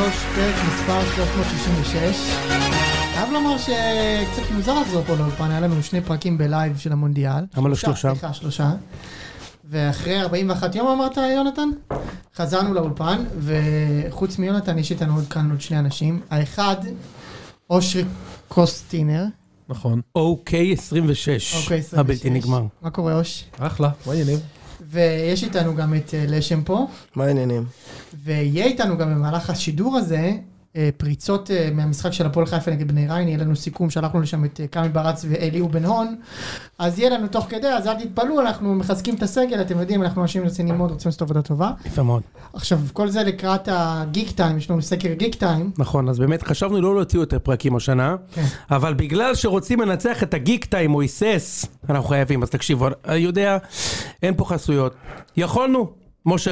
פרק מספר 366. חייב לומר שקצת מוזר לחזור פה לאולפן, היה לנו 2 פרקים בלייב של המונדיאל. אבל לא 3. סליחה, 3. ואחרי 41 יום אמרת יונתן, חזרנו לאולפן, וחוץ מיונתן יש איתנו עוד כאן עוד 2 אנשים. האחד, אושרי קוסטינר. נכון. אוקיי 26. הבלתי נגמר. מה קורה אוש? אחלה, מה העניינים? ויש איתנו גם את לשם פה. מה העניינים? ויהיה איתנו גם במהלך השידור הזה, פריצות מהמשחק של הפועל חיפה נגד בני ריין, יהיה לנו סיכום, שלחנו לשם את קאמי ברץ ואלי ובן הון, אז יהיה לנו תוך כדי, אז אל תתפלו, אנחנו מחזקים את הסגל, אתם יודעים, אנחנו אנשים רציניים מאוד, רוצים לעשות עבודה טובה. יפה מאוד. עכשיו, כל זה לקראת הגיק טיים, יש לנו סקר גיק טיים. נכון, אז באמת חשבנו לא להוציא יותר פרקים השנה, אבל בגלל שרוצים לנצח את הגיק טיים או איסס, אנחנו חייבים, אז תקשיבו, אני יודע, אין פה חסויות. יכולנו. משה,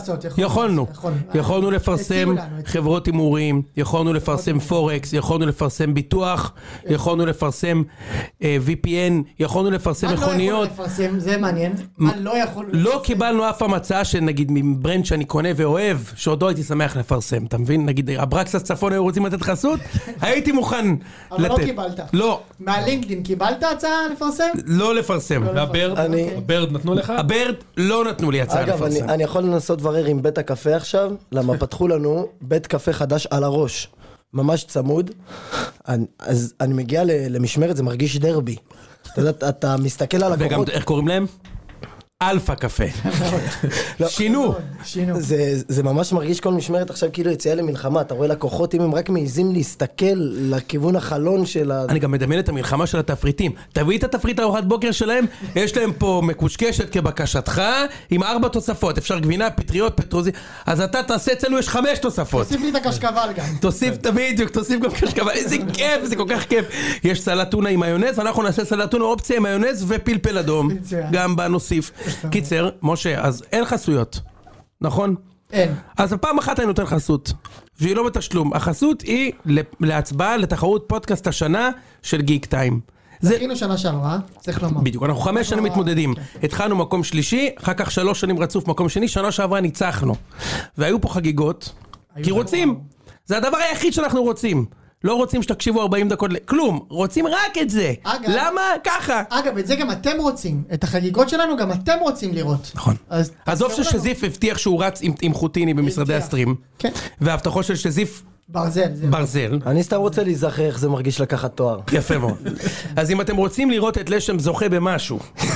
יכולנו לפרסם חברות אימורים, יכולנו לפרסם פורקס, יכולנו לפרסם ביטוח, יכולנו לפרסם VPN, יכולנו לפרסם מכוניות. מה לא יכולנו לפרסם? זה מעניין. מה לא יכולנו לפרסם? לא קיבלנו אף המצאה שנגיד מברנד שאני קונה ואוהב, שעוד לא הייתי שמח לפרסם, אתה מבין? נגיד הברקסס צפון היו רוצים לתת חסות, הייתי מוכן לתת. אבל לא קיבלת. לא. מהלינקדין קיבלת הצעה לפרסם? לא לפרסם. והברד נתנו לך? הברד לא נתנו לי הצעה לפרסם. אני יכול לנסות דברר עם בית הקפה עכשיו, למה פתחו לנו בית קפה חדש על הראש, ממש צמוד, אז אני מגיע למשמרת, זה מרגיש דרבי, אתה יודע, אתה מסתכל על הכוחות. וגם איך קוראים להם? אלפא קפה. שינו. זה ממש מרגיש כל משמרת עכשיו כאילו יציאה למלחמה, אתה רואה לקוחות אם הם רק מעיזים להסתכל לכיוון החלון של אני גם מדמיין את המלחמה של התפריטים. תביא את התפריט הארוחת בוקר שלהם, יש להם פה מקושקשת כבקשתך, עם 4 תוספות, אפשר גבינה, פטריות, פטרוזי, אז אתה תעשה אצלנו, יש 5 תוספות. תוסיף לי את הקשקבל גם. תוסיף בדיוק, תוסיף גם קשקבל, איזה כיף, זה כל כך כיף. יש סלט טונה עם מיונז, אנחנו נעשה סלט טונה, אופציה עם מיונז ופלפל אדום, גם בנוסיף. קיצר, משה, אז אין חסויות, נכון? אין. אז הפעם אחת אני נותן חסות, והיא לא בתשלום. החסות היא להצבעה לתחרות פודקאסט השנה של גיק טיים. זכינו שנה שעברה, צריך לומר. בדיוק, אנחנו 5 שנים מתמודדים. התחלנו מקום שלישי, אחר כך 3 שנים רצוף מקום שני, שנה שעברה ניצחנו. והיו פה חגיגות, כי רוצים. זה הדבר היחיד שאנחנו רוצים. לא רוצים שתקשיבו 40 דקות, כלום, רוצים רק את זה. למה? ככה. אגב, את זה גם אתם רוצים. את החגיגות שלנו גם אתם רוצים לראות. נכון. עזוב ששזיף הבטיח שהוא רץ עם חוטיני במשרדי הסטרים. כן. וההבטחו של שזיף ברזל. אני סתם רוצה להיזכר איך זה מרגיש לקחת תואר. יפה מאוד. אז אם אתם רוצים לראות את לשם זוכה במשהו,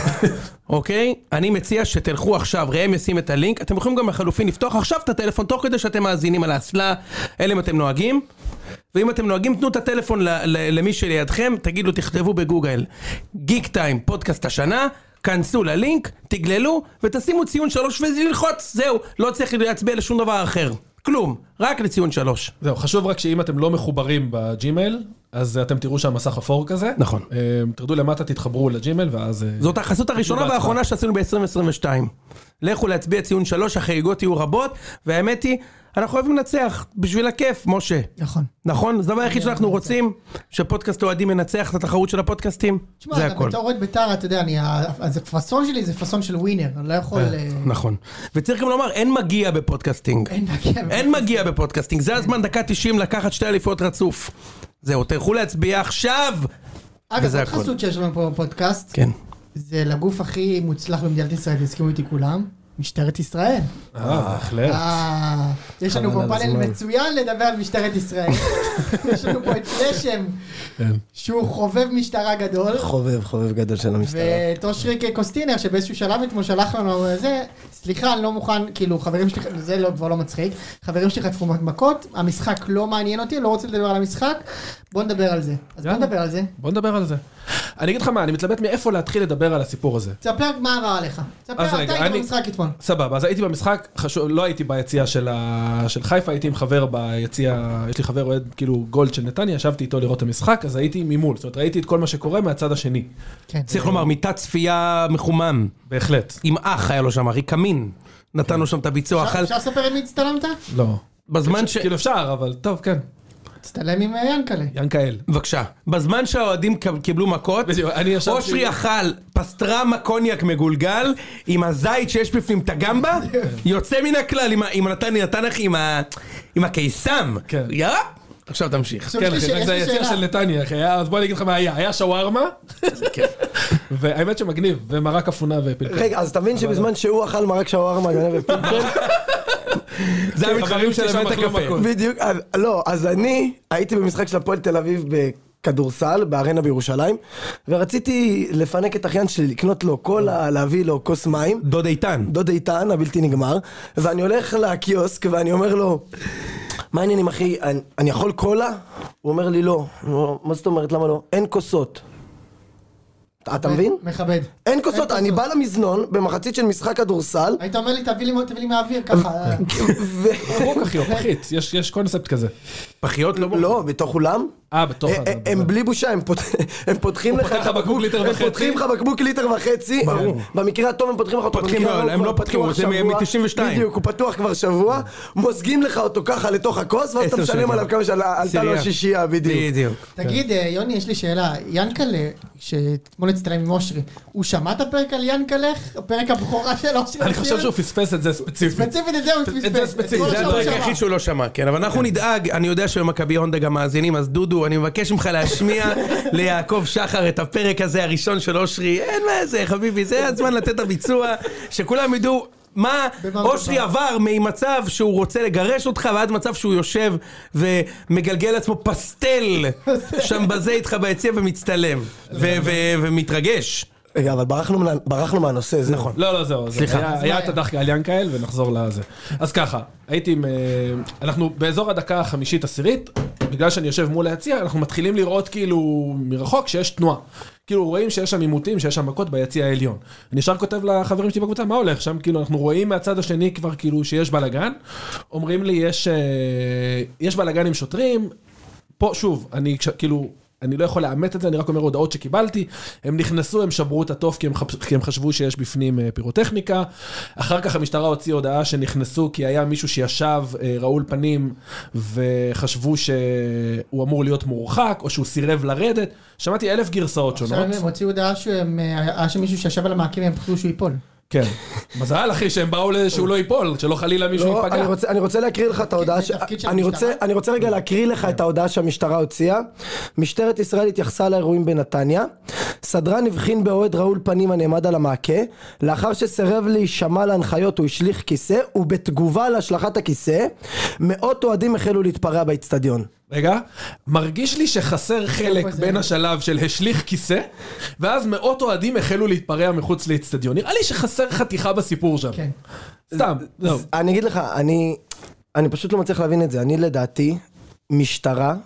אוקיי? אני מציע שתלכו עכשיו, ראם ישים את הלינק, אתם יכולים גם לחלופין לפתוח עכשיו את הטלפון, תוך כדי שאתם מאזינים על האסלה, אלה אם אתם נוהגים, ואם אתם נוהגים, תנו את הטלפון למי שלידכם, תגידו, תכתבו בגוגל, גיק טיים, פודקאסט השנה, כנסו ללינק, תגללו, ותשימו ציון 3 וללחוץ, זהו, לא צריך להצביע לשום דבר אחר. כלום, רק לציון 3. זהו, חשוב רק שאם אתם לא מחוברים בג'ימייל, אז אתם תראו שהמסך אפור כזה. נכון. תרדו למטה, תתחברו לג'ימייל, ואז... זאת החסות הראשונה והאחרונה שעשינו ב-2022. לכו להצביע ציון 3, החגיגות יהיו רבות, והאמת היא, אנחנו אוהבים לנצח, בשביל הכיף, משה. נכון. נכון? זה דבר היחיד שאנחנו רוצים, שפודקאסט אוהדים מנצח את התחרות של הפודקאסטים. זה הכל. בתור אוהד בית"ר, אתה יודע, אז הפסון שלי זה פסון של ווינר, אני לא יכול... נכון. וצריך גם לומר, אין מגיע בפודקאסטינג. אין מגיע בפודקאסטינג. זה הזמן דקה 90 לקחת 2 אליפויות רצוף. זהו, תלכו להצביע עכשיו. אגב, עוד חסות שיש לנו פה בפודקאסט. כן. זה לגוף הכי מוצלח במדינת ישראל, תסכימו איתי כולם. משטרת ישראל. בהחלט. יש לנו פה פאנל מצוין לדבר על משטרת ישראל. יש לנו פה את לשם, שהוא חובב משטרה גדול. חובב גדול של המשטרה. ואת אושרי קוסטינר, שבאיזשהו שלב אתמול שלח לנו זה, סליחה, אני לא מוכן, כאילו, חברים שלי, זה כבר לא מצחיק, חברים שלי חטפו מכות, המשחק לא מעניין אותי, לא רוצה לדבר על המשחק, בוא נדבר על זה. אז בוא נדבר על זה. אני אגיד לך מה, אני מתלבט מאיפה להתחיל לדבר על הסיפור הזה. תספר מה עבר עליך. תספר, אתה היית במשחק אתמול. סבבה, אז הייתי במשחק, לא הייתי ביציאה של חיפה, הייתי עם חבר ביציאה, יש לי חבר אוהד כאילו גולד של נתניה, ישבתי איתו לראות את המשחק, אז הייתי ממול, זאת אומרת, ראיתי את כל מה שקורה מהצד השני. צריך לומר, מיטת צפייה מחומם. בהחלט. עם אח היה לו שם, ריקמין, נתנו שם את הביצוע. אפשר לספר עם מי הצטלמת? לא. בזמן כאילו אפשר, אבל טוב, כן. תצטלם עם ינקלה. ינקאל. בבקשה. בזמן שהאוהדים קיבלו מכות, אושרי אכל פסטרמה קוניאק מגולגל, עם הזית שיש בפנים את הגמבה, יוצא מן הכלל, עם נתנך, עם הקיסם. יאללה. עכשיו תמשיך. כן, אחי, זה היציע של נתניה, אחי. אז בוא אני אגיד לך מה היה. היה שווארמה, והאמת שמגניב, ומרק אפונה ופלפל. רגע, אז תבין שבזמן שהוא אכל מרק שווארמה ופלפל, זה המתחרים של בית הקפה. בדיוק, לא, אז אני הייתי במשחק של הפועל תל אביב בכדורסל, בארנה בירושלים, ורציתי לפנק את אחיין שלי, לקנות לו קולה, להביא לו כוס מים. דוד איתן. דוד איתן, הבלתי נגמר, ואני הולך לקיוסק ואני אומר לו, מה העניינים אחי, אני יכול קולה? הוא אומר לי לא. מה זאת אומרת, למה לא? אין כוסות. אתה מבין? מכבד. אין כוסות, אני בא למזנון במחצית של משחק כדורסל. היית אומר לי, תביא לי מהאוויר ככה. ברוק אחי, או פחית, יש קונספט כזה. פחיות לא ברוק. לא, בתוך אולם. בתוך. הם בלי בושה, הם פותחים לך בקבוק ליטר וחצי. הם פותחים לך בקבוק ליטר וחצי. במקרה הטוב הם פותחים לך אותו. הם לא פתחים, זה מ-92. בדיוק, הוא פתוח כבר שבוע. מוזגים לך אותו ככה לתוך הכוס, ואז אתה משלם עליו כמה שעלתה לו השישייה, בדיוק. תגיד, יוני, יש לי שאלה. ינקלה, שאתמול הצטלם עם אושרי, הוא שמע את הפרק על ינקלך? הפרק הבכורה של אושרי? אני חושב שהוא פספס את זה ספציפית. ספציפית את זה הוא פספס. זה הפרק היחיד שהוא לא שמע, כן, אבל אנחנו נדאג, אני יודע שבמכבי הונדה גם מאזינים, אז דודו, אני מבקש ממך להשמיע ליעקב שחר את הפרק הזה הראשון של אושרי, אין מה זה חביבי, זה הזמן לתת הביצוע, שכולם ידעו מה אושרי עבר ממצב שהוא רוצה לגרש אותך ועד מצב שהוא יושב ומגלגל לעצמו פסטל שם בזה איתך ביציע ומצטלם ומתרגש. רגע, אבל ברחנו מהנושא, זה נכון. לא, זהו. סליחה. היה את הדחקה על ינקאל ונחזור לזה. אז ככה, אנחנו באזור הדקה החמישית עשירית, בגלל שאני יושב מול היציע, אנחנו מתחילים לראות כאילו מרחוק שיש תנועה. כאילו רואים שיש שם עימותים, שיש שם מכות ביציע העליון. אני ישר כותב לחברים שלי בקבוצה, מה הולך שם? כאילו אנחנו רואים מהצד השני כבר כאילו שיש בלגן. אומרים לי, יש בלגן עם שוטרים. פה שוב, אני לא יכול לאמת את זה, אני רק אומר הודעות שקיבלתי, הם נכנסו, הם שברו את הטוף כי הם חשבו שיש בפנים פירוטכניקה, אחר כך המשטרה הוציאה הודעה שנכנסו כי היה מישהו שישב רעול פנים וחשבו שהוא אמור להיות מורחק או שהוא סירב לרדת, שמעתי 1000 גרסאות שונות. עכשיו הם הוציאו הודעה שמישהו שישב על המעקים הם פחדו שהוא ייפול. כן, מזל אחי שהם באו שהוא לא ייפול, שלא חלילה מישהו ייפגע. אני רוצה להקריא לך את ההודעה, אני רוצה רגע להקריא לך את ההודעה שהמשטרה הוציאה. משטרת ישראל התייחסה לאירועים בנתניה, סדרן הבחין באוהד רעול פנים הנעמד על המעקה, לאחר שסירב להישמע להנחיות הוא השליך כיסא, ובתגובה להשלכת הכיסא, מאות אוהדים החלו להתפרע באצטדיון. רגע, מרגיש לי שחסר חלק בין השלב של השליך כיסא, ואז מאות אוהדים החלו להתפרע מחוץ לאצטדיון. נראה לי שחסר חתיכה בסיפור שם. כן. סתם. אני אגיד לך, אני פשוט לא מצליח להבין את זה. אני לדעתי, משטרה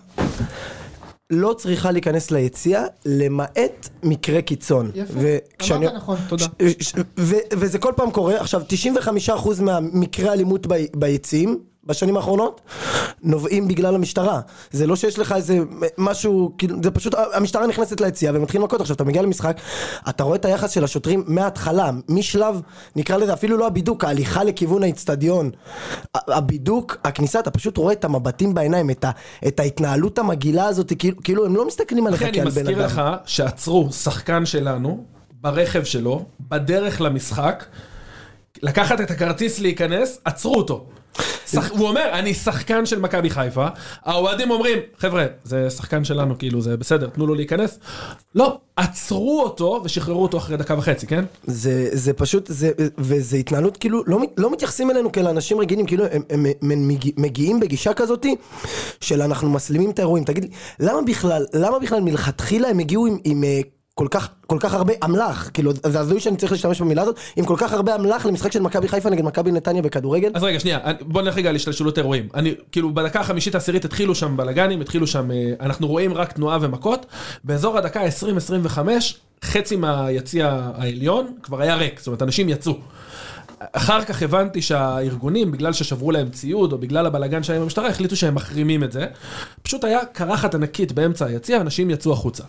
לא צריכה להיכנס ליציע, למעט מקרה קיצון. יפה, אמרת נכון. תודה. וזה כל פעם קורה. עכשיו, 95% מהמקרה אלימות ביציעים, בשנים האחרונות, נובעים בגלל המשטרה. זה לא שיש לך איזה משהו, זה פשוט, המשטרה נכנסת ליציאה ומתחיל מכות. עכשיו, אתה מגיע למשחק, אתה רואה את היחס של השוטרים מההתחלה, משלב, נקרא לזה, אפילו לא הבידוק, ההליכה לכיוון האצטדיון. הבידוק, הכניסה, אתה פשוט רואה את המבטים בעיניים, את ההתנהלות המגעילה הזאת, כאילו הם לא מסתכלים עליך כעל בן אדם. אני מזכיר לך שעצרו שחקן שלנו, ברכב שלו, בדרך למשחק, לקחת את הכרטיס להיכנס, עצרו אותו. הוא אומר, אני שחקן של מכבי חיפה, האוהדים אומרים, חבר'ה, זה שחקן שלנו, כאילו, זה בסדר, תנו לו להיכנס. לא, עצרו אותו ושחררו אותו אחרי דקה וחצי, כן? זה פשוט, וזה התנהלות, כאילו, לא מתייחסים אלינו כאל אנשים רגילים, כאילו, הם מגיעים בגישה כזאת, של אנחנו מסלימים את האירועים. תגיד לי, למה בכלל מלכתחילה הם הגיעו עם כל כך הרבה אמל"ח, כאילו, זה הזוי שאני צריך להשתמש במילה הזאת, עם כל כך הרבה אמל"ח למשחק של מכבי חיפה נגד מכבי נתניה בכדורגל. אז רגע, שנייה, בוא נלך רגע להשתלשלות אירועים. כאילו, בדקה החמישית העשירית התחילו שם בלגנים, התחילו שם, אנחנו רואים רק תנועה ומכות, באזור הדקה 20-25, חצי מהיציע העליון כבר היה ריק, זאת אומרת, אנשים יצאו. אחר כך הבנתי שהארגונים, בגלל ששברו להם ציוד, או בגלל הבלגן שהיה עם המשטרה, החליטו שהם מחרימים את זה. פשוט היה קרחת ענקית באמצע היציע, אנשים יצאו החוצה.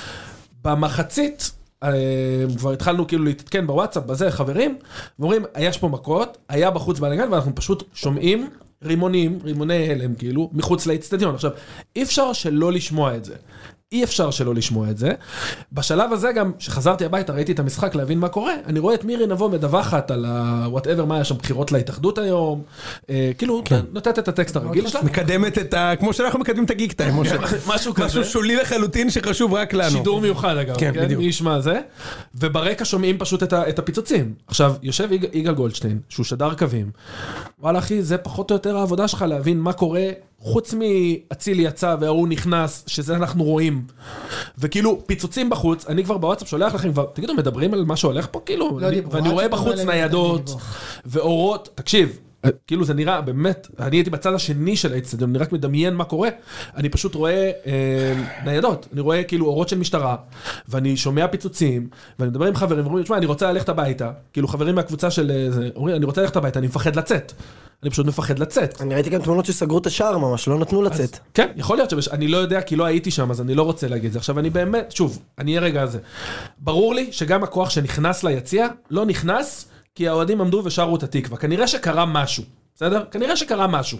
במחצית, כבר התחלנו כאילו להתעדכן בוואטסאפ, בזה חברים, ואומרים, יש פה מכות, היה בחוץ בלגן, ואנחנו פשוט שומעים רימוני הלם כאילו, מחוץ לאצטדיון. עכשיו, אי אפשר שלא לשמוע את זה. אי אפשר שלא לשמוע את זה. בשלב הזה גם, שחזרתי הביתה, ראיתי את המשחק להבין מה קורה, אני רואה את מירי נבו מדווחת על whatever, מה היה שם, בחירות להתאחדות היום, כאילו, נותנת את הטקסט הרגיל שלה. מקדמת את ה... כמו שאנחנו מקדמים את הגיק טיים, משהו כזה. משהו שולי לחלוטין שחשוב רק לנו. שידור מיוחד אגב, כן, בדיוק. מי ישמע זה, וברקע שומעים פשוט את הפיצוצים. עכשיו, יושב יגאל גולדשטיין, שהוא שדר קווים, וואלה אחי, זה פחות או יותר העבודה שלך להבין מה קורה, חוץ מאצילי יצא והוא נכנס, שזה אנחנו רואים, וכאילו פיצוצים בחוץ, אני כבר בוואטסאפ שולח לכם, תגידו, מדברים על מה שהולך פה, כאילו, ואני רואה בחוץ ניידות, ואורות, תקשיב, כאילו זה נראה, באמת, אני הייתי בצד השני של האצטדיון, אני רק מדמיין מה קורה, אני פשוט רואה ניידות, אני רואה כאילו אורות של משטרה, ואני שומע פיצוצים, ואני מדבר עם חברים, ואומרים, תשמע, אני רוצה ללכת הביתה, כאילו חברים מהקבוצה של זה, אומרים, אני רוצה ללכת הביתה, אני מפחד לצאת. אני פשוט מפחד לצאת. אני ראיתי גם תמונות שסגרו את השער ממש, לא נתנו לצאת. כן, יכול להיות שאני לא יודע, כי לא הייתי שם, אז אני לא רוצה להגיד זה. עכשיו, אני באמת, שוב, אני אהיה רגע הזה. ברור לי שגם הכוח שנכנס ליציע, לא נכנס, כי האוהדים עמדו ושרו את התקווה. כנראה שקרה משהו, בסדר? כנראה שקרה משהו.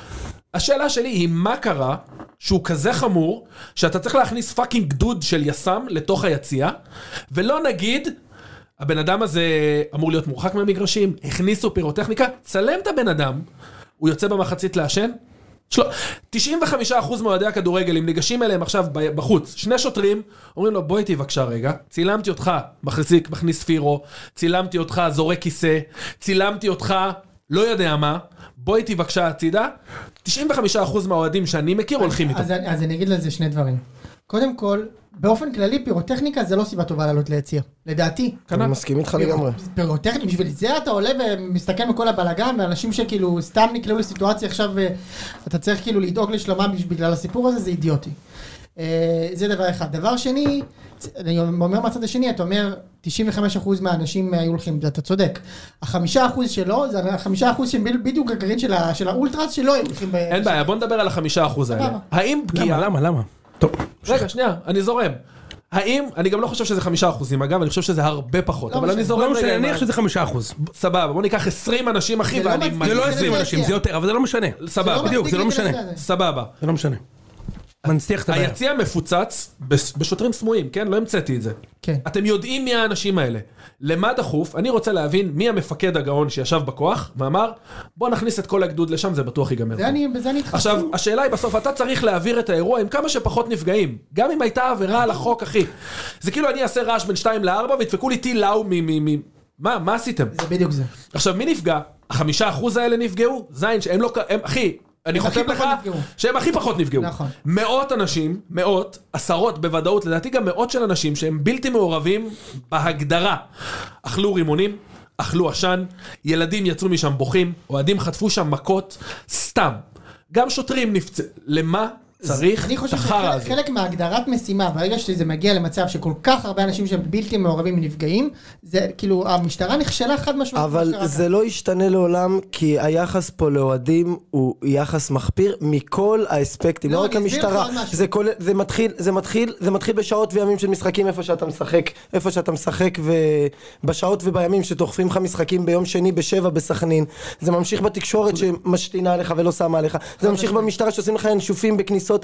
השאלה שלי היא, מה קרה שהוא כזה חמור, שאתה צריך להכניס פאקינג גדוד של יסם לתוך היציע, ולא נגיד, הבן אדם הזה אמור להיות מורחק מהמגרשים, הכניסו פירוטכניקה, צלם את הבן אדם, הוא יוצא במחצית לעשן, 95% מאוהדי הכדורגל, אם ניגשים אליהם עכשיו בחוץ, שני שוטרים, אומרים לו, בואי איתי בבקשה רגע, צילמתי אותך, מכניס פירו, צילמתי אותך, זורק כיסא, צילמתי אותך, לא יודע מה, בואי איתי בבקשה הצידה, 95% מהאוהדים שאני מכיר הולכים איתו. אז אני אגיד לזה שני דברים. קודם כל, באופן כללי, פירוטכניקה זה לא סיבה טובה לעלות ליציע. לדעתי. אני מסכים איתך לגמרי. פירוטכניקה, בשביל זה אתה עולה ומסתכל מכל הבלגן, ואנשים שכאילו סתם נקלעו לסיטואציה עכשיו, אתה צריך כאילו לדאוג לשלומם בגלל הסיפור הזה, זה אידיוטי. זה דבר אחד. דבר שני, אני אומר מהצד השני, אתה אומר, 95% מהאנשים היו הולכים, אתה צודק. 5% שלא, זה 5% שהם בדיוק הגרעין של האולטרס שלא היו הולכים. אין בעיה, בוא נדבר על 5% האלה. האם פגיעה... למה? טוב. רגע, שנייה, אני זורם. האם, אני גם לא חושב שזה 5%, אגב, אני חושב שזה הרבה פחות, אבל אני זורם רגע. אני חושב שזה 5%. סבבה, בוא ניקח 20 אנשים, אחי, ואני... זה לא 20 אנשים, זה יותר, אבל זה לא משנה. סבבה. בדיוק, זה לא משנה. סבבה. זה לא משנה. מנציח את הבעיה. היציע מפוצץ בשוטרים סמויים, כן? לא המצאתי את זה. כן. אתם יודעים מי האנשים האלה. למה דחוף? אני רוצה להבין מי המפקד הגאון שישב בכוח, ואמר, בוא נכניס את כל הגדוד לשם, זה בטוח ייגמר. בזה אני אתחשב. עכשיו, השאלה היא בסוף, אתה צריך להעביר את האירוע עם כמה שפחות נפגעים. גם אם הייתה עבירה על החוק, אחי. זה כאילו אני אעשה רעש בין 2 ל-4, וידפקו לי טיל לאו מה עשיתם? זה בדיוק זה. עכשיו, מי נפגע? 5% האלה נפגעו? זין, שהם לא... אחי, אני חותם לך שהם הכי פחות נפגעו. נכון. מאות אנשים, עשרות בוודאות, לדעתי גם מאות של אנשים שהם בלתי מעורבים בהגדרה. אכלו רימונים, אכלו עשן, ילדים יצאו משם בוכים, אוהדים חטפו שם מכות, סתם. גם שוטרים נפצעו. למה צריך אני חושב שחלק מהגדרת משימה, ברגע שזה מגיע למצב שכל כך הרבה אנשים שהם בלתי מעורבים ונפגעים, זה כאילו המשטרה נכשלה חד משמעית. אבל זה לא ישתנה לעולם, כי היחס פה לאוהדים הוא יחס מחפיר מכל האספקטים, לא רק המשטרה. זה מתחיל בשעות וימים של משחקים איפה שאתה משחק ובשעות ובימים שתוחפים לך משחקים ביום שני ב7 בסכנין. זה ממשיך בתקשורת שמשתינה עליך ולא שמה עליך. זה ממשיך במשטרה שעושים לך ינשופים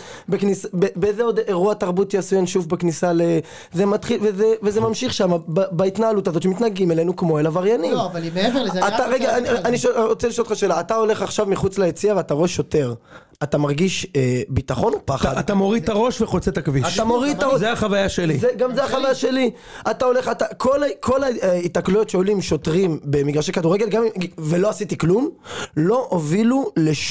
באיזה עוד אירוע תרבות יעשו ינשוף בכניסה זה מתחיל וזה ממשיך שם בהתנהלות הזאת שמתנהגים אלינו כמו אל עבריינים. לא, אבל מעבר לזה רגע, אני רוצה לשאול אותך שאלה, אתה הולך עכשיו מחוץ ליציע ואתה רואה שוטר, אתה מרגיש ביטחון או פחד? אתה מוריד את הראש וחוצה את הכביש. אתה מוריד את הראש. זה החוויה שלי. גם זה החוויה שלי. אתה הולך, כל ההתקלויות שעולים שוטרים במגרשי כדורגל, ולא עשיתי כלום, לא הובילו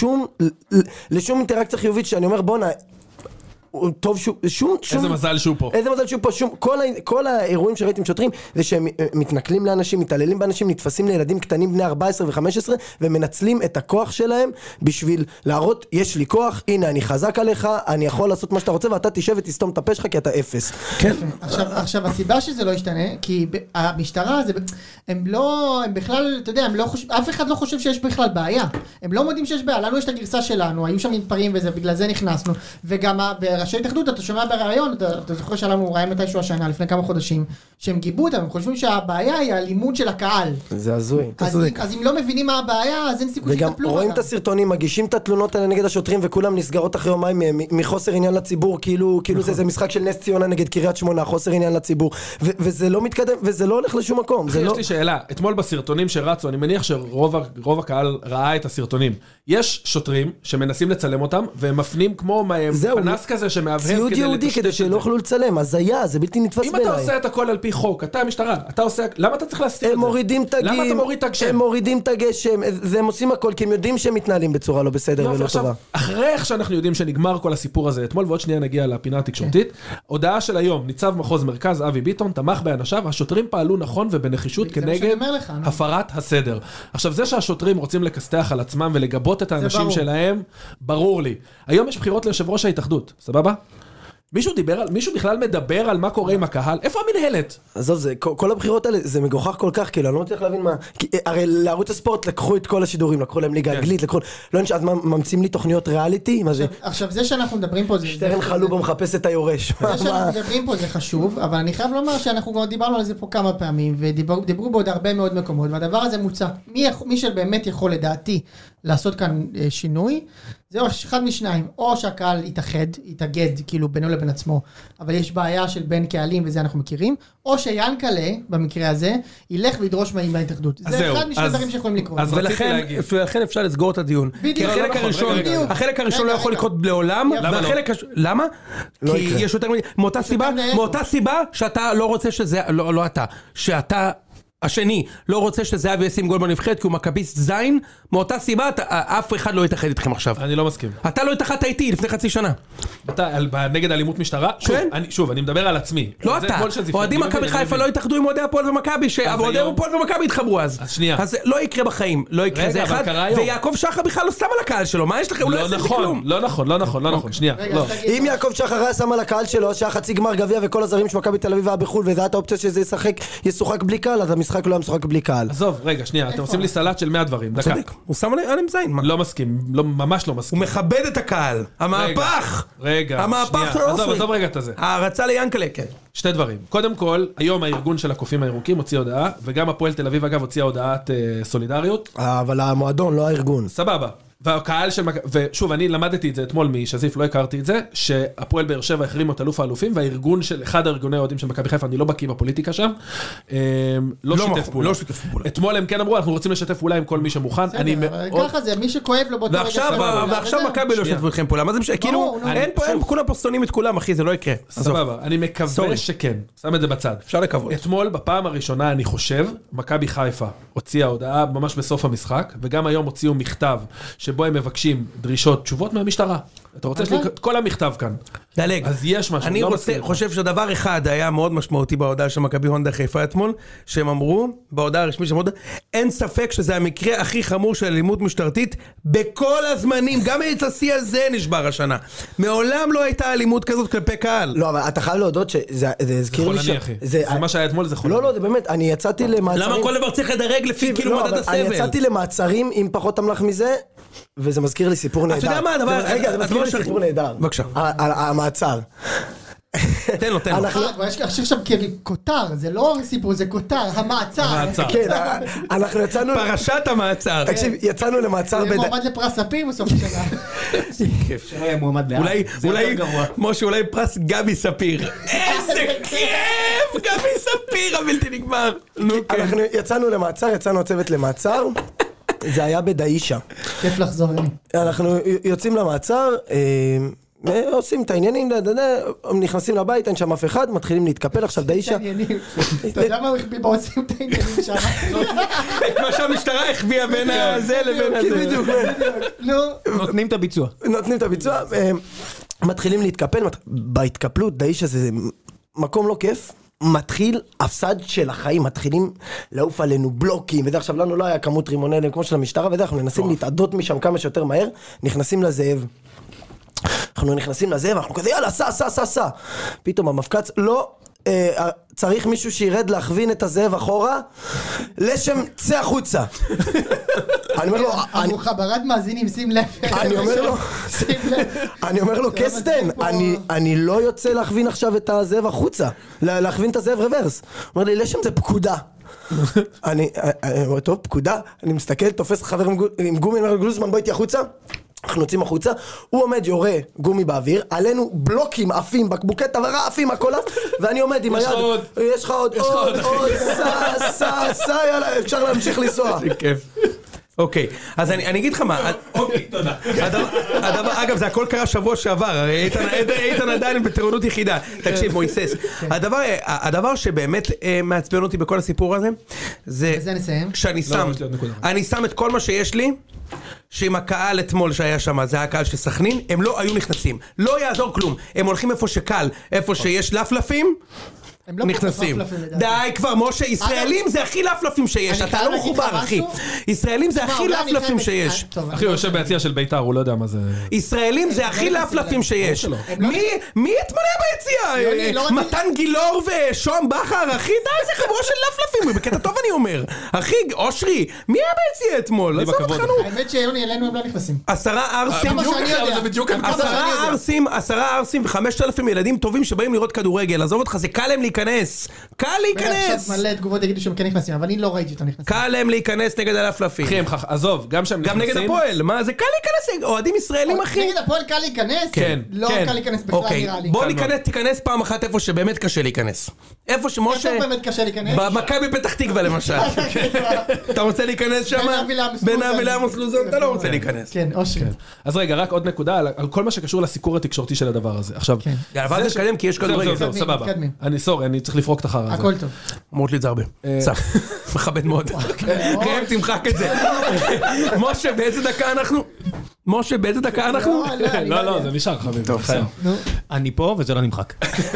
לשום אינטראקציה חיובית שאני אומר בוא טוב שום איזה מזל שהוא פה. איזה מזל שהוא פה. כל האירועים שראיתי עם שוטרים זה שהם מתנכלים לאנשים, מתעללים באנשים, נתפסים לילדים קטנים בני 14 ו-15 ומנצלים את הכוח שלהם בשביל להראות יש לי כוח, הנה אני חזק עליך, אני יכול לעשות מה שאתה רוצה ואתה תשב ותסתום את הפה שלך כי אתה אפס. כן. עכשיו הסיבה שזה לא ישתנה כי המשטרה הם בכלל, אתה יודע, אף אחד לא חושב שיש בכלל בעיה. הם לא מודים שיש בעיה. לנו יש את הגרסה שלנו, היו שם מתפרעים וזה, בגלל זה נכנסנו. וגם ראשי התאחדות, אתה שומע בראיון, אתה זוכר שלנו הוא ראיין מתישהו השנה, לפני כמה חודשים, שהם גיבו אותם, הם חושבים שהבעיה היא הלימוד של הקהל. זה הזוי. אז אם לא מבינים מה הבעיה, אז אין סיכוי וגם שתטפלו רואים אותם. את הסרטונים, מגישים את התלונות האלה נגד השוטרים, וכולם נסגרות אחרי יומיים מחוסר עניין לציבור, כאילו זה משחק של נס ציונה נגד קריית שמונה, חוסר עניין לציבור, וזה לא מתקדם, וזה לא הולך לשום מקום. יש לי שאלה, אתמול בסרטונים שרצו, אני מניח שרוב הקהל ראה את הסרטונים. יש שוטרים שמנסים לצלם אותם, והם מפנים כמו פנס כזה שמהבהב כדי ציוד יהודי כדי שלא יוכלו לצלם, אז זה בלתי נתפס בעיניי. אם אתה עושה את הכל על פי חוק, אתה המשטרה, אתה עושה, למה אתה צריך להסתיר את זה? הם מורידים תגים, למה אתה מוריד תג שם? הם מורידים תגי שם, הם עושים הכל, כי הם יודעים שהם מתנהלים בצורה לא בסדר ולא טובה. אחרי איך שאנחנו יודעים שנגמר כל הסיפור הזה אתמול, ועוד שנייה נגיע לפינה התקשורתית, הודעה של היום, ניצב מחוז מרכז אבי ביטון, תמך באנשיו, השוטרים פעלו נכון ובנחישות כנגד הפרת הסדר. עכשיו זה שהשוטרים רוצים לקסתח על עצמם ולגבות את האנשים שלהם, ברור לי. היום יש בחירות ליושב ראש ההתאחדות, סבבה? מישהו בכלל מדבר על מה קורה עם הקהל? איפה המנהלת? עזוב, כל הבחירות האלה, זה מגוחך כל כך, כאילו, אני לא מצליח להבין מה... הרי לערוץ הספורט לקחו את כל השידורים, לקחו להם ליגה אנגלית, לא נשאר, אז ממציאים לי תוכניות ריאליטי? עכשיו, זה שאנחנו מדברים פה... שטרן חלובה מחפש את היורש. זה שאנחנו מדברים פה זה חשוב, אבל אני חייב לומר שאנחנו כבר דיברנו על זה פה כמה פעמים, ודיברו בעוד הרבה מאוד מקומות, והדבר הזה מוצע. מי שבאמת יכול לדעתי לעשות כאן שינוי, זה אחד משניים, או שהקהל יתאגד, כאילו בינו לבין עצמו, אבל יש בעיה של בין קהלים, וזה אנחנו מכירים, או שיאנקלה, במקרה הזה, ילך וידרוש מההתאחדות. זה אחד משני דברים שיכולים לקרות. ולכן אפשר לסגור את הדיון. כי החלק הראשון לא יכול לקרות לעולם, למה? כי יש יותר מאותה סיבה שאתה לא רוצה שזה, לא אתה, שאתה השני לא רוצה שזהבי ישים גול בנבחרת כי הוא מכביסט זין, מאותה סיבה אף אחד לא יתאחד איתכם עכשיו. אני לא מסכים. אתה לא התאחדת איתי לפני חצי שנה. אתה נגד אלימות משטרה? שוב, אני מדבר על עצמי. לא אתה. אוהדים מכבי חיפה לא התאחדו עם אוהדי הפועל ומכבי, אוהדי הפועל ומכבי התחברו אז. אז שנייה. אז לא יקרה בחיים, לא יקרה זה אחד, ויעקב שחר בכלל לא שם על הקהל שלו, מה יש לכם? הוא לא יעשה כלום. לא נכון, שנייה. אם יעקב שחר היה שם על הקהל שלו שהיה חצי גמר גביע וכל הזרים של מכבי תל אביב היה בחו"ל וזה הייתה האופציה שזה ישוחק בלי קהל, אז המשחק לא היה משוחק בלי קהל. עזוב, רגע, שנייה, אתם עושים לי סלט של 100 דברים, דקה. הוא שם עליהם זין. לא מסכים, ממש לא מסכים. הוא מכבד את הקהל. המהפך! רגע, המהפך שנייה, עזוב רגע את זה. הרצה ליאנקלה, כן. שתי דברים. קודם כל, היום הארגון של הקופים הירוקים הוציא הודעה, וגם הפועל תל אביב אגב הוציא הודעת סולידריות. אבל המועדון, לא הארגון. סבבה. והקהל של... ושוב, אני למדתי את זה אתמול משזיף, לא הכרתי את זה, שהפועל באר שבע החרימו את אלוף האלופים, והארגון של אחד הארגוני האוהדים של מכבי חיפה, אני לא בקיא בפוליטיקה שם, לא שיתף פעולה. אתמול הם כן אמרו, אנחנו רוצים לשתף פעולה עם כל מי שמוכן. ככה זה, מי שכואב לו באותו רגע. ועכשיו מכבי לא שתפו אתכם פעולה. מה זה משנה? כאילו, אין כולם פה שונאים את כולם, אחי, זה לא יקרה. סבבה, אני מקווה שכן. שם את זה בצד. אפשר לקוות. אתמול, בפעם הראשונה, אני חושב, מכבי חיפה הוציאה הודעה ממש בסוף המשחק, וגם היום הוציאו מכתב שבו הם מבקשים דרישות, תשובות מהמשטרה. אתה רוצה את כל המכתב כאן. דלג. אז יש משהו. אני חושב שדבר אחד היה מאוד משמעותי בהודעה של מכבי הונדה חיפה אתמול, שהם אמרו, בהודעה הרשמית של הונדה, אין ספק שזה המקרה הכי חמור של אלימות משטרתית בכל הזמנים, גם השיא הזה נשבר השנה. מעולם לא הייתה אלימות כזאת כלפי קהל. לא, אבל אתה חייב להודות שזה הזכיר לי חולני, אחי. זה מה שהיה אתמול, זה חולני. לא, זה באמת, אני יצאתי למעצרים. למה כל דבר צריך לדרג לפי כאילו מדד הסבל? אני יצאתי למעצרים עם פחות אמל"ח מזה, וזה מזכיר לי סיפור נהדר. אתה יודע מה, הדבר... רגע, זה מזכיר לי סיפור נהדר. בבקשה. המעצר. תן לו. יש עכשיו כותר, זה לא סיפור, זה כותר, המעצר. כן, אנחנו יצאנו... פרשת המעצר. תקשיב, יצאנו למעצר... זה מועמד לפרס ספיר בסוף השנה. שהיה מועמד משה, אולי פרס גבי ספיר. איזה כיף, גבי ספיר, הבלתי נגמר. אנחנו יצאנו למעצר, יצאנו הצוות למעצר. זה היה בדאישה. כיף לחזור. אנחנו יוצאים למעצר, עושים את העניינים, נכנסים לבית, אין שם אף אחד, מתחילים להתקפל, עכשיו דאישה. אתה יודע מה עושים את העניינים שם? כמו שהמשטרה החביאה בין הזה לבין הזה. בדיוק. נותנים את הביצוע. מתחילים להתקפל, בהתקפלות, דאישה זה מקום לא כיף. מתחיל הפסד של החיים, מתחילים לעוף עלינו בלוקים, וזה עכשיו לנו לא היה כמות רימוני כמו של המשטרה, וזה אנחנו מנסים להתעדות משם כמה שיותר מהר, נכנסים לזאב. אנחנו נכנסים לזאב, אנחנו כזה יאללה, סע. פתאום המפקץ, לא, צריך מישהו שירד להכווין את הזאב אחורה, לשם צא החוצה. אני אומר לו, אמרו לך, ברד מאזינים, שים לב. אני אומר לו, קסטן, אני לא יוצא להכווין עכשיו את הזאב החוצה, להכווין את הזאב רוורס. אומר לי, לשם זה פקודה. אני אומר, טוב, פקודה, אני מסתכל, תופס חבר עם גומי, אני אומר, גלוזמן, בוא איתי החוצה. אנחנו יוצאים החוצה, הוא עומד יורה גומי באוויר, עלינו בלוקים עפים, בקבוקי תבערה עפים, הכל עף, ואני עומד עם היד, יש לך עוד, סע, יאללה, אפשר להמשיך לנסוע. זה כיף. אוקיי, אז אני אגיד לך מה, אוקיי, תודה. אגב, זה הכל קרה שבוע שעבר, איתן עדיין בטירונות יחידה. תקשיב, מויסס, הדבר שבאמת מעצבן אותי בכל הסיפור הזה, זה שאני שם את כל מה שיש לי, שעם הקהל אתמול שהיה שם, זה היה הקהל של סכנין, הם לא היו נכנסים, לא יעזור כלום, הם הולכים איפה שקל, איפה שיש לפלפים, נכנסים. די כבר, משה, ישראלים זה הכי לפלפים שיש, אתה לא מחובר, אחי. ישראלים זה הכי לפלפים שיש. אחי, הוא יושב ביציע של ביתר, הוא לא יודע מה זה. ישראלים זה הכי לפלפים שיש. מי אתמול היה ביציע? מתן גילור ושוהם בכר, אחי, די, זה חברה של לפלפים, בקטע טוב אני אומר. אחי, אושרי, מי היה ביציע אתמול? האמת שיוני, אלינו הם לא נכנסים. 10 ערסים ו5,000 ילדים טובים שבאים לראות כדורגל, עזוב אותך, זה קל להם להיכנס. קל להיכנס. עכשיו מלא תגובות יגידו שהם כן נכנסים, אבל אני לא ראיתי אותם נכנסים. קל להם להיכנס נגד הלפלפים. אחי, עזוב, גם שהם נכנסים. גם נגד הפועל, מה, זה קל להיכנס, אוהדים ישראלים, אחי. נגד הפועל קל להיכנס? כן. לא קל להיכנס בכלל, נראה לי. בוא תיכנס פעם אחת איפה שבאמת קשה להיכנס. איפה שמשה... איפה באמת קשה להיכנס? במכבי פתח תקווה למשל. אתה רוצה להיכנס שם? בין אבי לעמוס לוזון, אתה לא רוצה להיכנס. כן, אושרי. אז רגע, רק עוד נקודה על כל מה שקשור לסיקור התקשורתי של הדבר הזה. עכשיו, אבל זה קדם כי יש כדורגל. סבבה. אני צריך לפרוק את החרא הזה. הכל טוב. אמרות לי את זה הרבה. סף, מכבד מאוד. ראם, תמחק את זה. משה, באיזה דקה אנחנו? לא, זה נשאר חביב. טוב, בסדר. אני פה וזה לא נמחק.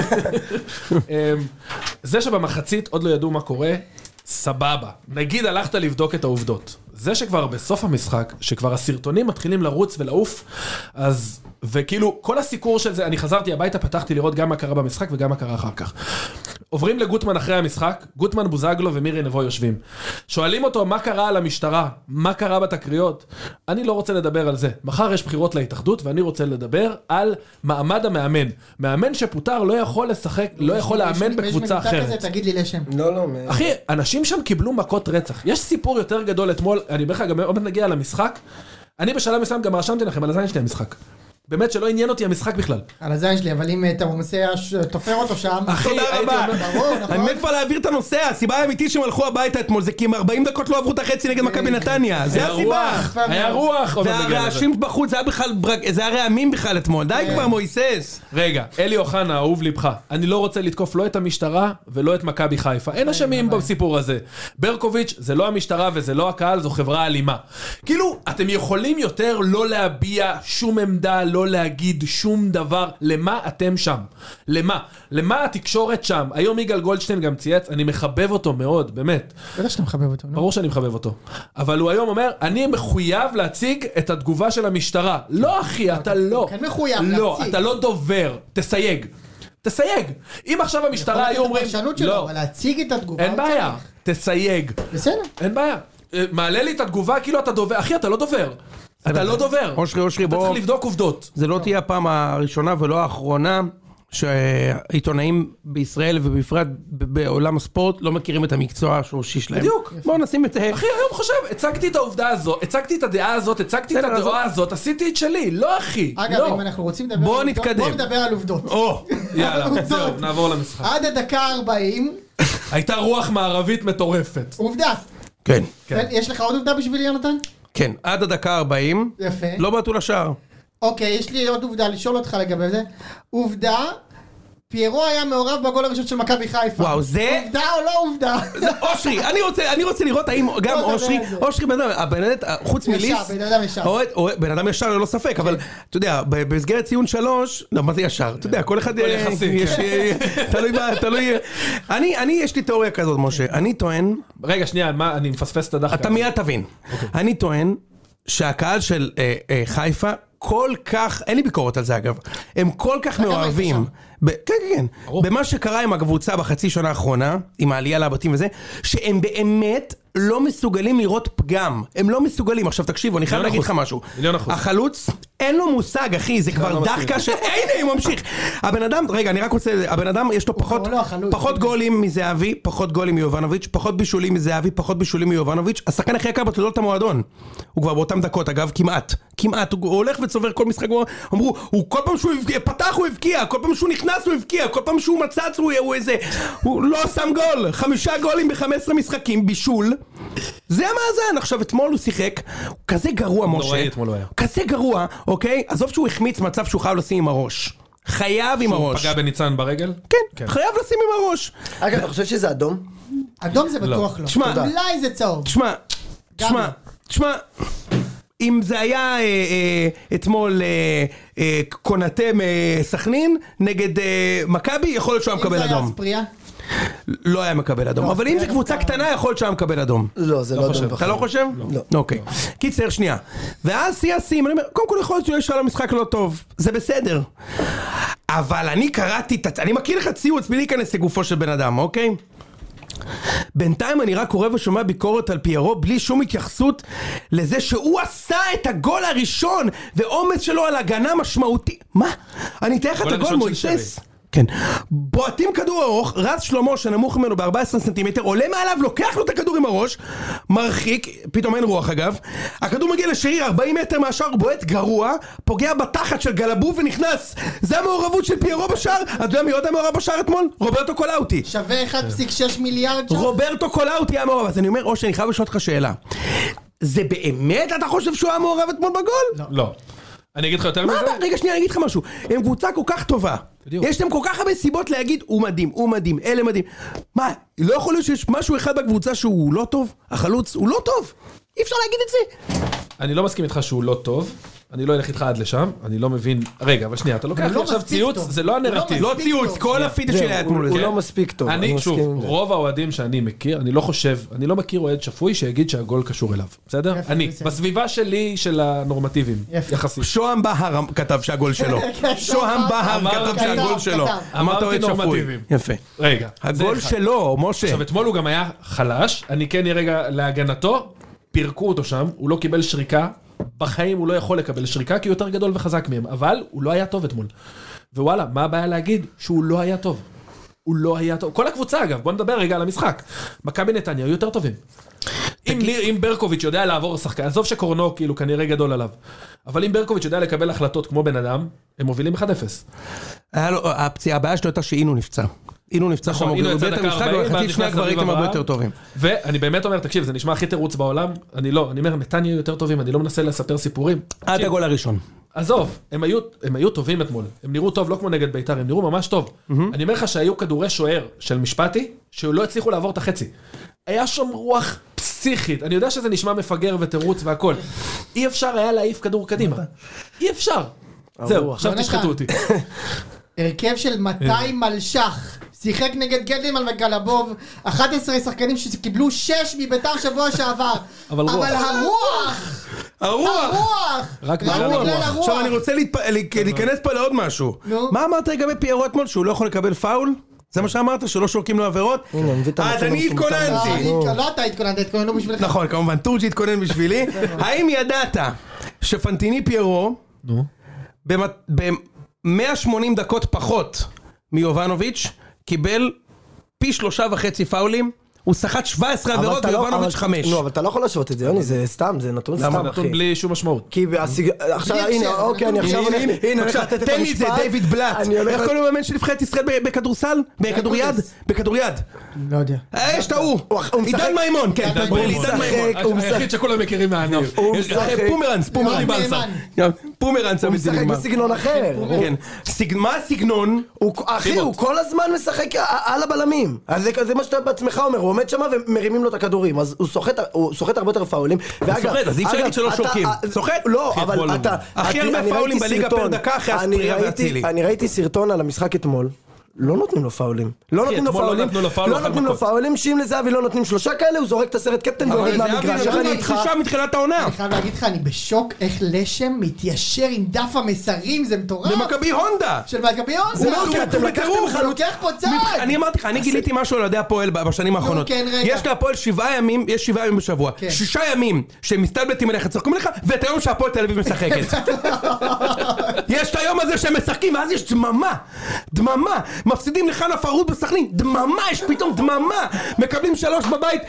זה שבמחצית עוד לא ידעו מה קורה, סבבה. נגיד הלכת לבדוק את העובדות. זה שכבר בסוף המשחק, שכבר הסרטונים מתחילים לרוץ ולעוף, אז, וכאילו, כל הסיקור של זה, אני חזרתי הביתה, פתחתי לראות גם מה קרה במשחק וגם מה קרה אחר כך. עוברים לגוטמן אחרי המשחק, גוטמן בוזגלו ומירי נבו יושבים. שואלים אותו מה קרה על המשטרה, מה קרה בתקריות. אני לא רוצה לדבר על זה. מחר יש בחירות להתאחדות, ואני רוצה לדבר על מעמד המאמן. מאמן שפוטר לא יכול לשחק, לא יכול לאמן בקבוצה אחרת. תגיד לי לשם. לא. אחי, אנשים שם קיבלו מכות רצח. יש סיפור יותר גדול אתמול, אני בכך גם עוד נגיע למשחק. אני בשלב מסוים גם רשמתי לכם על הזין שלי המשחק. באמת שלא עניין אותי המשחק בכלל. על הזין שלי, אבל אם אתה תופר אותו שם... תודה רבה. אני מת כבר להעביר את הנושא, הסיבה האמיתית שהם הלכו הביתה אתמול, זה כי הם 40 דקות לא עברו את החצי נגד מכבי נתניה. זה הסיבה. היה רוח. והרעשים בחוץ, זה היה רעמים בכלל אתמול. די כבר מויסס. רגע, אלי אוחנה, אהוב ליבך. אני לא רוצה לתקוף לא את המשטרה ולא את מכבי חיפה. אין אשמים בסיפור הזה. ברקוביץ' זה לא המשטרה וזה לא הקהל, זו חברה אלימה. כאילו, אתם יכולים יותר לא להביע שום עמדה, לא להגיד שום דבר. למה אתם שם? למה התקשורת שם? היום יגאל גולדשטיין גם צייץ, אני מחבב אותו מאוד, באמת. בטח שאתה מחבב אותו. ברור שאני מחבב אותו. אבל הוא היום אומר, אני מחויב להציג את התגובה של המשטרה. לא אחי, אתה לא. כן מחויב להציג. לא, אתה לא דובר. תסייג. אם עכשיו המשטרה היו אומרים... לא, אבל להציג את התגובה. אין בעיה. תסייג. בסדר. אין בעיה. מעלה לי את התגובה כאילו אתה דובר. אחי, אתה לא דובר. אתה לא דובר. אושרי, בוא... אתה צריך לבדוק עובדות. זה לא תהיה הפעם הראשונה ולא האחרונה שעיתונאים בישראל ובפרט בעולם הספורט לא מכירים את המקצוע השורשי שלהם. בדיוק. בואו נשים את... אחי, היום חושב, הצגתי את העובדה הזו, הצגתי את הדעה הזאת, הצגתי את הדעה הזאת, עשיתי את שלי. לא אחי. אגב, אם אנחנו רוצים לדבר בואו נתקדם. בואו נדבר על עובדות. יאללה, זהו, נעבור למשחק. עד הדקה 40. הייתה רוח מערבית מטורפת. עובדה. כן. יש לך עוד עובדה בשבילי, יונתן? כן, עד הדקה 40. יפה. לא בעטו לשער. אוקיי, יש לי עוד עובדה לשאול אותך לגבי זה. עובדה, פיירו היה מעורב בגול הראשון של מכבי חיפה. וואו, זה... עובדה או לא עובדה? אושרי, אני רוצה לראות האם גם אושרי בן אדם, חוץ מליס... בן אדם ישר. בן אדם ישר, ללא ספק, אבל אתה יודע, במסגרת ציון 3, לא, מה זה ישר? אתה יודע, כל אחד... תלוי... אני, יש לי תיאוריה כזאת, משה. אני טוען... רגע, שנייה, אני מפספס את הדחקה. אתה מיד תבין. אני טוען שהקהל של חיפה כל כך, אין לי ביקורת על זה אגב, הם כל כך מאוהבים, כן, במה שקרה עם הקבוצה בחצי שנה האחרונה, עם העלייה לבתים וזה, שהם באמת לא מסוגלים לראות פגם. הם לא מסוגלים. עכשיו תקשיבו, אני חייב להגיד לך משהו. החלוץ, אין לו מושג, אחי, זה כבר דחקה של... הנה, הוא ממשיך. הבן אדם, רגע, אני רק רוצה... הבן אדם, יש לו פחות גולים מזהבי, פחות גולים מיובנוביץ', פחות בישולים מזהבי, פחות בישולים מיובנוביץ'. השחקן הכי יקר בתולדות המועדון. הוא כבר באותם דקות, אגב, כמעט. הוא הולך וצובר כל משחק, אמרו, הוא כל פעם שהוא פתח הוא הבקיע, כל פעם שהוא נכנס הוא הבקיע, כל פעם שהוא מצץ הוא איזה... הוא לא שם גול. 5 גולים ב-15 משחקים, בישול. זה המאזן. עכשיו, אתמול הוא שיחק, הוא כזה גרוע, משה. כזה גרוע, אוקיי? עזוב שהוא החמיץ מצב שהוא חייב לשים עם הראש. חייב עם הראש. שהוא פגע בניצן ברגל? כן, חייב לשים עם הראש. אגב, אתה חושב שזה אדום? אדום זה בטוח לא. תשמע, אולי זה צהוב. תשמע, אם זה היה אתמול קונטה מסכנין נגד מכבי, יכול להיות שהוא היה מקבל אדום. אם זה היה ספריה? לא היה מקבל אדום, אבל אם זה קבוצה קטנה, יכול להיות שהוא היה מקבל אדום. לא, זה לא אדום. אתה לא חושב? לא. אוקיי. קיצר, שנייה. ואז סייסים, אני אומר, קודם כל יכול להיות שהוא יש על המשחק לא טוב. זה בסדר. אבל אני קראתי, אני מכיר לך ציוץ בלי להיכנס לגופו של בן אדם, אוקיי? בינתיים אני רק קורא ושומע ביקורת על פיירו בלי שום התייחסות לזה שהוא עשה את הגול הראשון ועומס שלו על הגנה משמעותי. מה? אני אתן לך את הגול מויסס. כן. בועטים כדור ארוך, רז שלמה שנמוך ממנו ב-14 סנטימטר, עולה מעליו, לוקח לו את הכדור עם הראש, מרחיק, פתאום אין רוח אגב, הכדור מגיע לשריר 40 מטר מהשאר, בועט גרוע, פוגע בתחת של גלבוב ונכנס. זה המעורבות של פיירו בשער. אתה יודע מי עוד המעורב בשער אתמול? רוברטו קולאוטי. שווה 1.6 מיליארד ש"ח. רוברטו קולאוטי המעורב. אז אני אומר, או שאני חייב לשאול אותך שאלה. זה באמת אתה חושב שהוא היה מעורב אתמול בגול? לא. אני אגיד לך יותר מזה? רגע שנייה, אני אגיד לך משהו. הם קבוצה כל כך טובה. יש להם כל כך הרבה סיבות להגיד, הוא מדהים, אלה מדהים. מה, לא יכול להיות שיש משהו אחד בקבוצה שהוא לא טוב? החלוץ הוא לא טוב. אי אפשר להגיד את זה. אני לא מסכים איתך שהוא לא טוב. אני לא אלך איתך עד לשם, אני לא מבין... רגע, אבל שנייה, אתה לוקח לי עכשיו ציוץ, זה לא הנרטיב. לא ציוץ, כל הפיד שלי היה אתמול. הוא לא מספיק טוב. אני, שוב, רוב האוהדים שאני מכיר, אני לא חושב, אני לא מכיר אוהד שפוי שיגיד שהגול קשור אליו, בסדר? אני, בסביבה שלי של הנורמטיביים, יחסית. שוהם בהר כתב שהגול שלו. שוהם בהר כתב שהגול שלו. אמרת אוהד שפוי. יפה. רגע. הגול שלו, משה. עכשיו, אתמול הוא גם היה חלש, אני כן רגע להגנתו, פירקו אותו שם, הוא לא קיבל שריקה, בחיים הוא לא יכול לקבל שריקה כי הוא יותר גדול וחזק מהם, אבל הוא לא היה טוב אתמול. ווואלה, מה הבעיה להגיד? שהוא לא היה טוב. הוא לא היה טוב. כל הקבוצה אגב, בוא נדבר רגע על המשחק. מכבי נתניה היו יותר טובים. אם ברקוביץ' יודע לעבור שחקן, עזוב שקורנו כאילו כנראה גדול עליו, אבל אם ברקוביץ' יודע לקבל החלטות כמו בן אדם, הם מובילים 1-0. הבעיה שלו הייתה שאינו נפצע. אינו נפצע שם, הוא בית המשחק, וחצי שני הגבר הייתם הרבה יותר טובים. ואני באמת אומר, תקשיב, זה נשמע הכי תירוץ בעולם, אני אומר, נתניה יותר טובים, אני לא מנסה לספר סיפורים. עד הגול הראשון. עזוב, הם היו טובים אתמול, הם נראו טוב, לא כמו נגד בית"ר, הם נראו ממש טוב. אני אומר לך שהיו כדורי שוער של משפטי, שלא הצליחו לעבור את החצי. היה שם רוח פסיכית, אני יודע שזה נשמע מפגר ותירוץ והכל. אי אפשר היה להעיף כדור קדימה. אי אפשר. זהו, עכשיו תשחטו אותי. הרכב של 200 מלשך, שיחק נגד גלדמן וגלבוב, 11 שחקנים שקיבלו 6 מביתר שבוע שעבר. אבל הרוח! רק הרוח! עכשיו אני רוצה להיכנס פה לעוד משהו. מה אמרת לגבי פיירו אתמול? שהוא לא יכול לקבל פאול? זה מה שאמרת? שלא שורקים לו עבירות? אז אני התכוננתי. לא אתה התכוננו בשבילך. נכון, כמובן, טורג'י התכונן בשבילי. האם ידעת שפנטיני פיירו ב-180 דקות פחות מיובנוביץ' קיבל פי 3.5 פאולים, הוא שחט 17 עבירות ויובנוביץ' 5. לא, אבל אתה לא יכול להשוות את זה, יוני, זה סתם, זה נתון סתם, אחי. נתון בלי שום משמעות. כי עכשיו, הנה, אוקיי, אני עכשיו הולך לתת את המשפט. תן לי את זה, דיוויד בלאט. איך קוראים למאמן של נבחרת ישראל בכדורסל? בכדוריד? בכדוריד. לא יודע. יש את ההוא. עידן מימון, כן, תסביר לי, עידן מימון. היחיד שכולם מכירים מהענף. פומרנס. פומרנס. הוא משחק בסגנון אחר. מה הסגנון? אחי, הוא כל הזמן משחק על הבלמים. זה מה שאתה בעצמך אומר, הוא עומד שם ומרימים לו את הכדורים, אז הוא סוחט הרבה יותר פאולים. אז אי אפשר להגיד שלא שורקים. סוחט? לא, אבל אתה... הכי הרבה פאולים בליגה פר דקה אחרי הספריה והצילי. אני ראיתי סרטון על המשחק אתמול, לא נותנים לו פאולים. לא נותנים לו פאולים, שאם לזהבי לא נותנים 3 כאלה, הוא זורק את הסרט קפטן ויורד מהמגרש. אני תחושה מתחילת העונה. אני חייב להגיד לך, אני בשוק איך לשם מתיישר עם דף המסרים, זה מטורף. למכבי הונדה. של מכבי הונדה. זה לא, כי אתם לקחתם הוא לוקח פה צד. אני אמרתי לך, אני גיליתי משהו על ידי הפועל בשנים האחרונות. יש להפועל 7 ימים, יש 7 ימים בשבוע. 6 ימים שהם מסתלבטים אליך, צוחקים אליך, ואת היום שהפועל תל אביב משחקת. יש את היום הזה שהם משחקים, ואז יש דממה. מפסידים לחנה פרוד בסכנין, דממה, יש פתאום דממה. מקבלים 3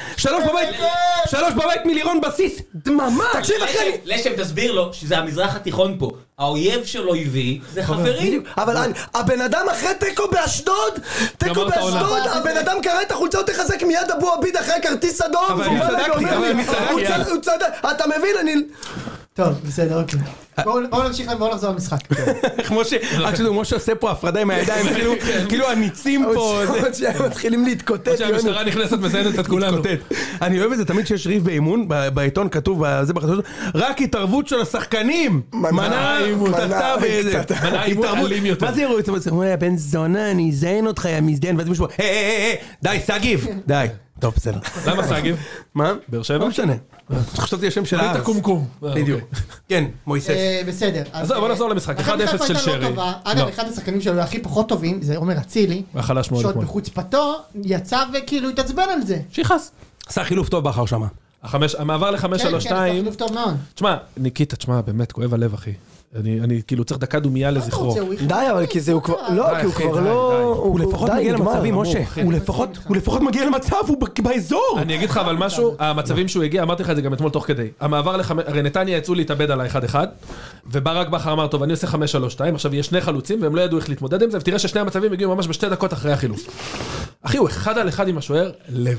בבית מלירון בסיס, דממה. תקשיב אחרי... לשם תסביר לו שזה המזרח התיכון פה. האויב שלו הביא, זה חברים. אבל הבן אדם אחרי תיקו באשדוד, הבן אדם קרא את החולצה, הוא תחזק מיד אבו עביד אחרי כרטיס אדום. אבל אני צדקתי. אתה מבין, אני... טוב, בסדר, אוקיי. בואו נמשיך ובואו נחזור למשחק. כמו שעושה פה הפרדה עם הידיים, כאילו הניצים פה. מתחילים להתקוטט. שהמשטרה נכנסת מסיינת את כולנו. אני אוהב את זה תמיד שיש ריב באימון, בעיתון כתוב, רק התערבות של השחקנים. מנע אימון. מנע אימון אלים יותר. מה זה יראו? הוא אומר, בן זונה, אני אזיין אותך, יא מזדיין. ואז מישהו, די, סגיב. די. טוב, בסדר. למה סגיב? מה? באר שבע? לא משנה. חשבתי השם של הארץ. קומקום. בדיוק. כן, מויסס. בסדר. אז בוא נחזור למשחק. 1-0 של שרי. אגב, אחד השחקנים שלו הכי פחות טובים, זה עומר אצילי. החלש מאוד. שעוד בחוצפתו, יצא וכאילו התעצבן על זה. שיחס. עשה חילוף טוב באחר שמה. המעבר ל-5-3-2. כן, חילוף טוב מאוד. תשמע, ניקיטה, תשמע, באמת, כואב הלב, אחי. אני כאילו צריך דקה דומיה לזכרו. די, אבל כי זה הוא כבר... לא, כי הוא כבר לא... הוא לפחות מגיע למצבים, משה. הוא לפחות מגיע למצב, הוא באזור. אני אגיד לך אבל משהו, המצבים שהוא הגיע, אמרתי לך את זה גם אתמול תוך כדי. המעבר הרי נתניה יצאו להתאבד על ה-1-1, וברק בכר אמר, טוב, אני עושה 5-3-2, עכשיו יש 2 חלוצים, והם לא ידעו איך להתמודד עם זה, ותראה ששני המצבים הגיעו ממש ב2 דקות אחרי החילוף. אחי, הוא 1-1 עם השוער,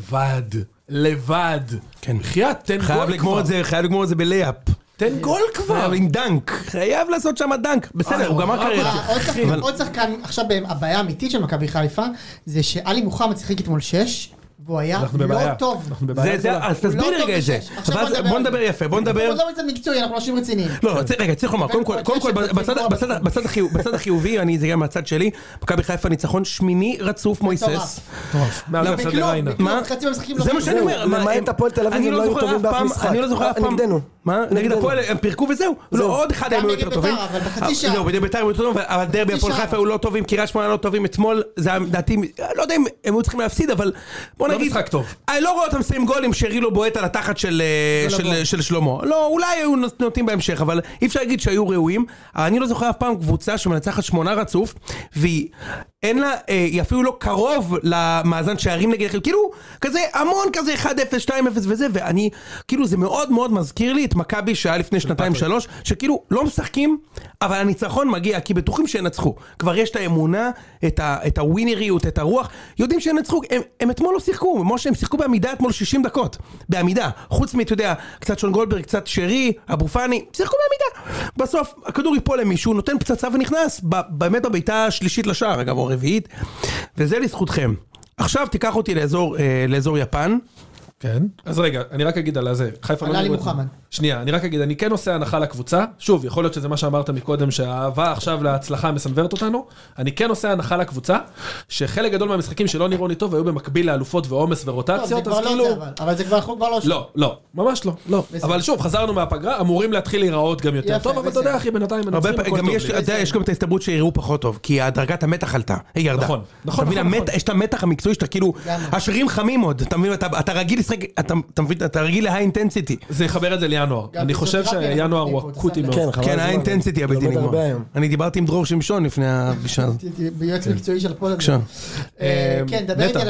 לבד. כן. חייב לגמור את זה בלייפ. תן גול כבר. עם דנק. חייב לעשות שם דנק. בסדר, הוא גמר קריירה. עוד שחקן, עכשיו הבעיה האמיתית של מכבי חיפה, זה שאלי מוחמד שיחק אתמול 6, והוא היה לא טוב. אז תסביר רגע את זה. בוא נדבר יפה, בוא נדבר. לא מצד מקצועי, אנחנו אנשים רציניים. לא, רגע, צריך לומר, קודם כל, בצד החיובי, אני זה גם מהצד שלי, מכבי חיפה ניצחון 8 רצוף מויסס. זה מה שאני אומר. למעט הפועל תל אביב, הם לא היו טובים באף משחק. אני לא זוכר אף פעם. נגדנו. מה? נגד הפועל, הם פירקו וזהו. לא, עוד אחד הם היו יותר טובים. אבל בחצי שעה. זהו, בית"ר הם יותר טובים, אבל דרבי הפועל חיפה היו לא טובים, קריית שמונה לא טובים. אתמול, זה דעתי, לא יודע אם הם היו צריכים להפסיד, אבל בוא נגיד, אני לא רואה אותם שמים גולים שרילו בועט על התחת של שלמה. לא, אולי היו נותנים בהמשך, אבל אי אפשר להגיד שהיו ראויים. אני לא זוכר אף פעם קבוצה שמנצחת 8 רצוף, והיא אין לה, היא אפילו לא קרוב למאזן שערים נגד, כאילו, כזה המון כזה 1-0, 2-0 וזה, ואני, כאילו, זה מאוד מאוד מזכיר לי את מכבי שהיה לפני 2-3, שכאילו לא משחקים, אבל הניצחון מגיע, כי בטוחים שינצחו. כבר יש את האמונה, את הווינריות, את הרוח, יודעים שינצחו, הם אתמול לא שיחקו, משה, הם שיחקו בעמידה אתמול 60 דקות, בעמידה, חוץ אתה יודע, קצת שון גולדברג, קצת שרי, אבו פאני, שיחקו בעמידה. בסוף, הכדור ייפול למישהו, נותן פצצה ונכנס, באמת בביתה השלישית לשער, אגב, או רביעית, וזה לזכותכם. עכשיו תיקח אותי לאזור יפן. כן. אז רגע, אני רק אגיד על זה. עלה לי מוחמד. שנייה, אני רק אגיד, אני כן עושה הנחה לקבוצה. שוב, יכול להיות שזה מה שאמרת מקודם, שהאהבה עכשיו להצלחה מסנוורת אותנו. אני כן עושה הנחה לקבוצה, שחלק גדול מהמשחקים שלא נראו לי טוב, היו במקביל לאלופות ועומס ורוטציות, אז כאילו... אבל זה כבר לא שם. לא, ממש לא. אבל שוב, חזרנו מהפגרה, אמורים להתחיל להיראות גם יותר טוב, אבל אתה יודע, אחי, בינתיים מנצחים הכל טוב. יש גם את ההסתברות שיראו פחות טוב, כי הדרגת המתח עלתה, היא ירדה. נכון. יש את המתח המקצועי שאתה כאילו, השרירים חמים עוד, אתה מבין, אתה רגיל לשחק, אתה רגיל להאינטנסיטי. זה יחבר את זה לינואר. אני חושב שינואר הוא אקוטי מאוד. כן, האינטנסיטי הבלתי נגמר. אני דיברתי עם דרור שמשון לפני הפגישה הזאת. ביועץ מקצועי של הפועל. כן, דבר איתי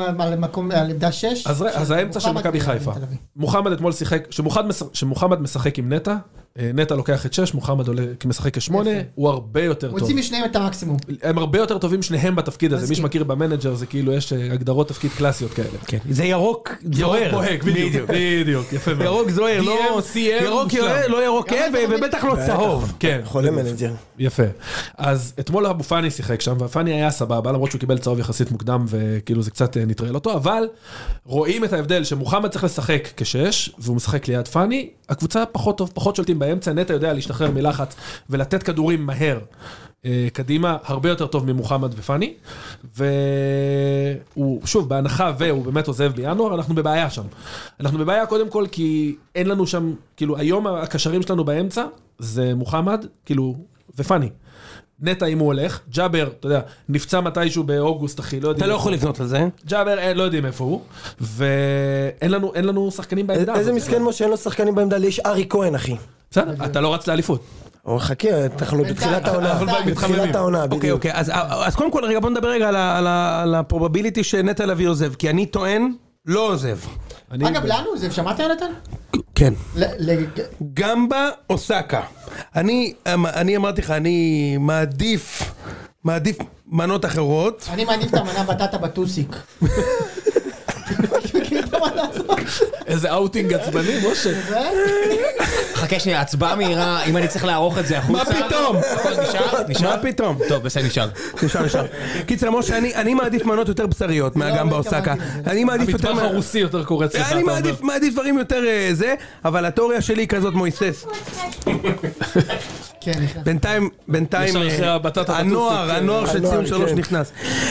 על עמדה 6. אז האמצע של מכבי חיפה. מוחמד אתמול שיחק, שמוחמד משחק עם נטע, נטע לוקח את 6, מוחמד משחק כ8, הוא הרבה יותר טוב. מוצאים משניהם את המקסימום. הם הרבה יותר טובים שניהם בתפקיד הזה, מי שמכיר במנג'ר זה כאילו יש הגדרות תפקיד קלאסיות כאלה. כן, זה ירוק זוהר. בדיוק, יפה מאוד. ירוק זוהר, לא ירוק ובטח לא צהוב. כן. חולה מנג'ר. יפה. אז אתמול אבו פאני שיחק שם, והפאני היה סבבה, למרות שהוא קיבל צהוב יחסית מוקדם, וכאילו זה קצת נטרל אותו, אבל רואים את ההבדל שמוחמד צריך לשחק כ6, והוא משחק ליד פאני, הקבוצה פחות טוב, פחות שולטים באמצע, נטע יודע להשתחרר מלחץ ולתת כדורים מהר קדימה, הרבה יותר טוב ממוחמד ופני, והוא, שוב, בהנחה והוא באמת עוזב בינואר, אנחנו בבעיה שם. אנחנו בבעיה קודם כל כי אין לנו שם, כאילו, היום הקשרים שלנו באמצע, זה מוחמד, כאילו, ופני. נטע אם הוא הולך, ג'אבר, אתה יודע, נפצע מתישהו באוגוסט, אחי, לא יודעים. אתה לא יכול לבנות על זה. ג'אבר, לא יודעים איפה הוא, ואין לנו שחקנים בעמדה. איזה מסכן כמו שאין לו שחקנים בעמדה, לי יש ארי כהן, אחי. בסדר, אתה לא רץ לאליפות. או חכה, אנחנו בתחילת העונה. בתחילת העונה, בדיוק. אוקיי, אז קודם כל, רגע, בוא נדבר רגע על הפרובביליטי שנטע לביא עוזב, כי אני טוען, לא עוזב. אגב, לאן הוא עוזב? שמעת יונתן? כן. גמבה או סאקה. אני אמרתי לך, אני מעדיף מנות אחרות. אני מעדיף את המנה בטטה בטוסיק. איזה אאוטינג עצבני, משה. חכה שנייה, הצבעה מהירה, אם אני צריך לערוך את זה החוצה. מה פתאום? נשאר? מה פתאום? טוב, בסדר, נשאר. נשאר. קיצר, משה, אני מעדיף מנות יותר בשריות מהגמבה או סאקה. אני מעדיף יותר... המטבח הרוסי יותר קורץ לך. אני מעדיף דברים יותר זה, אבל התיאוריה שלי היא כזאת מויסס. בינתיים, הנוער של ציון 3 נכנס.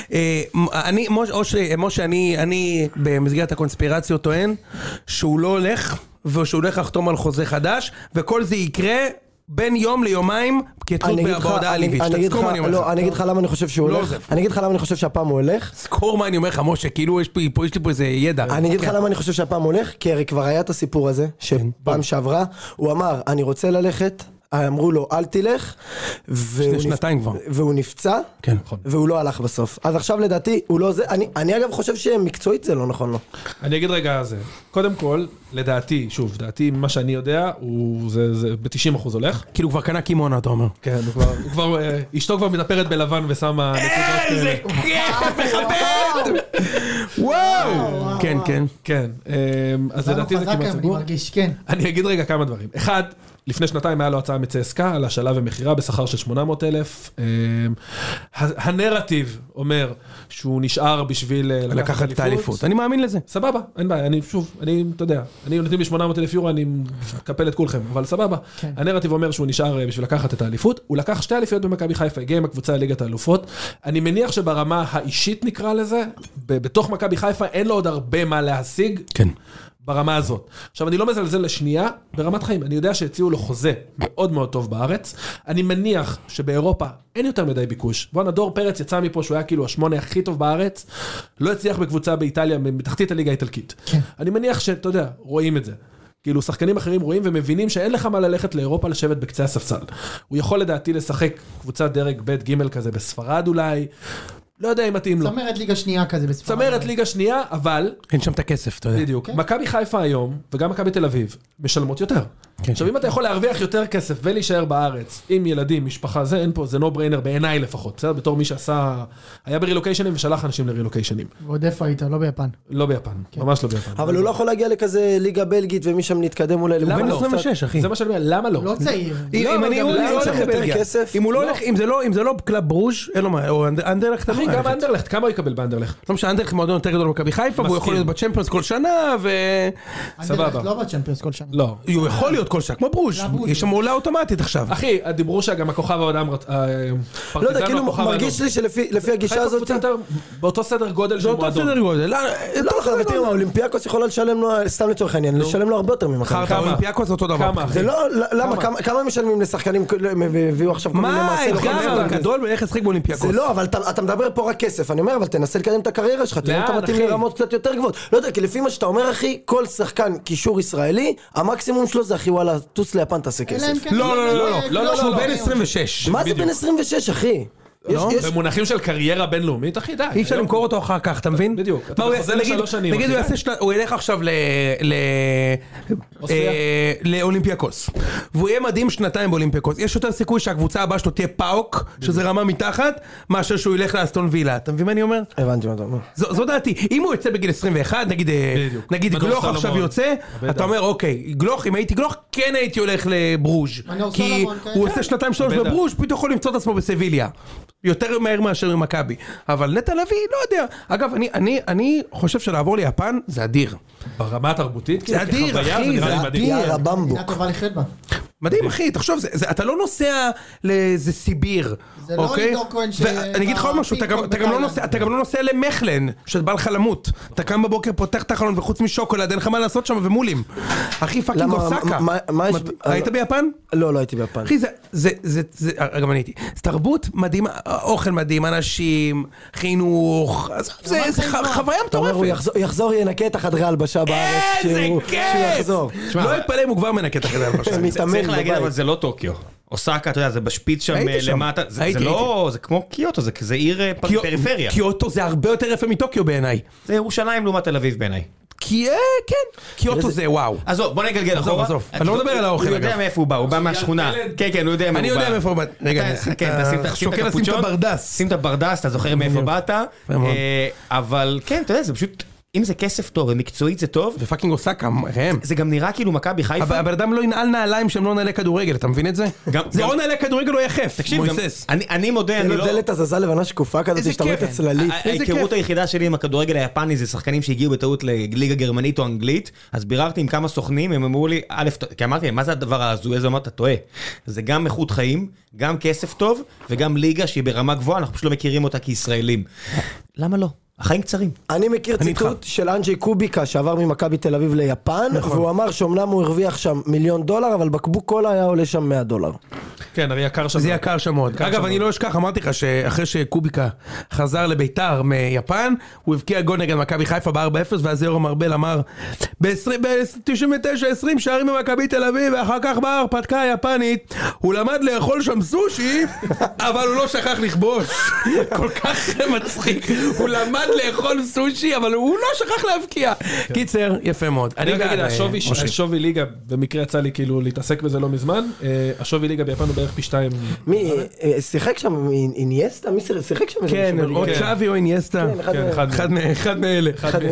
משה, אני במסגרת הקונספירציות טוען שהוא לא הולך, ושהוא הולך לחתום על חוזה חדש, וכל זה יקרה בין יום ליומיים כתלות בהודעה הליבית. אני אגיד לך למה אני חושב שהוא הולך. אני אגיד לך למה אני חושב שהפעם הוא הולך. זכור מה אני אומר לך, משה, כאילו יש לי פה איזה ידע. אני אגיד לך למה אני חושב שהפעם הוא הולך, כי הרי כבר היה את הסיפור הזה, שפעם שעברה, הוא אמר, אני רוצה ללכת, אמרו לו, אל תלך, והוא נפצע, והוא לא הלך בסוף. אז עכשיו לדעתי, הוא לא זה, אני אגב חושב שמקצועית זה לא נכון לו. אני אגיד רגע זה, קודם כל, לדעתי, שוב, דעתי, מה שאני יודע, זה ב-90% הולך. כאילו כבר קנה קימונה, אתה אומר. כן, אשתו כבר מתאפרת בלבן ושמה נקודות... איזה כיף, מכבד! וואו! כן, כן. כן, אז לדעתי זה כמעט סגור. אני אגיד רגע כמה דברים. אחד, לפני שנתיים היה לו הצעה מצסקה על השאלה ומחירה בשכר של 800,000. הנרטיב אומר שהוא נשאר בשביל לקחת את האליפות. אני מאמין לזה. סבבה, אין בעיה. אני, אתה יודע, אני נותנים לי 800,000 יורו, אני מקפל את כולכם, אבל סבבה. הנרטיב אומר שהוא נשאר בשביל לקחת את האליפות. הוא לקח 2 אליפויות במכבי חיפה, הגיע עם הקבוצה לליגת האלופות. אני מניח שברמה האישית נקרא לזה, בתוך מכבי חיפה אין לו עוד הרבה מה להשיג. כן. ברמה הזאת. עכשיו, אני לא מזלזל לשנייה ברמת חיים. אני יודע שהציעו לו חוזה מאוד מאוד טוב בארץ. אני מניח שבאירופה אין יותר מדי ביקוש. בואנה, דור פרץ יצא מפה שהוא היה כאילו 8 הכי טוב בארץ, לא הצליח בקבוצה באיטליה, מתחתית הליגה האיטלקית. אני מניח שאתה יודע, רואים את זה. כאילו, שחקנים אחרים רואים ומבינים שאין לך מה ללכת לאירופה לשבת בקצה הספסל. הוא יכול לדעתי לשחק קבוצת דרג ב' ג' כזה בספרד אולי. לא יודע אם מתאים לו. צמרת ליגה שנייה כזה בספרד. צמרת ליגה שנייה, אבל... אין שם את הכסף, אתה יודע. בדיוק. מכבי חיפה היום, וגם מכבי תל אביב, משלמות יותר. עכשיו, אם אתה יכול להרוויח יותר כסף ולהישאר בארץ, עם ילדים, משפחה, זה אין פה, זה נו בריינר בעיניי לפחות, בסדר? בתור מי שעשה... היה ברילוקיישנים ושלח אנשים לרילוקיישנים. ועוד איפה היית? לא ביפן. לא ביפן, ממש לא ביפן. אבל הוא לא יכול להגיע לכזה ליגה בלגית ומשם נתקדם אולי... הוא בן 26, אחי. זה מה שאני אומר, למה לא? לא צעיר. אם זה לא קלאב ברוז' אין לו מה, או אנדרלכט. אחי, גם אנדרלכט, כמה הוא יקבל באנדרלכט? לא משנה, אנדרלכט מועדון יותר גדול במכבי חיפה, והוא יכול להיות בצ'מפיונס כל שנה, אנדרלכט לא בצ'מפיונס כל שנה. לא. הוא יכול להיות כל שנה, כמו ברוז' יש שם עולה אוטומטית עכשיו. אחי, דיברו שגם הכוכב העולם לא יודע, כאילו מרגיש לי שלפי הגישה הזאת באותו סדר גודל של מועדון. באותו סדר גודל. לא, ותראו, האולימפיאקוס יכולה לשלם לו, סתם לצורך העניין, לשלם לו הרבה יותר ממכבי. האולימפיאקוס אותו דבר. זה לא, למה, כמה משלמים לשחקנים, הביאו עכשיו כל מיני מעשי. מה, גדול באיך לשחק באולימפיאקוס. זה לא, אבל אתה מדבר פה רק כסף, אני אומר, אבל תנסה לקדם את הקריירה שלך, תראה אתה מתאים לרמות קצת יותר גבוהות. לא יודע, כי לפי מה שאתה אומר, אחי, כל שחקן קישור ישראלי, המקסימום שלו זה אחי, וואלה, טוס ליפן תעשה כסף. לא, שהוא בן 26. מה זה בן 26, אחי? במונחים של קריירה בינלאומית, אחי, די. אי אפשר למכור אותו אחר כך, אתה מבין? בדיוק. נגיד הוא ילך עכשיו לאולימפיאקוס, והוא יהיה מדהים 2 באולימפיאקוס. יש יותר סיכוי שהקבוצה הבאה שלו תהיה פאוק, שזה רמה מתחת, מאשר שהוא ילך לאסטון וילה. אתה מבין מה אני אומר? הבנתי מה אתה אומר. זו דעתי. אם הוא יוצא בגיל 21, נגיד גלוך עכשיו יוצא, אתה אומר, אוקיי, גלוך, אם הייתי גלוך, כן הייתי הולך לברוז' כי הוא עושה 2-3 בברוז' פתאום יכול למצוא את עצמו בסביליה. יותר מהר מאשר ממכבי. אבל נטע לביא, לא יודע. אגב, אני חושב שלעבור ליפן זה אדיר. ברמה התרבותית? זה אדיר, אחי, זה אדיר. הבמבוק. מדינה טובה לחיות בה. מדהים, אחי, תחשוב, אתה לא נוסע לאיזה סיביר, זה לא אוקיי? עידו כהן ואני אגיד לך עוד משהו, אתה גם לא נוסע למחלן, שבא לך למות. אתה קם בבוקר, פותח את החלון, וחוץ משוקולד, אין לך מה לעשות שם, ומולים. אחי, פאקינג אוסקה. היית ביפן? לא הייתי ביפן. אחי, גם אני הייתי. זה תרבות מדהימה, אוכל מדהים, אנשים, חינוך, זה חוויה מטורפת. הוא יחזור, ינקה את החדרי הלבשה בארץ. איזה כיף! לא יתפלא אם הוא כבר מנקה את החדרי הלבשה. צריך להגיד, אבל זה לא טוקיו. אוסקה, אתה יודע, זה בשפיץ שם למטה. זה לא, זה כמו קיוטו, זה עיר פריפריה. קיוטו זה הרבה יותר יפה מטוקיו בעיניי. זה ירושלים לעומת תל אביב בעיניי. כן, קיוטו זה וואו. עזוב, בוא נגלגל אחורה. אני לא מדבר על האוכל, הוא יודע מאיפה הוא בא, הוא בא מהשכונה. כן, הוא יודע מאיפה הוא בא. אני יודע מאיפה הוא בא. רגע, שוקל לשים את הברדס. שים את הברדס, אתה זוכר מאיפה באת. אבל כן, אתה יודע, זה פשוט... אם זה כסף טוב ומקצועית זה טוב. ופאקינג אוסקה, ראם. זה גם נראה כאילו מכבי חיפה. אבל הבן אדם לא ינעל נעליים שהם לא נעלי כדורגל, אתה מבין את זה? זה או נעלי כדורגל או יחף. תקשיב, אני מודה, אני לא... דלת הזזה לבנה שקופה כזאת, השתמרת הצללית. ההיכרות היחידה שלי עם הכדורגל היפני זה שחקנים שהגיעו בטעות לליגה גרמנית או אנגלית, אז ביררתי עם כמה סוכנים, הם אמרו לי, כי אמרתי, מה זה הדבר ההזוי הזה? אמרת, אתה טועה. זה גם איכות חיים, גם כסף טוב, וגם ליגה שהיא ברמה גבוהה, אנחנו פשוט לא מכירים אותה כישראלים. למה לא? החיים קצרים. אני מכיר ציטוט של אנג'י קוביקה שעבר ממכבי תל אביב ליפן, והוא אמר שאומנם הוא הרוויח שם $1,000,000, אבל בקבוק קולה היה עולה שם $100. כן, הרי יקר שם. זה יקר שם מאוד. אגב, אני לא אשכח, אמרתי לך שאחרי שקוביקה חזר לביתר מיפן, הוא הבקיע גול נגד מכבי חיפה ב-4-0, ואז יורם ארבל אמר, ב-99 20 שערים ממכבי תל אביב, ואחר כך באה הרפתקה היפנית, הוא למד לאכול שם סושי, אבל הוא לא שכח לכבוש. כל כך מצחיק. הוא למד לאכול סושי, אבל הוא לא שכח להבקיע. קיצר, יפה מאוד. אני אגיד, השווי ליגה, במקרה יצא לי כאילו להתעסק בזה לא מזמן, השווי ליגה ביפן הוא בערך פי 2. מי, שיחק שם אינייסטה? מי שיחק שם? כן, או צ'אבי או אינייסטה. אחד מאלה.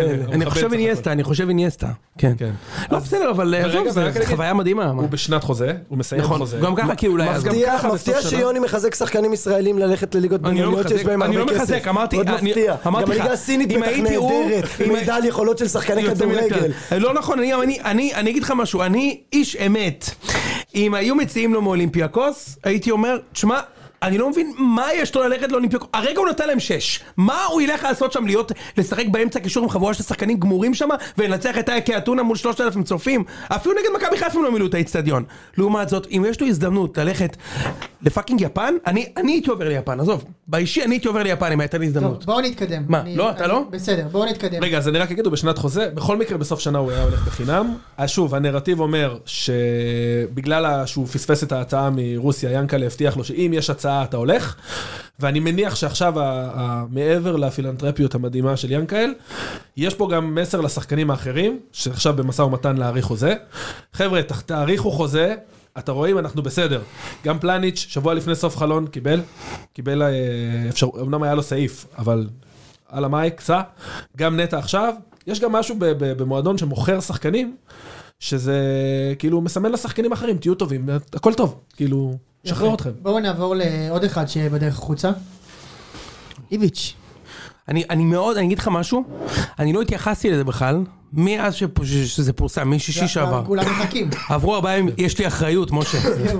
אני חושב אינייסטה. כן. לא בסדר, אבל זה חוויה מדהימה. הוא בשנת חוזה, הוא מסיים חוזה. גם ככה כי אולי... מפתיע שיוני מחזק שחקנים ישראלים ללכת לליגות בינוניות שיש בהם הרבה כסף. אני לא מחזק, אמרתי גם הליגה הסינית בטח נהדרת, היא מידע על יכולות של שחקני כדורגל. לא נכון, אני אגיד לך משהו, אני איש אמת. אם היו מציעים לו מאולימפיאקוס, הייתי אומר, תשמע, אני לא מבין מה יש לו ללכת לאולימפיאקוס. הרגע הוא נתן להם 6. מה הוא ילך לעשות שם, לשחק באמצע קישור עם חבורה של שחקנים גמורים שם, ולנצח את אייקי אתונה מול 3,000 צופים? אפילו נגד מכבי חיפה לא מילאו את האצטדיון. לעומת זאת, אם יש לו הזדמנות ללכת לפאקינג יפן, אני הייתי עובר ליפן, עזוב. באישי אני הייתי עובר ליפן אם הייתה לי הזדמנות. בואו נתקדם. מה? לא, אתה לא? בסדר, בואו נתקדם. רגע, אז אני רק אגיד, הוא בשנת חוזה, בכל מקרה בסוף שנה הוא היה הולך בחינם. שוב, הנרטיב אומר שבגלל שהוא פספס את ההצעה מרוסיה, ינקלה הבטיח לו שאם יש הצעה אתה הולך, ואני מניח שעכשיו מעבר לפילנתרפיות המדהימה של ינקאל, יש פה גם מסר לשחקנים האחרים, שעכשיו במשא ומתן להאריך חוזה. חבר'ה, תאריכו חוזה, אתה רואים, אנחנו בסדר. גם פלניץ' שבוע לפני סוף חלון קיבל אפשר, אמנם היה לו סעיף, אבל על המייק, סע. גם נטע עכשיו, יש גם משהו במועדון שמוכר שחקנים, שזה כאילו מסמן לשחקנים אחרים, תהיו טובים, הכל טוב, כאילו, שחרר אתכם. בואו נעבור לעוד אחד שיהיה בדרך חוצה. איביץ'. אני אגיד לך משהו, אני לא התייחסתי לזה בכלל, מאז שזה פורסם, משישי שעבר. כולם מחכים. עברו 4 ימים, יש לי אחריות, משה.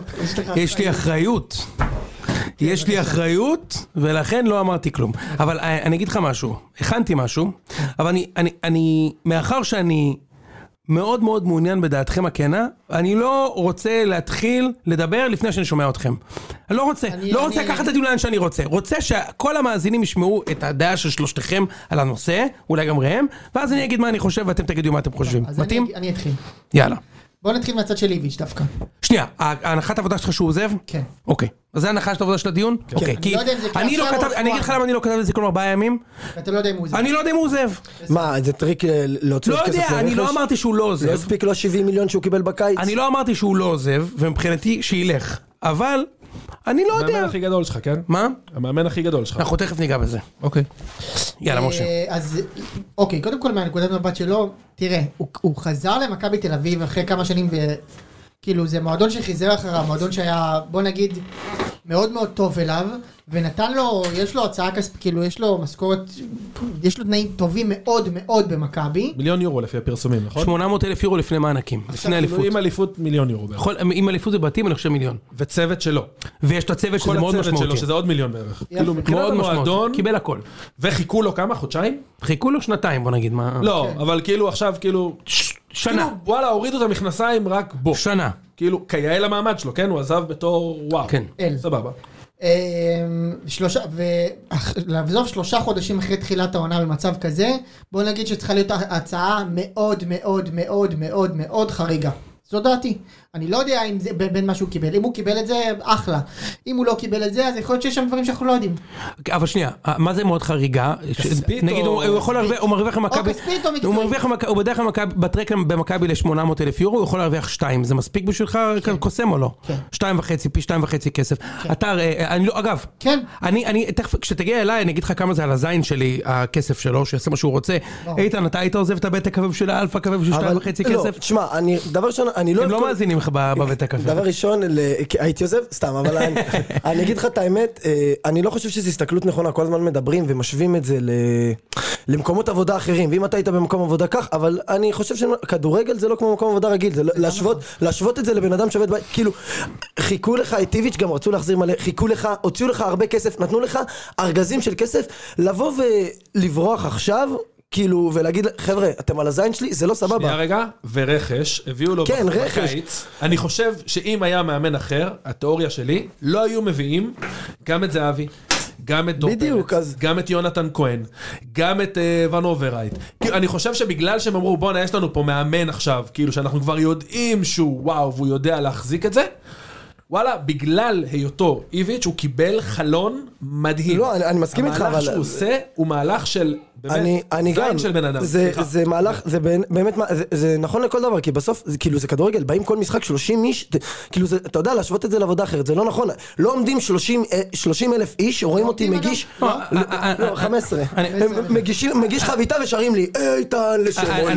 יש לי אחריות, ולכן לא אמרתי כלום. אבל אני אגיד לך משהו, הכנתי משהו, אבל אני, מאחר שאני מאוד מאוד מעוניין בדעתכם הכנה, אני לא רוצה להתחיל לדבר לפני שאני שומע אתכם. אני לא רוצה לקחת את הדיון לאן שאני רוצה שכל המאזינים ישמעו את הדעה של שלושתכם על הנושא, אולי גם ראם, ואז אני אגיד מה אני חושב ואתם תגידו מה אתם חושבים. מתאים? אני אתחיל. יאללה. בוא נתחיל מהצד של איביץ' דווקא. שנייה, ההנחת העבודה שלך שהוא עוזב? כן. אוקיי. אז זה ההנחת העבודה של הדיון? אוקיי. אני אגיד לך למה אני לא כתב את זה כל 4 ימים. ואתה לא יודע אם הוא עוזב. אני לא יודע אם הוא עוזב. מה, זה טריק להוציא כסף לרכש? לא יודע, אני לא אמרתי שהוא לא עוזב. לא הספיק לו 70 מיליון שהוא קיבל בקיץ? אני לא אמרתי שהוא לא עוזב, ומבחינתי שילך. אבל אני לא יודע. המאמן הכי גדול שלך, כן? מה? המאמן הכי גדול שלך. אנחנו תכף ניגע בזה. אוקיי. יאללה, משה. אז, אוקיי, קודם כל מהנקודת מבט שלו, תראה, הוא חזר למכבי תל אביב אחרי כמה שנים, וכאילו זה מועדון שחיזר אחריו, מועדון שהיה, בוא נגיד, מאוד מאוד טוב אליו, ונתן לו, יש לו הצעה כספית, כאילו יש לו משכורת, יש לו תנאים טובים מאוד מאוד במכבי. €1,000,000 לפי הפרסומים, נכון? 800,000 יורו לפני מענקים, לפני אליפות. עם אליפות €1,000,000 בערך. אם אליפות זה בתים, אני חושב 1,000,000. וצוות שלו. ויש את הצוות שזה כל מאוד הצוות שלו, משמעותי. שזה עוד $1,000,000 בערך. כאילו מבחינת מאוד משמעותי. המועדון, קיבל הכל. וחיכו לו כמה? חודשיים? חיכו לו 2 בוא נגיד. לא, אבל כאילו עכשיו כאילו... שנה. כאילו, וואלה, הורידו את המכנסיים רק בו. שנה. כאילו, כיאה למעמד שלו, כן? הוא עזב בתור וואו. כן. סבבה. ולעזוב 3 חודשים אחרי תחילת העונה במצב כזה, בוא נגיד שצריכה להיות הצעה מאוד מאוד מאוד מאוד מאוד חריגה. זו דעתי. אני לא יודע אם זה בין מה שהוא קיבל. אם הוא קיבל את זה, אחלה. אם הוא לא קיבל את זה, אז יכול להיות שיש שם דברים שאנחנו לא יודעים. אבל שנייה, מה זה מאוד חריגה? נגיד, הוא יכול להרוויח, הוא מרוויח למכבי, הוא בדרך כלל בטרק במכבי ל800,000 יורו, הוא יכול להרוויח 2. זה מספיק בשבילך קוסם או לא? 2.5, פי 2.5 כסף. אתה, אני לא, אגב, אני, תכף, כשתגיע אליי, אני אגיד לך כמה זה על הזין שלי, הכסף שלו, שיעשה מה שהוא רוצה. איתן, אתה היית עוזב את הבית הכבב של האלפה, כבב של 2.5 כסף? תשמע, דבר ראשון, אני לא... הם לא מאזינים לך בבית הקפה. דבר ראשון, הייתי עוזב? סתם, אבל אני אגיד לך את האמת, אני לא חושב שזו הסתכלות נכונה, כל הזמן מדברים ומשווים את זה למקומות עבודה אחרים, ואם אתה היית במקום עבודה כך, אבל אני חושב שכדורגל זה לא כמו מקום עבודה רגיל, זה להשוות את זה לבן אדם שעובד בית, כאילו, חיכו לך, איטיביץ' גם רצו להחזיר מלא, חיכו לך, הוציאו לך הרבה כסף, נתנו לך ארגזים של כסף, לבוא ולברוח עכשיו, כאילו, ולהגיד, חבר'ה, אתם על הזין שלי, זה לא סבבה. שנייה רגע, ורכש, הביאו לו כן, בקיץ. אני חושב שאם היה מאמן אחר, התיאוריה שלי, לא היו מביאים גם את זהבי, גם את דור פרץ, גם את יונתן כהן, גם את ון אוברייט. אני חושב שבגלל שהם אמרו, בוא, יש לנו פה מאמן עכשיו, כאילו שאנחנו כבר יודעים שהוא וואו, והוא יודע להחזיק את זה, וואלה, בגלל היותו איביץ' הוא קיבל חלון מדהים. לא, אני מסכים איתך, אבל... המהלך שהוא עושה הוא מהלך של... אני גם, של בן אדם. זה מהלך, זה באמת, זה נכון לכל דבר, כי בסוף, כאילו זה כדורגל, באים כל משחק 30 איש, כאילו אתה יודע, להשוות את זה לעבודה אחרת, זה לא נכון, לא עומדים 30,000 איש, רואים אותי מגיש, 15, מגיש חביתה ושרים לי, איתן לשמונה,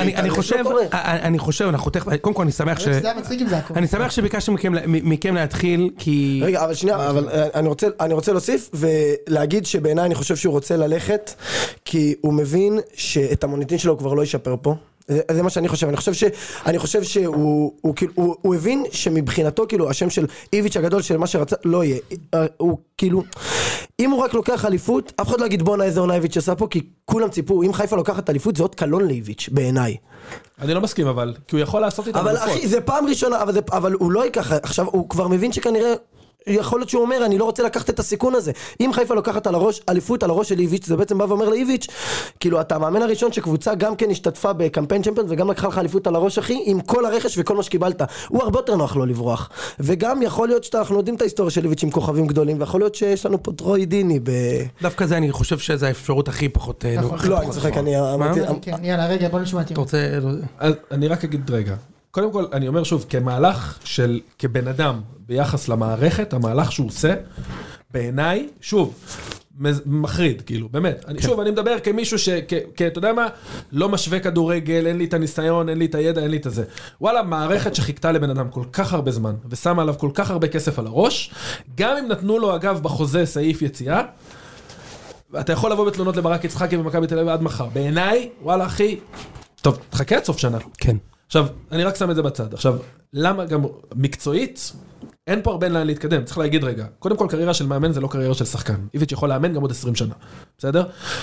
אני חושב, אנחנו תכף, קודם כל אני שמח שביקשתי מכם להתחיל, כי... רגע, אבל שנייה, אבל אני רוצה להוסיף, ולהגיד שבעיניי אני חושב שהוא רוצה ללכת, כי הוא מבין שאת המוניטין שלו הוא כבר לא ישפר פה. זה מה שאני חושב. אני חושב שהוא הבין שמבחינתו, כאילו, השם של איביץ' הגדול של מה שרצה, לא יהיה. הוא כאילו, אם הוא רק לוקח אליפות, אף אחד לא יגיד בוא איזה עונה איביץ' עשה פה, כי כולם ציפו, אם חיפה לוקחת אליפות, זה עוד קלון לאיביץ' בעיניי. אני לא מסכים, אבל, כי הוא יכול לעשות איתם אליפות. אבל אחי, זה פעם ראשונה, אבל הוא לא ייקח, עכשיו, הוא כבר מבין שכנראה, יכול להיות שהוא אומר, אני לא רוצה לקחת את הסיכון הזה. אם חיפה לוקחת על הראש, אליפות על הראש של איביץ', זה בעצם בא ואומר לאיביץ', כאילו, אתה המאמן הראשון שקבוצה גם כן השתתפה בקמפיין צ'מפיונס, וגם לקחה לך אליפות על הראש, אחי, עם כל הרכש וכל מה שקיבלת. הוא הרבה יותר נוח לו לברוח. וגם יכול להיות שאנחנו יודעים את ההיסטוריה של איביץ' עם כוכבים גדולים, ויכול להיות שיש לנו פה טרוי דיני דווקא זה, אני חושב שזה האפשרות הכי פחות... לא, אני צוחק, יאללה, רגע, בוא נשמע. אני רק אגיד רגע. קודם כל, אני אומר שוב, כמהלך של, כבן אדם, ביחס למערכת, המהלך שהוא עושה, בעיניי, שוב, מחריד, כאילו, באמת. שוב, אני מדבר כמישהו אתה יודע מה, לא משווה כדורגל, אין לי את הניסיון, אין לי את הידע, אין לי את הזה. וואלה, מערכת שחיכתה לבן אדם כל כך הרבה זמן, ושמה עליו כל כך הרבה כסף על הראש, גם אם נתנו לו, אגב, בחוזה סעיף יציאה, אתה יכול לבוא בתלונות לברק יצחקי במכבי תל אביב עד מחר. בעיניי, וואלה, אחי, טוב, תחכה עד סוף שנה. כן. עכשיו, אני רק שם את זה בצד. עכשיו, למה גם מקצועית, אין פה הרבה לאן להתקדם. צריך להגיד רגע, קודם כל קריירה של מאמן זה לא קריירה של שחקן. איביץ' יכול לאמן גם עוד 20 שנה. בסדר?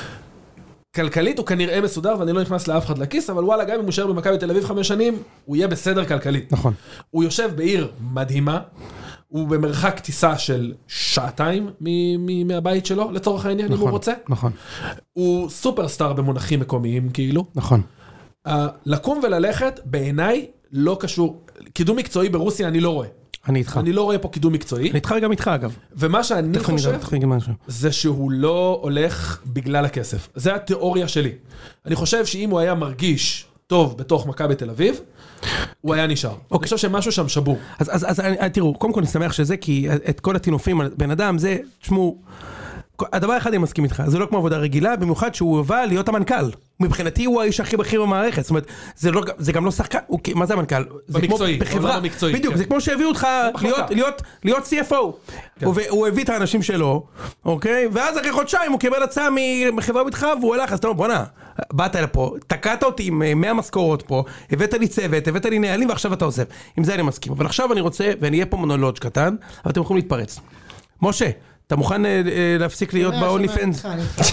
כלכלית הוא כנראה מסודר, ואני לא נכנס לאף אחד לכיס, אבל וואלה, גם אם הוא יישאר במכבי תל אביב 5 שנים, הוא יהיה בסדר כלכלית. נכון. הוא יושב בעיר מדהימה, הוא במרחק טיסה של 2 שעתיים מהבית שלו, לצורך העניין, אם הוא רוצה. נכון. הוא סופרסטאר במונחים מקומיים, כאילו. נכון. לקום וללכת, בעיניי, לא קשור. קידום מקצועי ברוסיה אני לא רואה. אני איתך. אני לא רואה פה קידום מקצועי. אני איתך גם איתך, אגב. ומה שאני חושב, זה שהוא לא הולך בגלל הכסף. זה התיאוריה שלי. אני חושב שאם הוא היה מרגיש טוב בתוך מכבי תל אביב, הוא היה נשאר. אני חושב שמשהו שם שבור. אז תראו, קודם כל אני שמח שזה, כי את כל הטינופים על בן אדם, זה, תשמעו, הדבר אחד אני מסכים איתך, זה לא כמו עבודה רגילה, במיוחד שהוא הובא להיות המנכ"ל. מבחינתי הוא האיש הכי בכיר במערכת, זאת אומרת, זה גם לא שחקן, מה זה המנכ"ל? במקצועי, בחברה מקצועית. בדיוק, זה כמו שהביאו אותך להיות CFO. הוא הביא את האנשים שלו, אוקיי? ואז אחרי חודשיים הוא קיבל הצעה מחברה מתחרה, והוא הלך, אז אתה אומר, בוא'נה, באת לפה, תקעת אותי עם 100 משכורות פה, הבאת לי צוות, הבאת לי נהלים, ועכשיו אתה עוזב. עם זה אני מסכים. אבל עכשיו אני רוצה, ואני אהיה פה מונולוג' קטן, אבל אתם יכולים להתפרץ. משה, אתה מוכן להפסיק להיות ב-Only Fans?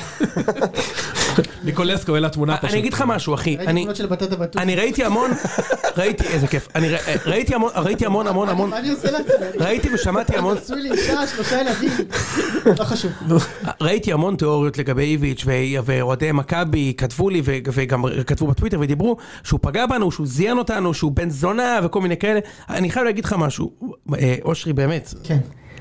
ניקולסקו, אלה התמונה פשוט. אני אגיד לך משהו, אחי. אני ראיתי המון, איזה כיף. ראיתי המון. מה אני עושה לעצמי? ראיתי ושמעתי המון. עשו לי אישה, 3 ילדים. לא חשוב. ראיתי המון תיאוריות לגבי איביץ' ואוהדי מכבי כתבו לי וגם כתבו בטוויטר ודיברו שהוא פגע בנו, שהוא זיין אותנו, שהוא בן זונה וכל מיני כאלה. אני חייב להגיד לך משהו, אושרי באמת. כן.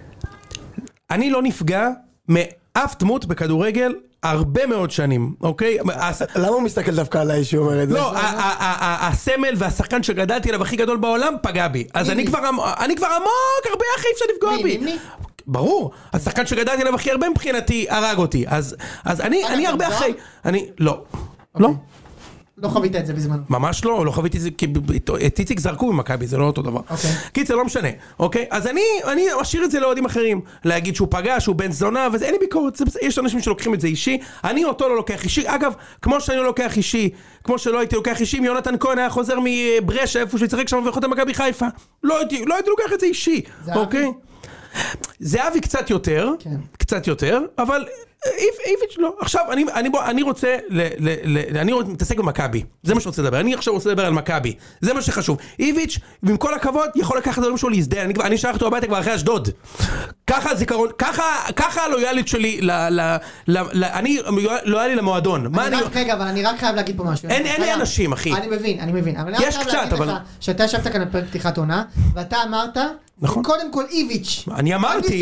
אני לא נפגע מאף דמות בכדורגל הרבה מאוד שנים, אוקיי? למה הוא מסתכל דווקא עליי שהוא אומר את זה? לא, הסמל והשחקן שגדלתי עליו הכי גדול בעולם פגע בי. אז אני כבר עמוק, הרבה הכי אפשר לפגוע בי. ברור, השחקן שגדלתי עליו הכי הרבה מבחינתי הרג אותי. אז אני הרבה אחרי. לא. לא חווית את זה בזמן. ממש לא חוויתי את זה, כי את איציק זרקו ממכבי, זה לא אותו דבר. קיצר, לא משנה, אוקיי? אז אני אשאיר את זה לאוהדים אחרים, להגיד שהוא פגע, שהוא בן זונה, וזה אין לי ביקורת, יש אנשים שלוקחים את זה אישי, אני אותו לא לוקח אישי, אגב, כמו שאני לא לוקח אישי, כמו שלא הייתי לוקח אישי, יונתן כהן היה חוזר מברשה, איפה שהוא יצחק שם ויכול מכבי חיפה, לא הייתי לוקח את זה אישי, אוקיי? זהבי קצת יותר, אבל איביץ' לא. עכשיו, אני רוצה להתעסק במכבי. זה מה שאני רוצה לדבר. אני עכשיו רוצה לדבר על מכבי. זה מה שחשוב. איביץ', עם כל הכבוד, יכול לקחת את הדברים שלו להזדהן. אני שלחתי אותו הביתה כבר אחרי אשדוד. ככה הזיכרון, ככה הלויאלית שלי, אני לויאלי למועדון. רגע, אבל אני רק חייב להגיד פה משהו. אין לי אנשים, אחי. אני מבין. יש קצת, אבל... שאתה ישבת כאן בפרק פתיחת עונה, ואתה אמרת, קודם כל איביץ'. אני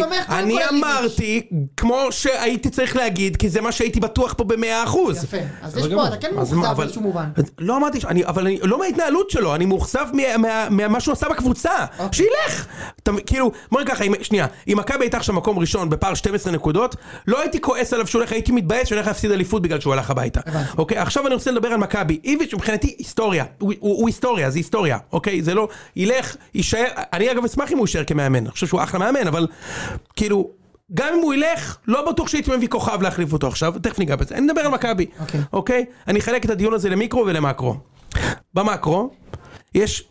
אמרתי, כמו שהייתי צריך להגיד, כי זה מה שהייתי בטוח פה ב100%. יפה, אז יש פה, אתה כן מאוכזב באיזשהו מובן. לא אמרתי, אבל לא מההתנהלות שלו, אני מאוכזב ממה שהוא עשה בקבוצה, שילך. כאילו, בואי ככה, שנייה, אם מכבי הייתה עכשיו מקום ראשון בפער 12 נקודות, לא הייתי כועס עליו שהוא הולך, הייתי מתבאס שהוא הולך להפסיד אליפות בגלל שהוא הלך הביתה. אוקיי, עכשיו אני רוצה לדבר על מכבי. איביץ' מבחינתי היסטוריה, הוא היסטוריה, זה היסטוריה, אוקיי, זה לא, ילך, יישאר, אני אגב אשמח אם הוא יישאר כמאמן, אני חושב שהוא אחלה מאמן, אבל כאילו, גם אם הוא ילך, לא בטוח שהייתי מביא כוכב להחליף אותו עכשיו, תכף ניגע בזה. אני מדבר על מכבי, אוקיי? אני אחלק את הדיון הזה למיקרו ולמקרו. במקרו, יש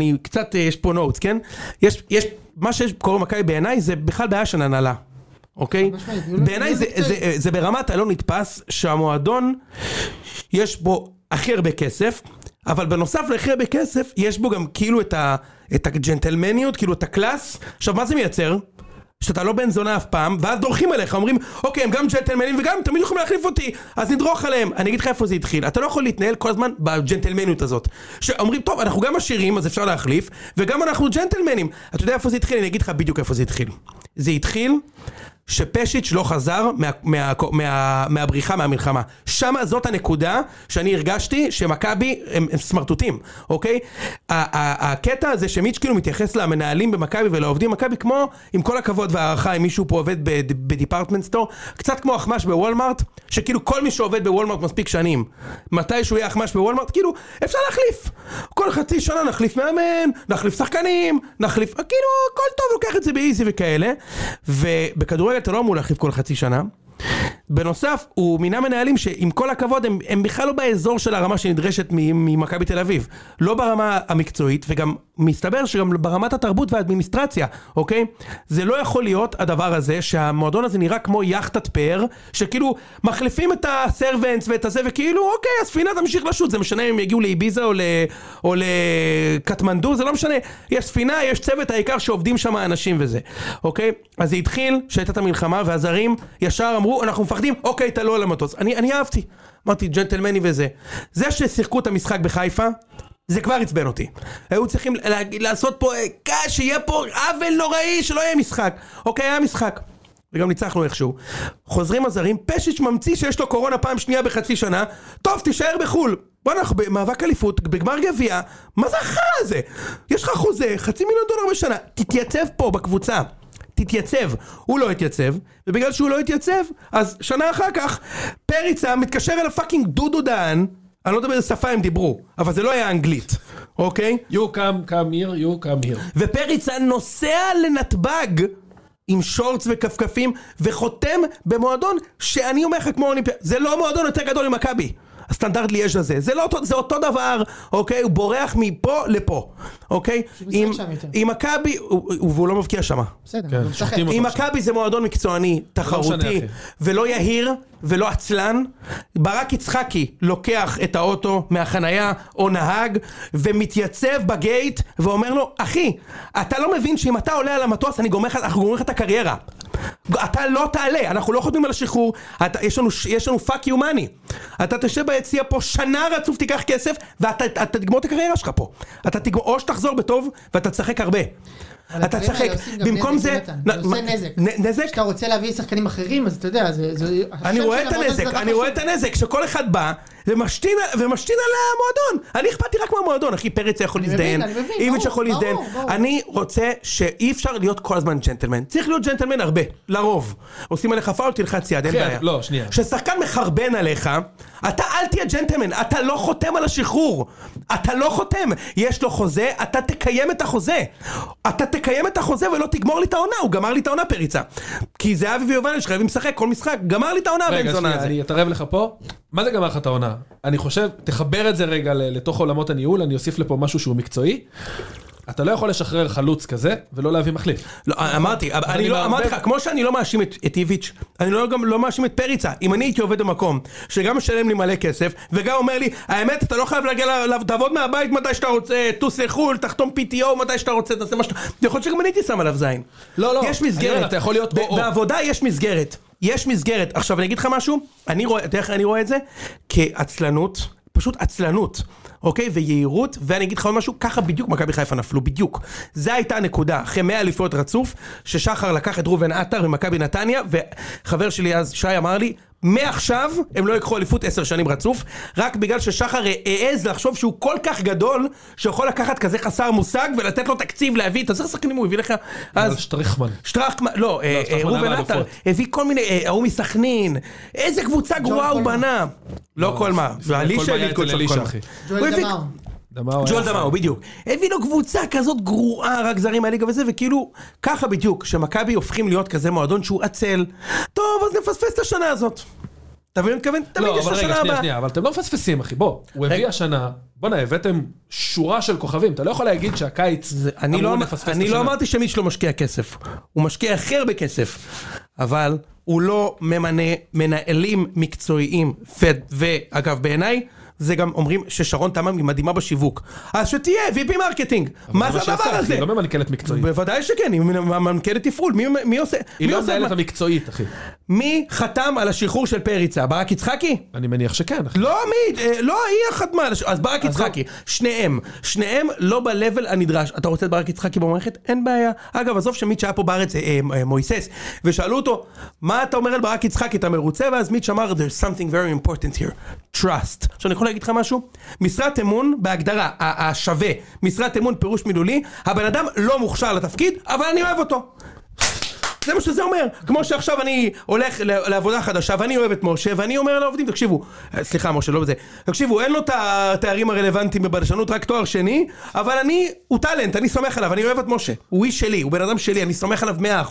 פה נוטס, כן? יש, מה שיש קורה מכבי בעיניי, זה בכלל בעיה של הנהלה, אוקיי? בעיניי זה ברמת הלא נתפס, שהמועדון, יש בו הכי הרבה כסף, אבל בנוסף להכי הרבה כסף, יש בו גם כאילו את הג'נטלמניות, כאילו את הקלאס. עכשיו, מה זה מייצר? שאתה לא בן זונה אף פעם, ואז דורכים עליך, אומרים, אוקיי, הם גם ג'נטלמנים וגם תמיד יכולים להחליף אותי, אז נדרוך עליהם. אני אגיד לך איפה זה התחיל. אתה לא יכול להתנהל כל הזמן בג'נטלמניות הזאת. שאומרים, טוב, אנחנו גם עשירים, אז אפשר להחליף, וגם אנחנו ג'נטלמנים. אתה יודע איפה זה התחיל? אני אגיד לך בדיוק איפה זה התחיל. זה התחיל שפשיץ' לא חזר מהבריחה מהמלחמה. שמה זאת הנקודה שאני הרגשתי שמכבי הם סמרטוטים, אוקיי? הקטע הזה שמיץ' כאילו מתייחס למנהלים במכבי ולעובדים במכבי כמו, עם כל הכבוד והערכה, אם מישהו פה עובד בדיפרטמנט סטור, קצת כמו החמש בוולמארט, שכאילו כל מי שעובד בוולמארט מספיק שנים, מתי שהוא יהיה החמש בוולמארט, כאילו אפשר להחליף. כל חצי שנה נחליף מאמן, נחליף שחקנים, נחליף, כאילו הכל טוב, לוקח את זה באיזי וכאלה, ובכדורגל אתה לא אמור להחליף כל חצי שנה. בנוסף, הוא מינה מנהלים שעם כל הכבוד הם בכלל לא באזור של הרמה שנדרשת ממכבי תל אביב. לא ברמה המקצועית, וגם מסתבר שגם ברמת התרבות והאדמיניסטרציה, אוקיי? זה לא יכול להיות הדבר הזה, שהמועדון הזה נראה כמו יחטת פאר, שכאילו מחליפים את הסרבנטס ואת הזה, וכאילו, אוקיי, הספינה תמשיך לשוט, זה משנה אם הם יגיעו לאיביזה או לקטמנדו, זה לא משנה. יש ספינה, יש צוות, העיקר שעובדים שם האנשים וזה, אוקיי? אז זה התחיל שהייתה את המלחמה, והזרים ישר אמרו, אנחנו מפחדים, אוקיי, תעלו על המטוס. אני אהבתי, אמרתי, ג'נטלמני וזה. זה ששיחקו את המשחק בחיפה, זה כבר עצבן אותי. היו צריכים לעשות פה, שיהיה פה עוול נוראי, שלא יהיה משחק. אוקיי, היה משחק. וגם ניצחנו איכשהו. חוזרים הזרים, פשיץ' ממציא שיש לו קורונה פעם שנייה בחצי שנה, טוב, תישאר בחול. בוא אנחנו במאבק אליפות, בגמר גביע, מה זה החרא הזה? יש לך חוזה, $500,000 בשנה, תתייצב פה בקבוצה. תתייצב. הוא לא התייצב, ובגלל שהוא לא התייצב, אז שנה אחר כך, פריצה מתקשר אל הפאקינג דודו דהן, אני לא יודע באיזה שפה הם דיברו, אבל זה לא היה אנגלית, אוקיי? You come here, you come here. ופריצה נוסע לנתב"ג, עם שורץ וכפכפים, וחותם במועדון שאני אומר לך כמו אולימפיה, זה לא מועדון יותר גדול עם מכבי. הסטנדרט ליאז' הזה, זה אותו דבר, אוקיי? הוא בורח מפה לפה, אוקיי? עם מכבי, והוא לא מבקיע שמה. בסדר, עם מכבי זה מועדון מקצועני, תחרותי, ולא יהיר, ולא עצלן. ברק יצחקי לוקח את האוטו מהחנייה או נהג, ומתייצב בגייט, ואומר לו, אחי, אתה לא מבין שאם אתה עולה על המטוס, אנחנו גומרים לך את הקריירה. אתה לא תעלה, אנחנו לא חותמים על השחרור, יש לנו fuck you money. אתה תשב ביציע פה שנה רצוף, תיקח כסף, ואתה תגמור את הקריירה שלך פה. או שתחזור בטוב, ואתה תשחק הרבה. אתה תשחק, במקום זה... זה עושה נזק. נזק? כשאתה רוצה להביא שחקנים אחרים, אז אתה יודע, אני רואה את הנזק, שכל אחד בא, ומשתין על המועדון. אני אכפתי רק מהמועדון, אחי, פרץ יכול להזדיין, איביץ' יכול להזדיין. אני רוצה שאי אפשר להיות כל הזמן ג'נטלמן. צריך להיות ג'נטלמן הרבה, לרוב. עושים עליך פאול, תלחץ יד, אין בעיה. לא, שנייה. ששחקן מחרבן עליך, אתה אל תהיה ג'נטלמן, אתה לא חותם על השחרור. אתה לא חותם. יש לו חוזה, אתה תקיים את החוזה. אתה תקיים את החוזה ולא תגמור לי את העונה. הוא גמר לי את העונה פריצה. כי זה אבי ויובנש חייבים לשחק כל משחק. גמר לי את העונה בן זונה הזה. אני אתערב לך פה. מה זה גמר לך את העונה? אני חושב, תחבר את זה רגע לתוך עולמות הניהול, אני אוסיף לפה משהו שהוא מקצועי. אתה לא יכול לשחרר חלוץ כזה, ולא להביא מחליף. לא, אמרתי לך, כמו שאני לא מאשים את איביץ', אני גם לא מאשים את פריצה. אם אני הייתי עובד במקום, שגם משלם לי מלא כסף, וגם אומר לי, האמת, אתה לא חייב להגיע לעבוד מהבית מתי שאתה רוצה, טוס לחול, תחתום PTO מתי שאתה רוצה, תעשה מה שאתה... יכול שגם אני הייתי שם עליו זין. לא, יש מסגרת. אתה יכול להיות בעבודה יש מסגרת. יש מסגרת. עכשיו, אני אגיד לך משהו, אני רואה את זה כעצלנות, פשוט עצלנות. אוקיי, ויהירות, ואני אגיד לך עוד משהו, ככה בדיוק מכבי חיפה נפלו, בדיוק. זה הייתה הנקודה, אחרי 100 אליפויות רצוף, ששחר לקח את רובן עטר ומכבי נתניה, וחבר שלי אז, שי אמר לי, מעכשיו הם לא יקחו אליפות 10 שנים רצוף, רק בגלל ששחר העז לחשוב שהוא כל כך גדול, שיכול לקחת כזה חסר מושג, ולתת לו תקציב להביא, אתה זוכר שחקנים הוא הביא לך? אז שטרחמן. לא, רובן עטר, הביא כל מיני, הוא מסכנין, איזה קבוצה גרועה הוא בנה. לא כל מה, ואלישה הביא כל מה. ג'ואל דמאו, בדיוק. הביא לו קבוצה כזאת גרועה, רק זרים מהליגה וזה, וכאילו, ככה בדיוק, שמכבי הופכים להיות כזה מועדון שהוא עצל, טוב, אז נפספס את השנה הזאת. תבין, מתכוון? תמיד יש השנה הבאה. שנייה, אבל אתם לא מפספסים, אחי, בוא. הוא הביא השנה, בוא הבאתם שורה של כוכבים, אתה לא יכול להגיד שהקיץ אמור לפספס את השנה. אני לא אמרתי שמיץ' לא משקיע כסף, הוא משקיע הכי הרבה כסף, אבל הוא לא ממנה מנהלים מקצועיים, ואגב בעיניי, זה גם אומרים ששרון תמם היא מדהימה בשיווק. אז שתהיה, VP מרקטינג. מה זה הדבר הזה? היא לא ממנכלת מקצועית. בוודאי שכן, היא ממנכלת תפעול. מי עושה? היא לא מנהלת המקצועית, אחי. מי חתם על השחרור של פריצה? ברק יצחקי? אני מניח שכן, אחי. לא, היא חתמה. אז ברק יצחקי. שניהם לא בלבל הנדרש. אתה רוצה את ברק יצחקי במערכת? אין בעיה. אגב, עזוב שמיץ' היה פה בארץ, מויסס, ושאלו אותו, מה אתה אומר על ברק יצחקי? אתה מרוצה? ואז מיץ' אמר, there's something very important here. Trust. עכשיו אני יכול להגיד לך משהו? משרת אמון בהגדרה, השווה, משרת אמון פירוש מילולי, הבן אדם לא מוכשר לתפקיד, אבל אני אוהב אותו. זה מה שזה אומר. כמו שעכשיו אני הולך לעבודה חדשה, ואני אוהב את משה, ואני אומר לעובדים, תקשיבו, סליחה משה, לא בזה, תקשיבו, אין לו את התארים הרלוונטיים בבלשנות, רק תואר שני, אבל הוא טלנט, אני סומך עליו, אני אוהב את משה, הוא איש שלי, הוא בן אדם שלי, אני סומך עליו 100%.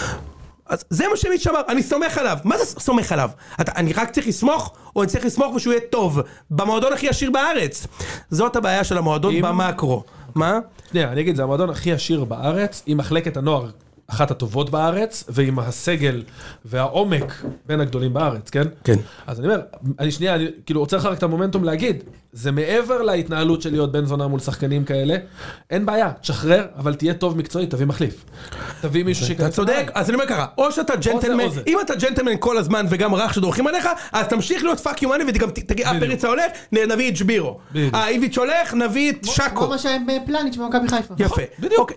אז זה מה שמיץ' אמר, אני סומך עליו. מה זה סומך עליו? אני רק צריך לסמוך, או אני צריך לסמוך ושהוא יהיה טוב. במועדון הכי עשיר בארץ. זאת הבעיה של המועדון במקרו. מה? אני אגיד, זה המועדון הכי עשיר בארץ, עם מחלקת הנוער אחת הטובות בארץ, ועם הסגל והעומק בין הגדולים בארץ, כן? כן. אז אני אומר, אני כאילו רוצה לך רק את המומנטום להגיד, זה מעבר להתנהלות של להיות בן זונה מול שחקנים כאלה, אין בעיה, תשחרר, אבל תהיה טוב מקצועי, תביא מחליף. תביא מישהו שכנס... אתה צודק, אז אני אומר ככה, או שאתה ג'נטלמן, אם אתה ג'נטלמן כל הזמן וגם רך שדורכים עליך, אז תמשיך להיות פאק יומני וגם תגיד, פריצה הולך, נביא את שבירו. איביץ' הולך, נביא את שקו. כמו מה שהם פלניץ' במכבי חיפה. יפה. בדיוק.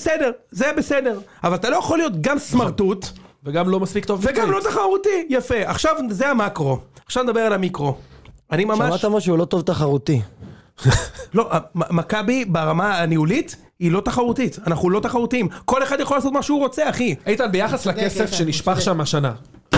זה בסדר. אבל אתה לא יכול להיות גם סמרטוט, וגם לא מספיק טוב. וגם לא תחרותי. יפה. עכשיו זה המקרו. עכשיו נדבר על המיקרו. שמעת משהו לא טוב תחרותי. לא, מכבי ברמה הניהולית היא לא תחרותית, אנחנו לא תחרותיים, כל אחד יכול לעשות מה שהוא רוצה, אחי. איתן, ביחס לכסף שנשפך שם השנה.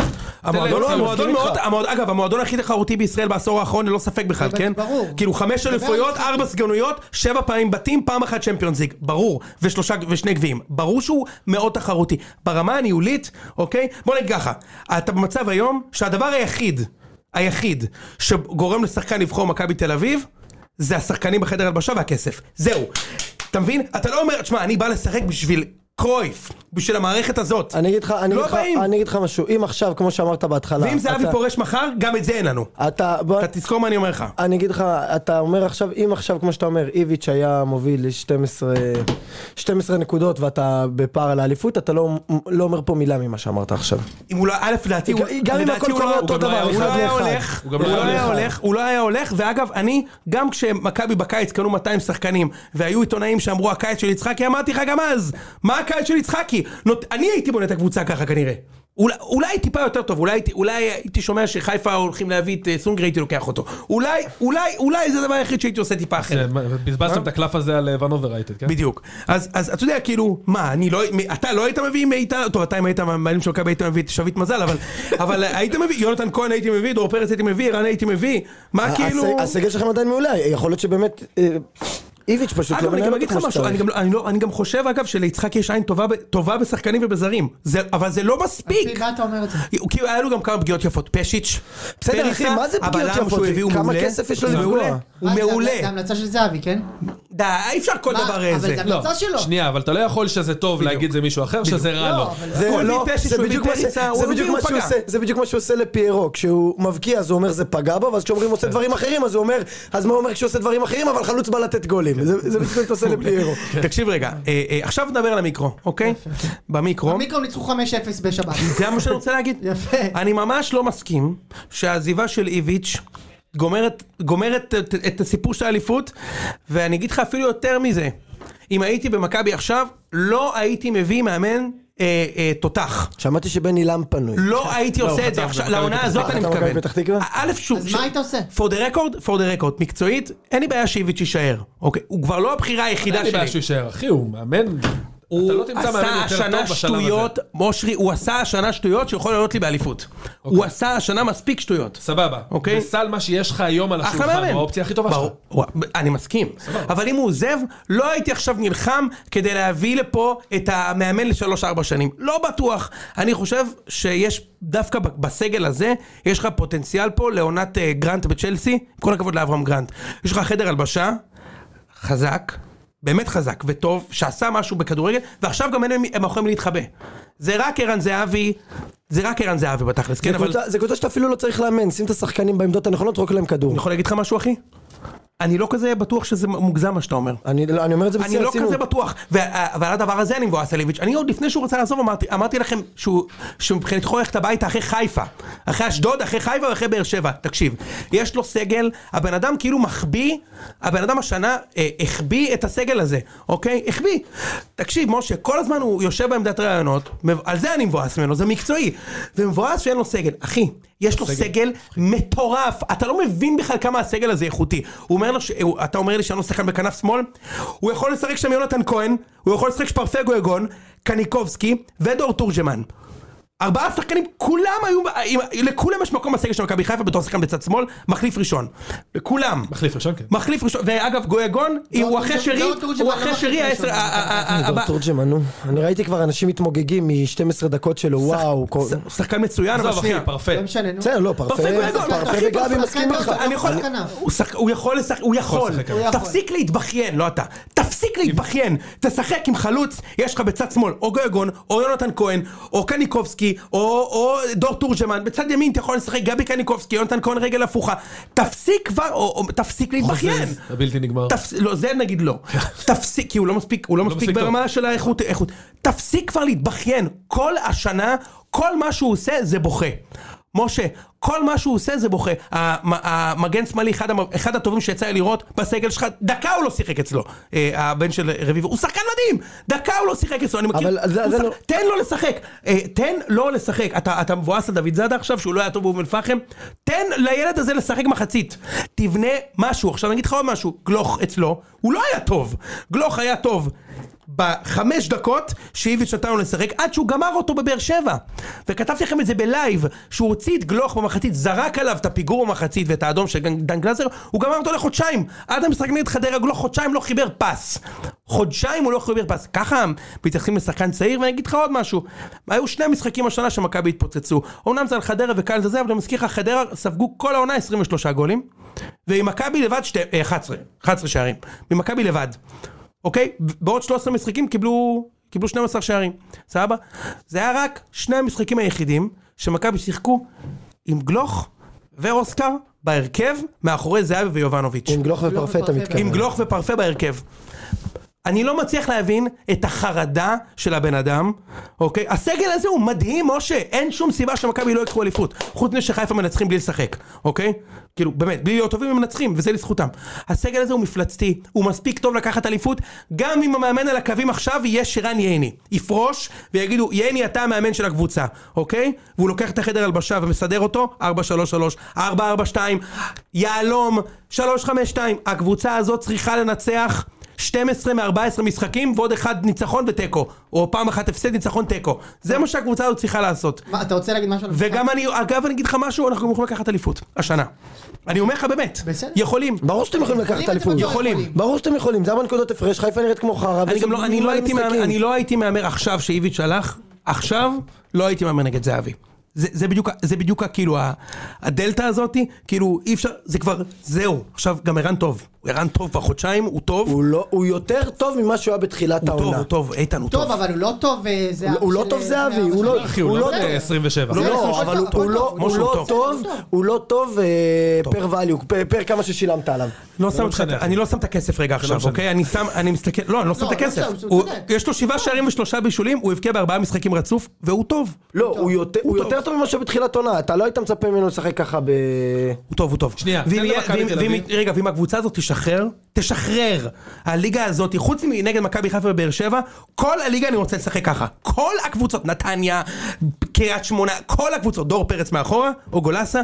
אגב, המועדון הכי תחרותי בישראל בעשור האחרון, ללא ספק בכלל, כן? ברור. כאילו 5 אליפויות, 4 סגנויות, 7 פעמים בתים, פעם אחת צ'מפיונס ליג, ברור, ושני גביעים, ברור שהוא מאוד תחרותי. ברמה הניהולית, אוקיי? בוא נגיד ככה, אתה במצב היום שהדבר היחיד שגורם לשחקן לבחור מכבי תל אביב, זה השחקנים בחדר הלבשה והכסף. זהו. אתה מבין? אתה לא אומר, תשמע, אני בא לשחק בשביל קרויף, בשביל המערכת הזאת. אני אגיד לך משהו, אם עכשיו, כמו שאמרת בהתחלה... ואם זה אבי פורש מחר, גם את זה אין לנו. אתה תזכור מה אני אומר לך. אני אגיד לך, אתה אומר עכשיו, אם עכשיו, כמו שאתה אומר, איביץ' היה מוביל ל-12 נקודות, ואתה בפער על האליפות, אתה לא אומר פה מילה ממה שאמרת עכשיו. אם הוא לא, א' לדעתי, גם אם הכל קורה אותו דבר, הוא לא היה הולך, ואגב, אני, גם כשמכבי בקיץ קנו 200 שחקנים, והיו עיתונאים שאמרו, הקיץ של יצחקי, אמרתי לך גם אז, מה הקיץ של יצחקי? אני הייתי בונה את הקבוצה ככה כנראה. אולי טיפה יותר טוב, אולי הייתי שומע שחיפה הולכים להביא את סונגר, הייתי לוקח אותו. אולי זה הדבר היחיד שהייתי עושה טיפה אחרת. בזבזתם את הקלף הזה על ונובר רייטד, כן? בדיוק. אז אתה יודע, כאילו, מה, אתה לא היית מביא מאיתה, טוב, אתה אם היית מהמעלים של מכבי היית מביא את שביט מזל, אבל היית מביא, יונתן כהן הייתי מביא, דור פרץ הייתי מביא, רן הייתי מביא, מה כאילו... הסגל שלכם עדיין מעולה, יכול להיות שבאמת... איביץ' פשוט לא מנהל כמו שצריך. אני גם חושב אגב שליצחק יש עין טובה בשחקנים ובזרים, אבל זה לא מספיק. מה אתה אומר את זה? כי היה לו גם כמה פגיעות יפות, פשיץ', בסדר אחי, מה זה פגיעות יפות? כמה כסף יש לו לפגוע? הוא מעולה. זה המלצה של זהבי, כן? די, אי אפשר כל דבר איזה. אבל זה המלצה שלו. שנייה, אבל אתה לא יכול שזה טוב להגיד זה מישהו אחר, שזה רע לו. זה בדיוק מה שהוא עושה לפיירו, כשהוא מבקיע אז הוא אומר זה פגע בו, ואז כשאומרים עושה דברים אחרים אז הוא אומר, אז מה הוא אומר כשהוא עושה דברים אחרים, אבל חלוץ בא לתת גולים. זה בדיוק אתה עושה לפיירו. תקשיב רגע, עכשיו נדבר על המיקרו, אוקיי? במיקרו ניצחו 5-0 בשבת. זה מה שאני רוצה להגיד. יפה. אני ממש לא מסכים שהעזיבה של איביץ' גומרת את הסיפור של האליפות, ואני אגיד לך אפילו יותר מזה. אם הייתי במכבי עכשיו, לא הייתי מביא מאמן תותח. שמעתי שבן אילם פנוי. לא הייתי עושה את זה עכשיו, לעונה הזאת אני מתכוון. אז מה היית עושה? for the record, מקצועית, אין לי בעיה שאיביץ' יישאר. אוקיי, הוא כבר לא הבחירה היחידה שלי. אין לי בעיה שהוא יישאר, אחי, הוא מאמן... הוא עשה השנה שטויות, מושרי, הוא עשה השנה שטויות שיכול לעלות לי באליפות. הוא עשה השנה מספיק שטויות. סבבה. בסל מה שיש לך היום על השולחן, האופציה הכי טובה שלך. אני מסכים. אבל אם הוא עוזב, לא הייתי עכשיו נלחם כדי להביא לפה את המאמן ל3-4 שנים. לא בטוח. אני חושב שיש דווקא בסגל הזה, יש לך פוטנציאל פה לעונת גרנט בצ'לסי, כל הכבוד לאברהם גרנט. יש לך חדר הלבשה, חזק, באמת חזק וטוב, שעשה משהו בכדורגל, ועכשיו גם הם יכולים להתחבא. זה רק ערן זהבי בתכלס, כן? זה קבוצה שאתה אפילו לא צריך לאמן, שים את השחקנים בעמדות הנכונות, רוק להם כדור. אני יכול להגיד לך משהו, אחי? אני לא כזה בטוח שזה מוגזם מה שאתה אומר. אני אומר את זה בשיא הרצינות. אני לא כזה בטוח, ועל הדבר הזה אני מבואס על איביץ'. אני עוד לפני שהוא רצה לעזוב, אמרתי לכם שמבחינת יכול ללכת הביתה אחרי חיפה, אחרי אשדוד, אחרי חיפה ואחרי באר שבע. תקשיב, יש לו סגל, הבן אדם כאילו מחביא, הבן אדם השנה החביא את הסגל הזה, אוקיי? החביא. תקשיב, משה, כל הזמן הוא יושב בעמדת רעיונות, על זה אני מבואס ממנו, זה מקצועי, ומבואס שאין לו סגל. אחי, יש לו סגל מטורף, אתה לא מבין בכלל כמה הסגל הזה איכותי. אתה אומר לי שאני לא שחקן בכנף שמאל, הוא יכול לשחק שם יונתן כהן, הוא יכול לשחק שפרפגו יגון, קניקובסקי ודור תורג'מן. 4 שחקנים, כולם היו, לכולם יש מקום בסגל של מכבי חיפה בתור שחקן בצד שמאל, מחליף ראשון. לכולם. מחליף ראשון, כן. מחליף ראשון, ואגב, גויגון, הוא אחרי שרי, דור תורג'מן, נו. אני ראיתי כבר אנשים מתמוגגים מ-12 דקות שלו, וואו. שחקן מצוין, אבל שנייה. פרפה. בסדר, לא, פרפה וגבי מסכים איתך. הוא יכול. תפסיק להתבכיין, לא אתה. תפסיק להתבכיין. תשחק עם חלוץ, יש לך בצד שמאל, או גויגון, או יונתן כהן, או קניקובסקי, או דור תורג'מן, בצד ימין אתה יכול לשחק גבי קניקובסקי, יונתן כהן רגל הפוכה, תפסיק כבר, או תפסיק להתבכיין. הבלתי נגמר. לא, זה נגיד לא. תפסיק, כי הוא לא מספיק ברמה של האיכות. תפסיק כבר להתבכיין. כל השנה, כל מה שהוא עושה זה בוכה. משה, כל מה שהוא עושה זה בוכה. המגן שמאלי, אחד הטובים שיצא לראות בסגל שלך, דקה הוא לא שיחק אצלו. הבן של רביבו, הוא שחקן מדהים, דקה הוא לא שיחק אצלו, אני מכיר. תן לו לשחק, תן לו לשחק. אתה מבואס על דוד זאדה עכשיו, שהוא לא היה טוב באום אל-פחם, תן לילד הזה לשחק מחצית. תבנה משהו, עכשיו נגיד לך עוד משהו, גלוך אצלו, הוא לא היה טוב. גלוך היה טוב בחמש דקות שאיביץ' נתן לו לשחק, עד שהוא גמר אותו בבאר שבע. וכתבתי לכם את זה בלייב, שהוא הוציא את גלוך במחצית, זרק עליו את הפיגור במחצית ואת האדום של דן גלזר, הוא גמר אותו לחודשיים. עד המשחק נגד חדרה, גלוך חודשיים לא חיבר פס. חודשיים הוא לא חיבר פס. ככה מתייחסים לשחקן צעיר, ואני אגיד לך עוד משהו. היו שני משחקים השנה שמכבי התפוצצו. אומנם זה על חדרה וקהל זה, אבל אני מזכיר לך, חדרה ספגו כל העונה 23 גולים, ועם מכבי לבד 11 שערים. ממכבי לבד. אוקיי? בעוד 13 משחקים קיבלו 12 שערים. סבבה? זה היה רק שני המשחקים היחידים שמכבי שיחקו עם גלוך ואוסקר בהרכב מאחורי זהבי ויובנוביץ'. עם גלוך ופרפה אתה מתכוון. עם גלוך ופרפה בהרכב. אני לא מצליח להבין את החרדה של הבן אדם, אוקיי? הסגל הזה הוא מדהים, משה, אין שום סיבה שמכבי לא יקחו אליפות, חוץ מזה שחיפה מנצחים בלי לשחק, אוקיי? כאילו, באמת, בלי להיות טובים הם מנצחים, וזה לזכותם. הסגל הזה הוא מפלצתי, הוא מספיק טוב לקחת אליפות, גם אם המאמן על הקווים עכשיו יהיה שרן ייני, יפרוש ויגידו, ייני אתה המאמן של הקבוצה, אוקיי? והוא לוקח את החדר הלבשה ומסדר אותו, 4-3-3, 4-4-2, יעלום, 3-5-2, הקבוצה הזאת צריכה לנצח 12 מ-14 משחקים ועוד אחד ניצחון וטקו, או פעם אחת הפסד ניצחון טקו. זה מה שהקבוצה הזאת צריכה לעשות. מה, אתה רוצה להגיד משהו על המשחק? וגם אני אגיד לך משהו, אנחנו יכולים לקחת אליפות השנה. אני אומר לך באמת, יכולים. ברור שאתם יכולים לקחת אליפות. יכולים. ברור שאתם יכולים, זה הנקודות הפרש, חיפה נראית כמו חרא. אני לא הייתי מהמר עכשיו שאיביץ' הלך, עכשיו לא הייתי מהמר נגד זהבי. זה בדיוק כאילו הדלטה הזאת, כאילו אי אפשר, זה כבר, זהו, עכשיו גם ערן טוב, הוא ערן טוב בחודשיים, הוא טוב. הוא יותר טוב ממה שהוא היה בתחילת העונה. הוא טוב, איתן, הוא טוב. טוב, אבל הוא לא טוב זהבי. הוא לא טוב זהבי, הוא לא 27. לא, אבל הוא לא טוב פר ואליו, פר כמה ששילמת עליו. אני לא שם את הכסף רגע עכשיו, אוקיי? אני מסתכל, לא, אני לא שם את הכסף. יש לו 7 שערים ו3 בישולים, הוא הבקיע ב4 משחקים רצוף, והוא טוב. לא, הוא יותר טוב ממה שבתחילת עונה, אתה לא היית מצפה ממנו לשחק ככה ב... הוא טוב. שנייה, רגע, ואם הקבוצה הזאת תשחרר, הליגה הזאת, חוץ מנגד מכבי חיפה ובאר שבע, כל הליגה אני רוצה לשחק ככה. כל הקבוצות, נתניה, קריית שמונה, כל הקבוצות, דור פרץ מאחורה, או גולסה,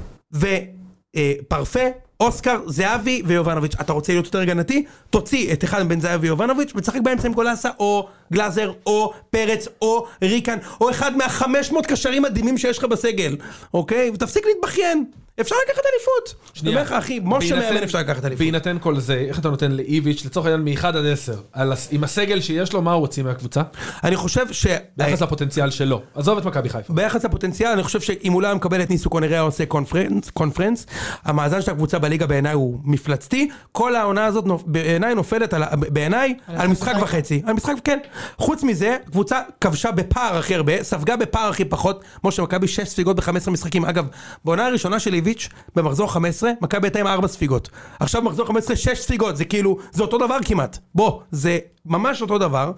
ופרפה, אוסקר, זהבי ויובנוביץ'. אתה רוצה להיות יותר הגנתי? תוציא את אחד בין זהבי ויובנוביץ' ותשחק באמצע עם גולסה, או גלאזר, או פרץ, או ריקן, או אחד מה500 קשרים מדהימים שיש לך בסגל, אוקיי? ותפסיק להתבכיין. אפשר לקחת אליפות. שנייה, אחי, משה מאמן אפשר לקחת אליפות. בהינתן כל זה, איך אתה נותן לאיביץ' לצורך העניין מ1 עד 10, עם הסגל שיש לו, מה הוא רוצים מהקבוצה? אני חושב ביחס לפוטנציאל שלו. עזוב את מכבי חיפה. ביחס לפוטנציאל, אני חושב שאם אולי מקבל את ניסו קונריה עושה קונפרנס, המאזן של הקבוצה בליגה בעיניי הוא מפלצתי, כל העונה הזאת בעיניי נופלת בעיניי על משחק וחצי. על משחק, כן. חוץ מזה, קבוצה כבשה בפער הכי הרבה, ספגה בפער הכי פחות, כמו שמכבי 6 ספיגות ב15 משחקים. אגב, בעונה הראשונה של איביץ' במחזור 15, מכבי הייתה עם 4 ספיגות. עכשיו מחזור 15, 6 ספיגות, זה כאילו, זה אותו דבר כמעט. בוא, זה ממש אותו דבר,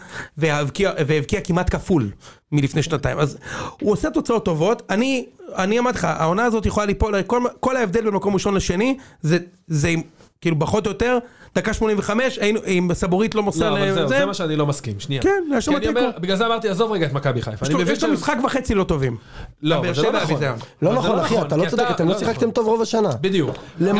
והבקיע כמעט כפול מלפני שנתיים. אז הוא עושה תוצאות טובות. אני אמרתי לך, העונה הזאת יכולה ליפול, כל ההבדל בין מקום ראשון לשני, זה כאילו פחות או יותר, דקה 85, אם סבורית לא מוסר לזה. זה מה שאני לא מסכים, שנייה. כן, להשאר מתיקו. בגלל זה אמרתי, עזוב רגע את מכבי חיפה. יש לו משחק וחצי לא טובים. לא, אבל זה לא נכון. לא נכון, אחי, אתה לא צודק, אתם לא שיחקתם טוב רוב השנה. בדיוק.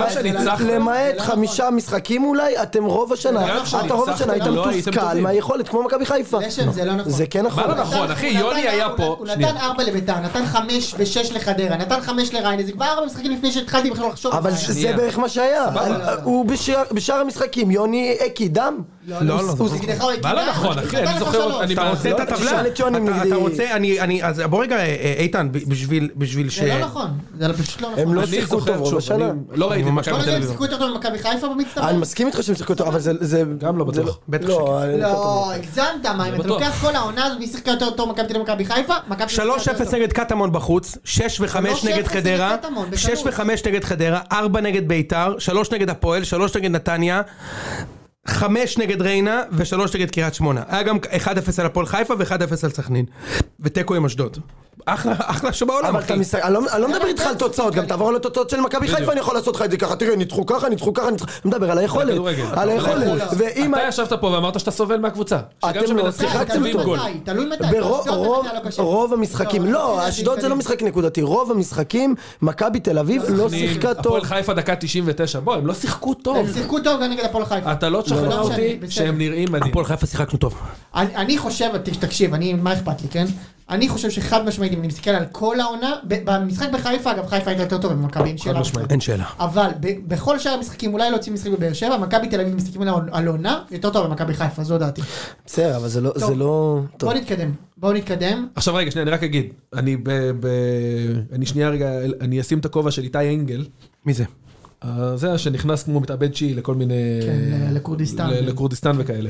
למעט 5 משחקים אולי, אתם רוב השנה. אתה רוב השנה היית מתוסכל מהיכולת, כמו מכבי חיפה. זה לא נכון. זה כן נכון. מה לא נכון, אחי? יוני היה פה. הוא נתן 4 לביתר, נתן 5 ו6 לחדרה, נתן 5 לריינה, זה כבר 4 משחקים לפני שהתחלתי בכלל לחשוב. אבל זה בערך מה שהיה. הוא בשאר המשחקים, יוני אקי דם. לא. מה לא נכון, אחי? אני זוכר, אתה רוצה את הטבלה? אתה רוצה, אז בוא רגע, איתן, בשביל ש... זה לא נכון, זה פשוט לא נכון. הם לא שיחקו טוב רוב השנה. לא ראיתי את מכבי תל אביב. הם שיחקו יותר טוב ממכבי חיפה במצטבר? אני מסכים איתך שהם שיחקו טוב, אבל זה... גם לא בטוח. לא, הגזמת, מה, אם אתה לוקח כל העונה הזאת, מי שיחקה יותר טוב מכבי תל אביב ומכבי חיפה? 3-0 נגד קטמון בחוץ, 6 ו5 נגד חדרה, 6 ו5 נגד חדרה, 4 נגד ביתר, 3 נגד הפועל, 3 נגד נתניה, 5 נגד ריינה ו3 נגד קריית שמונה. היה גם 1-0 על הפועל חיפה ו1-0 על סכנין. וטקו עם אשדוד. אחלה שבעולם. אבל אתה מסתכל, אני לא מדבר איתך על תוצאות, גם תעבור על התוצאות של מכבי חיפה, אני יכול לעשות לך את זה ככה, תראה, ניצחו ככה, אני מדבר על היכולת, על היכולת. אתה ישבת פה ואמרת שאתה סובל מהקבוצה. אתם לא שיחקתם טוב. תלוי מתי. ברוב המשחקים, לא, אשדוד זה לא משחק נקודתי, רוב המשחקים, מכבי תל אביב לא שיחקה טוב. הפועל חיפה דקה 99, בוא, הם לא שיחקו טוב. הם שיחקו טוב גם נגד הפועל חיפה. אתה לא תשכנע אותי שהם נראים מדהים. הפועל חיפה שיחקנו טוב. אני חושב, תקשיב, מה אכפת לי, כן? אני חושב שחד משמעית, אם אני מסתכל על כל העונה, במשחק בחיפה, אגב, חיפה הייתה יותר טוב במכבי, אין שאלה. אבל בכל שאר המשחקים, אולי להוציא משחק בבאר שבע, מכבי תל אביב מסתכלים על עונה, יותר טוב במכבי חיפה, זו דעתי. בסדר, אבל זה לא... בואו נתקדם. עכשיו רגע, שנייה, אני רק אגיד, אני שנייה רגע, אני אשים את הכובע של איתי אנגל. מי זה? זה שנכנס כמו מתאבד שיעי לכל מיני... כן, לקורדיסטן וכאלה.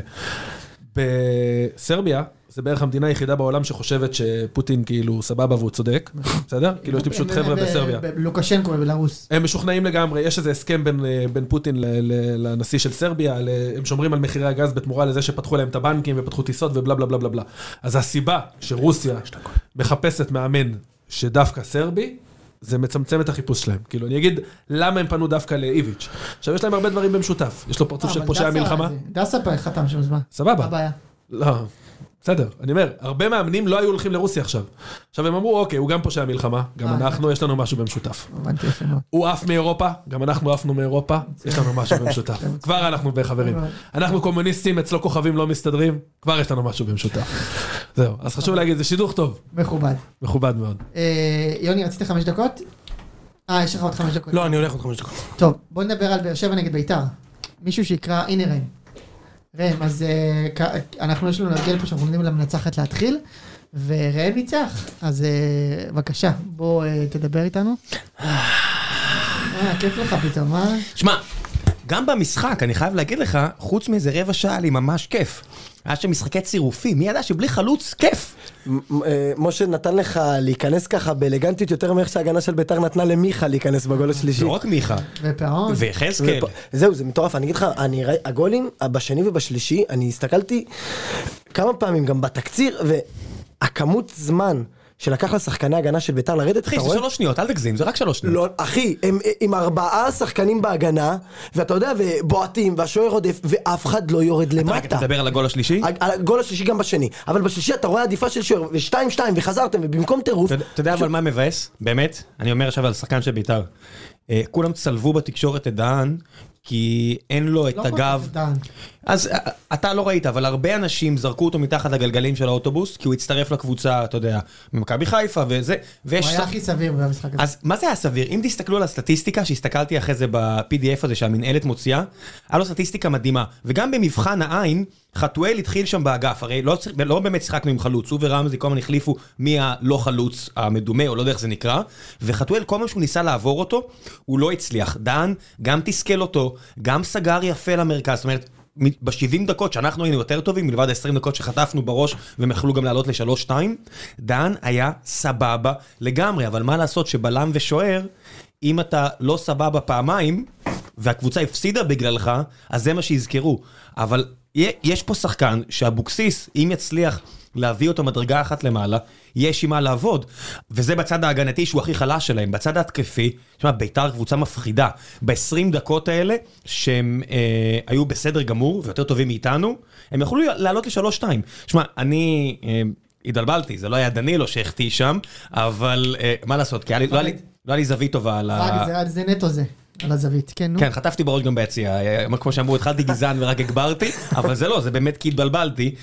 בסרביה, זה בערך המדינה היחידה בעולם שחושבת שפוטין כאילו סבבה והוא צודק, בסדר? כאילו יש לי פשוט חבר'ה בסרביה. לוקשנקו ובלרוס. הם משוכנעים לגמרי, יש איזה הסכם בין פוטין לנשיא של סרביה, הם שומרים על מחירי הגז בתמורה לזה שפתחו להם את הבנקים ופתחו טיסות ובלה בלה בלה בלה בלה. אז הסיבה שרוסיה מחפשת מאמן שדווקא סרבי, זה מצמצם את החיפוש שלהם. כאילו, אני אגיד, למה הם פנו דווקא לאיביץ'. עכשיו, יש להם הרבה דברים במשותף. יש לו פרצוף של פושעי המלחמה. דסה חתם שם זמן. סבבה. הבעיה. לא, בסדר. אני אומר, הרבה מאמנים לא היו הולכים לרוסיה עכשיו. עכשיו, הם אמרו, אוקיי, הוא גם פושעי המלחמה, גם אנחנו, יש לנו משהו במשותף. הוא עף מאירופה, גם אנחנו עפנו מאירופה, יש לנו משהו במשותף. כבר אנחנו בחברים. אנחנו קומוניסטים, אצלו כוכבים לא מסתדרים, כבר יש לנו משהו במשותף. זהו, אז חשוב להגיד, זה שידוך טוב. מכובד. מכובד מאוד. יוני, רצית 5 דקות? יש לך עוד 5 דקות. לא, אני הולך עוד 5 דקות. טוב, בוא נדבר על באר שבע נגד ביתר. מישהו שיקרא, הנה ראם. ראם, אז אנחנו יש לנו להגיע לפה שאנחנו נותנים למנצחת להתחיל, וראם ניצח. אז בבקשה, בוא תדבר איתנו. כיף לך פתאום, מה? שמע, גם במשחק, אני חייב להגיד לך, חוץ מאיזה רבע שעה לי ממש כיף. היה שם משחקי צירופים, מי ידע שבלי חלוץ כיף? משה נתן לך להיכנס ככה באלגנטיות יותר מאיך שההגנה של ביתר נתנה למיכה להיכנס בגול השלישי. לא רק מיכה. ופעון. וחזקאל. זהו, זה מטורף, אני אגיד לך, הגולים בשני ובשלישי, אני הסתכלתי כמה פעמים גם בתקציר, והכמות זמן שלקח לשחקני הגנה של ביתר לרדת, אחי, זה 3 שניות, אל תגזים, זה רק 3 שניות. לא, אחי, הם עם 4 שחקנים בהגנה, ואתה יודע, ובועטים, והשוער עודף, ואף אחד לא יורד למטה. אתה מדבר על הגול השלישי? על הגול השלישי גם בשני, אבל בשלישי אתה רואה עדיפה של שוער, ו2-2, וחזרתם, ובמקום טירוף... אתה יודע אבל מה מבאס? באמת? אני אומר עכשיו על שחקן של ביתר. כולם צלבו בתקשורת את דהן, כי אין לו את הגב. אז אתה לא ראית, אבל הרבה אנשים זרקו אותו מתחת לגלגלים של האוטובוס, כי הוא הצטרף לקבוצה, אתה יודע, ממכבי חיפה וזה. הוא היה הכי סביר במשחק הזה. אז מה זה היה סביר? אם תסתכלו על הסטטיסטיקה, שהסתכלתי אחרי זה ב-PDF הזה שהמנהלת מוציאה, היה לו סטטיסטיקה מדהימה. וגם במבחן העין, חתואל התחיל שם באגף, הרי לא באמת שיחקנו עם חלוץ, הוא ורמזי כל הזמן החליפו מי הלא חלוץ המדומה, או לא יודע איך זה נקרא, וחתואל כל מה שהוא ניסה לעבור אותו, הוא לא הצליח. דן גם תסכל אותו, גם סגר יפה למרכז, זאת אומרת, ב-70 דקות שאנחנו היינו יותר טובים, מלבד 20 דקות שחטפנו בראש, והם יכלו גם לעלות ל-3-2, דן היה סבבה לגמרי, אבל מה לעשות שבלם ושוער, אם אתה לא סבבה פעמיים, והקבוצה הפסידה בגללך, אז זה מה שיזכרו. אבל יש פה שחקן שהבוקסיס, אם יצליח להביא אותו מדרגה אחת למעלה, יש עם מה לעבוד. וזה בצד ההגנתי שהוא הכי חלש שלהם. בצד ההתקפי, שמה, ביתר קבוצה מפחידה. ב-20 דקות האלה, שהם היו בסדר גמור, ויותר טובים מאיתנו, הם יכולו לעלות ל-3-2. שמה, אני התבלבלתי, זה לא היה דנילו שהחטיא שם, אבל מה לעשות? כי לא היה לי זווית טובה על זה נטו זה. על הזווית, כן, נו. כן, חטפתי בראש גם ביציאה, כמו שאמרו, התחלתי גזען ורק הגברתי, אבל זה לא, זה באמת כי התבלבלתי.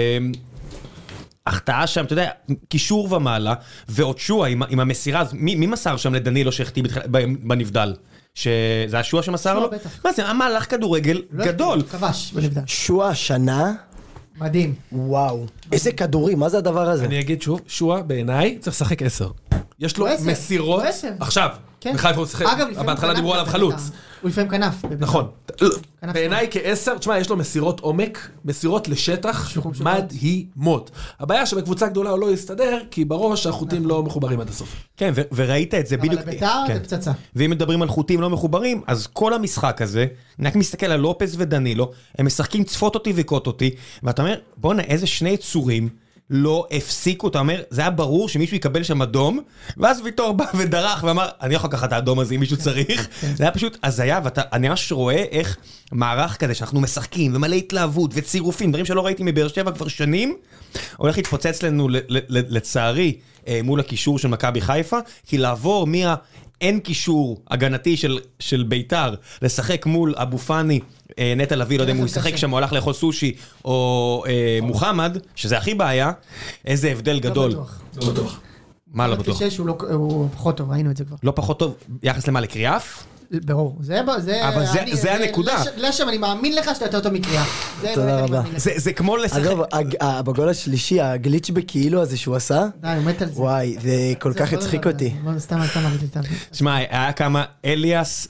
החטאה שם, אתה יודע, קישור ומעלה, ועוד שועה עם המסירה, מי מסר שם לדנילו שהחטיא בנבדל? שזה השועה שמסר לו? מה זה, המהלך כדורגל גדול. כבש בנבדל. שועה שנה? מדהים. וואו, איזה כדורים, מה זה הדבר הזה? אני אגיד שוב, שועה בעיניי צריך לשחק 10. יש לו מסירות, עכשיו, בחיפה הוא שיחק, בהתחלה דיברו עליו חלוץ. הוא לפעמים כנף. נכון. בעיניי כ10, תשמע, יש לו מסירות עומק, מסירות לשטח מדהימות. הבעיה שבקבוצה גדולה הוא לא יסתדר, כי בראש החוטים לא מחוברים עד הסוף. כן, וראית את זה בדיוק. אבל ביתר זה פצצה. ואם מדברים על חוטים לא מחוברים, אז כל המשחק הזה, אני רק מסתכל על לופס ודנילו, הם משחקים צפות אותי וקוט אותי, ואתה אומר, בוא'נה, איזה שני יצורים, לא הפסיקו, אתה אומר, זה היה ברור שמישהו יקבל שם אדום, ואז ויטור בא ודרך ואמר, אני יכול לקחת את האדום הזה אם מישהו צריך. זה היה פשוט הזיה, ואני ממש רואה איך מערך כזה שאנחנו משחקים, ומלא התלהבות וצירופים, דברים שלא ראיתי מבאר שבע כבר שנים, הולך להתפוצץ לנו לצערי מול הקישור של מכבי חיפה, כי לעבור אין קישור הגנתי של ביתר, לשחק מול אבו פאני, נטע לביא, לא יודע אם הוא ישחק שם, הוא הלך לאכול סושי, או מוחמד, שזה הכי בעיה, איזה הבדל גדול. לא בטוח. מה לא בטוח? הוא פחות טוב, ראינו את זה כבר. לא פחות טוב, יחס למה, לקריאף? ברור, אבל זה הנקודה. לשם, אני מאמין לך שאתה יותר טוב מקריאף. תודה רבה. זה כמו לשחק. אגב, בגול השלישי, הגליץ' בכאילו הזה שהוא עשה, די, הוא מת על זה. וואי, זה כל כך הצחיק אותי. סתם שמע, היה כמה אליאס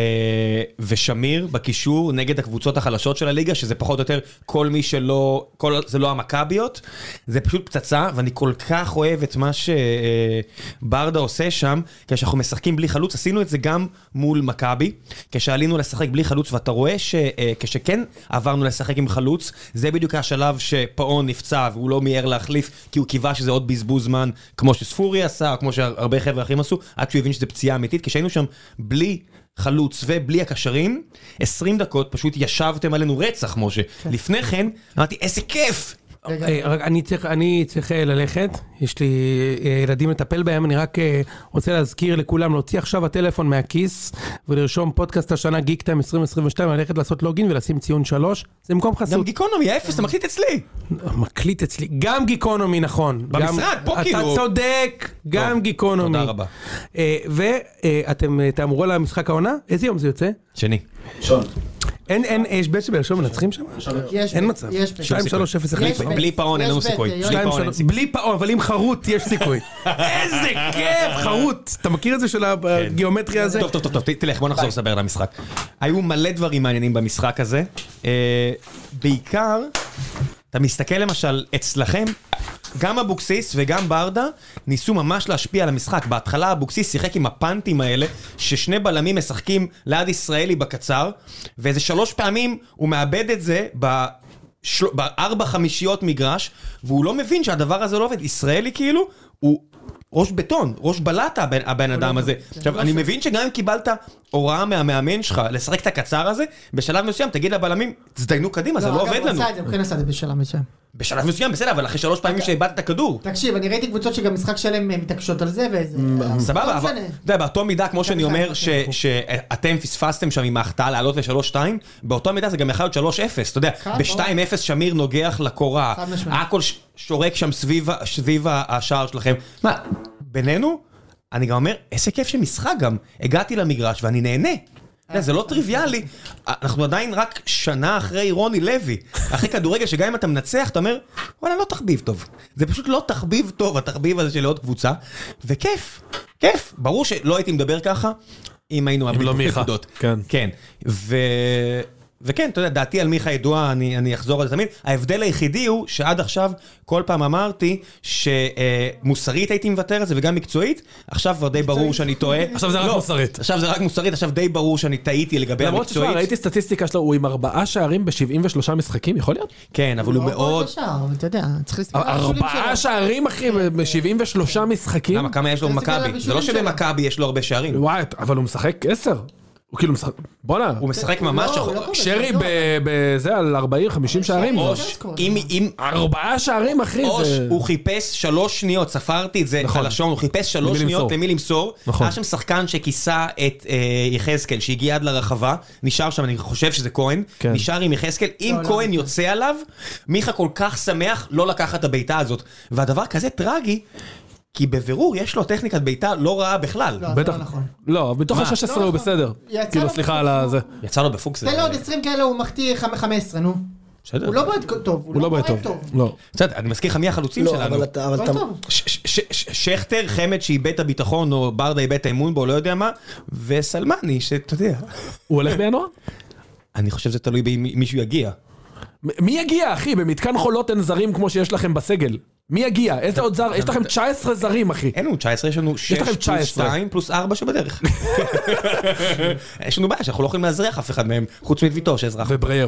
ושמיר בקישור נגד הקבוצות החלשות של הליגה, שזה פחות או יותר כל מי שלא, זה לא המכביות, זה פשוט פצצה, ואני כל כך אוהב את מה שברדה עושה שם, כשאנחנו משחקים בלי חלוץ, עשינו את זה גם מול מכבי, כשעלינו לשחק בלי חלוץ, ואתה רואה שכשכן עברנו לשחק עם חלוץ, זה בדיוק השלב שפאון נפצע, והוא לא מיהר להחליף, כי הוא קיווה שזה עוד בזבוז זמן, כמו שספורי עשה, או כמו שהרבה חבר'ה אחרים עשו, עד שהוא הבין שזה פציעה אמיתית, כשהיינו שם בלי חלוץ ובלי הקשרים, 20 דקות פשוט ישבתם עלינו רצח, משה. לפני כן, אמרתי, איזה כיף! אני צריך ללכת, יש לי ילדים לטפל בהם, אני רק רוצה להזכיר לכולם, להוציא עכשיו הטלפון מהכיס, ולרשום פודקאסט השנה גיק טיים 2022, ללכת לעשות לוגין ולשים ציון 3, זה מקום חסות. גם גיקונומי, האפס, אתה מקליט אצלי. מקליט אצלי, גם גיקונומי, נכון. במשרד, פה כאילו. אתה צודק, גם גיקונומי. תודה רבה. ואתם תאמרו על המשחק העונה? איזה יום זה יוצא? שני. שון. אין, יש בית שבאר שבע מנצחים שם? אין מצב. 2-3-0 החליפה. בלי פאון אין לנו סיכוי. בלי פאון, אבל עם חרוט יש סיכוי. איזה כיף, חרוט. אתה מכיר את זה של הגיאומטריה הזה? טוב, תלך, בוא נחזור לסבר על המשחק. היו מלא דברים מעניינים במשחק הזה. בעיקר, אתה מסתכל למשל אצלכם, גם אבוקסיס וגם ברדה ניסו ממש להשפיע על המשחק. בהתחלה אבוקסיס שיחק עם הפנטים האלה, ששני בלמים משחקים ליד ישראלי בקצר, ואיזה 3 פעמים הוא מאבד את זה ב4 חמישיות מגרש, והוא לא מבין שהדבר הזה לא עובד. ישראלי כאילו, הוא ראש בטון, ראש בלטה הבן אדם הזה. עכשיו, אני מבין שגם אם קיבלת הוראה מהמאמן שלך לשחק את הקצר הזה, בשלב מסוים תגיד לבלמים, תזדיינו קדימה, זה לא עובד לנו. הוא כן עשה את זה בשלב מסוים. בשלב מסוים, בסדר, אבל אחרי 3 פעמים שאיבדת את הכדור. תקשיב, אני ראיתי קבוצות שגם משחק שלהם מתעקשות על זה, וזה... סבבה, אבל... אתה יודע, באותו מידה, כמו שאני אומר, שאתם פספסתם שם עם ההחטאה לעלות ל3-2, באותו מידה זה גם יכול להיות 3-0, אתה יודע, ב2-0 שמיר נוגח לקורה, הכל שורק שם סביב השער שלכם. מה, בינינו, אני גם אומר, איזה כיף שמשחק גם, הגעתי למגרש ואני נהנה. זה לא טריוויאלי, אנחנו עדיין רק שנה אחרי רוני לוי, אחרי כדורגל שגם אם אתה מנצח, אתה אומר, וואלה, לא תחביב טוב. זה פשוט לא תחביב טוב, התחביב הזה של עוד קבוצה, וכיף, כיף. ברור שלא הייתי מדבר ככה, אם היינו... אם לא מיכה. כן, וכן, אתה יודע, דעתי על מיכה ידועה, אני אחזור על זה תמיד. ההבדל היחידי הוא שעד עכשיו, כל פעם אמרתי שמוסרית הייתי מוותר על זה, וגם מקצועית, עכשיו כבר די ברור שאני טועה. עכשיו זה רק מוסרית. עכשיו זה רק מוסרית, עכשיו די ברור שאני טעיתי לגבי המקצועית. למרות ששמע, ראיתי סטטיסטיקה שלו, הוא עם 4 שערים ב-73 משחקים, יכול להיות? כן, אבל הוא מאוד... 4 שערים, אחי, ב-73 משחקים? למה, כמה יש לו במכבי? זה לא שבמכבי יש לו הרבה שערים. וואי, אבל הוא משחק 10. הוא כאילו משחק, בוא'נה. הוא משחק ממש... שרי בזה על 40-50 שערים. אם 4 שערים, אחי. הוא חיפש 3 שניות, ספרתי את זה על השעון, הוא חיפש 3 שניות למי למסור. היה שם שחקן שכיסה את יחזקאל, שהגיע עד לרחבה, נשאר שם, אני חושב שזה כהן, נשאר עם יחזקאל, אם כהן יוצא עליו, מיכה כל כך שמח לא לקחת את הביתה הזאת. והדבר כזה טרגי, כי בבירור יש לו טכניקת ביתה לא רעה בכלל. לא, לא נכון. לא, בתוך ה-16 הוא בסדר. כאילו, סליחה על זה. יצא לו בפוקס. תן לו עוד 20 כאלה, הוא מחטיא 15, נו. הוא לא בועט טוב. הוא לא בועט טוב. לא. בסדר, אני מזכיר לך מי החלוצים שלנו. לא טוב. שכטר, חמד שאיבד את הביטחון, או ברדה איבד את האמון בו, לא יודע מה, וסלמני, שאתה יודע. הוא הולך בינואר? אני חושב שזה תלוי מישהו יגיע. מי יגיע, אחי? במתקן חולות אין זרים כמו שיש לכם בסגל. מי יגיע? איזה עוד זר? יש לכם 19 זרים, אחי. אין לנו 19, יש לנו 6 פלוס 2 פלוס 4 שבדרך. יש לנו בעיה שאנחנו לא יכולים להזרח אף אחד מהם, חוץ מדוויטור שאזרח. ובריירו.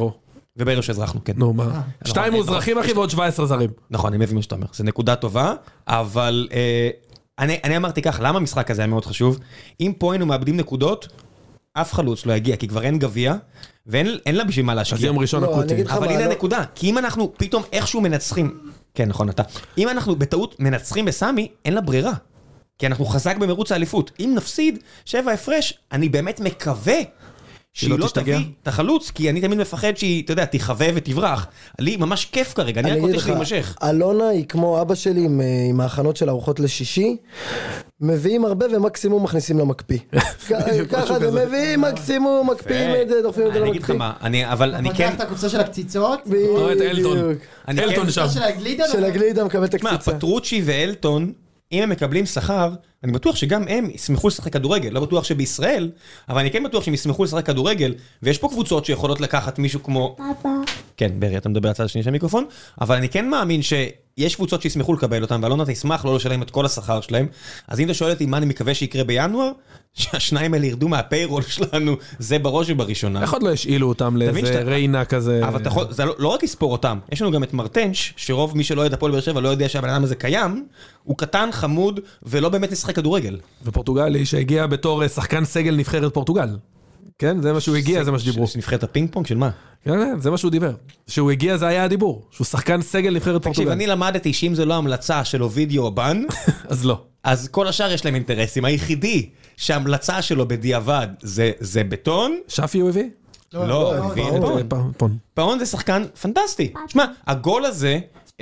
ובערב שהזרחנו, כן. נו, מה? 2 מוזרחים אחי ועוד 17 זרים. נכון, אני מבין מה שאתה אומר. זו נקודה טובה, אבל אני אמרתי כך, למה המשחק הזה היה מאוד חשוב? אם פה היינו מאבדים נקודות, אף חלוץ לא יגיע, כי כבר אין גביע, ואין לה בשביל מה להשקיע. אז יום ראשון אקוטי. אבל הנה הנקודה, כי אם אנחנו פתאום איכשהו מנצחים, כן, נכון, אתה. אם אנחנו בטעות מנצחים בסמי, אין לה ברירה. כי אנחנו חזק במרוץ האליפות. אם נפסיד 7 הפרש, אני באמת מקווה שהיא לא תביא את החלוץ, כי אני תמיד מפחד שהיא, אתה יודע, תחווה ותברח. לי ממש כיף כרגע, אני רק רוצה להימשך. אלונה היא כמו אבא שלי עם ההכנות של ארוחות לשישי, מביאים הרבה ומקסימום מכניסים למקפיא. ככה זה מביאים מקסימום, מקפיאים את זה, דוחפים את זה למקפיא. אני אגיד לך מה, אבל אני כן... פותח את הקופסה של הקציצות. רואה את אלטון. אלטון שם. של הגלידה מקבל את הקציצה. פטרוצ'י ואלטון, אם הם מקבלים שכר, אני בטוח שגם הם ישמחו לשחק כדורגל, לא בטוח שבישראל, אבל אני כן בטוח שהם ישמחו לשחק כדורגל, ויש פה קבוצות שיכולות לקחת מישהו כמו... כן, ברי, אתה מדבר הצד השני של המיקרופון, אבל אני כן מאמין שיש קבוצות שישמחו לקבל אותם, ואלונה תשמח לא לשלם את כל השכר שלהם, אז אם אתה שואל אותי מה אני מקווה שיקרה בינואר, שהשניים האלה ירדו מהפיירול שלנו, זה בראש ובראשונה. איך עוד לא השאילו אותם לאיזה ריינה כזה? אבל זה לא רק לספור אותם, יש לנו גם את מרטנש, שרוב מי שלא יודע הפועל באר שבע לא יודע שהבן אדם הזה קיים, הוא קטן, חמוד, ולא באמת משחק כדורגל. ופורטוגלי שהגיע בתור שחקן סגל נבחרת פורטוגל. כן, זה מה שהוא הגיע, זה מה שדיברו. נבחרת הפינג פונג של מה? כן, זה מה שהוא דיבר. שהוא הגיע זה היה הדיבור, שהוא שחקן סגל נבחרת פורטוגל. תקשיב, אני למדתי שאם זה לא המלצה של אובידיו אובן, אז לא. אז כל השאר יש להם אינטרסים. היחידי שההמלצה שלו בדיעבד זה בטון. שפי הוא הביא? לא, הוא הביא את פאון. פאון זה שחקן פנטסטי. שמע, הגול הזה,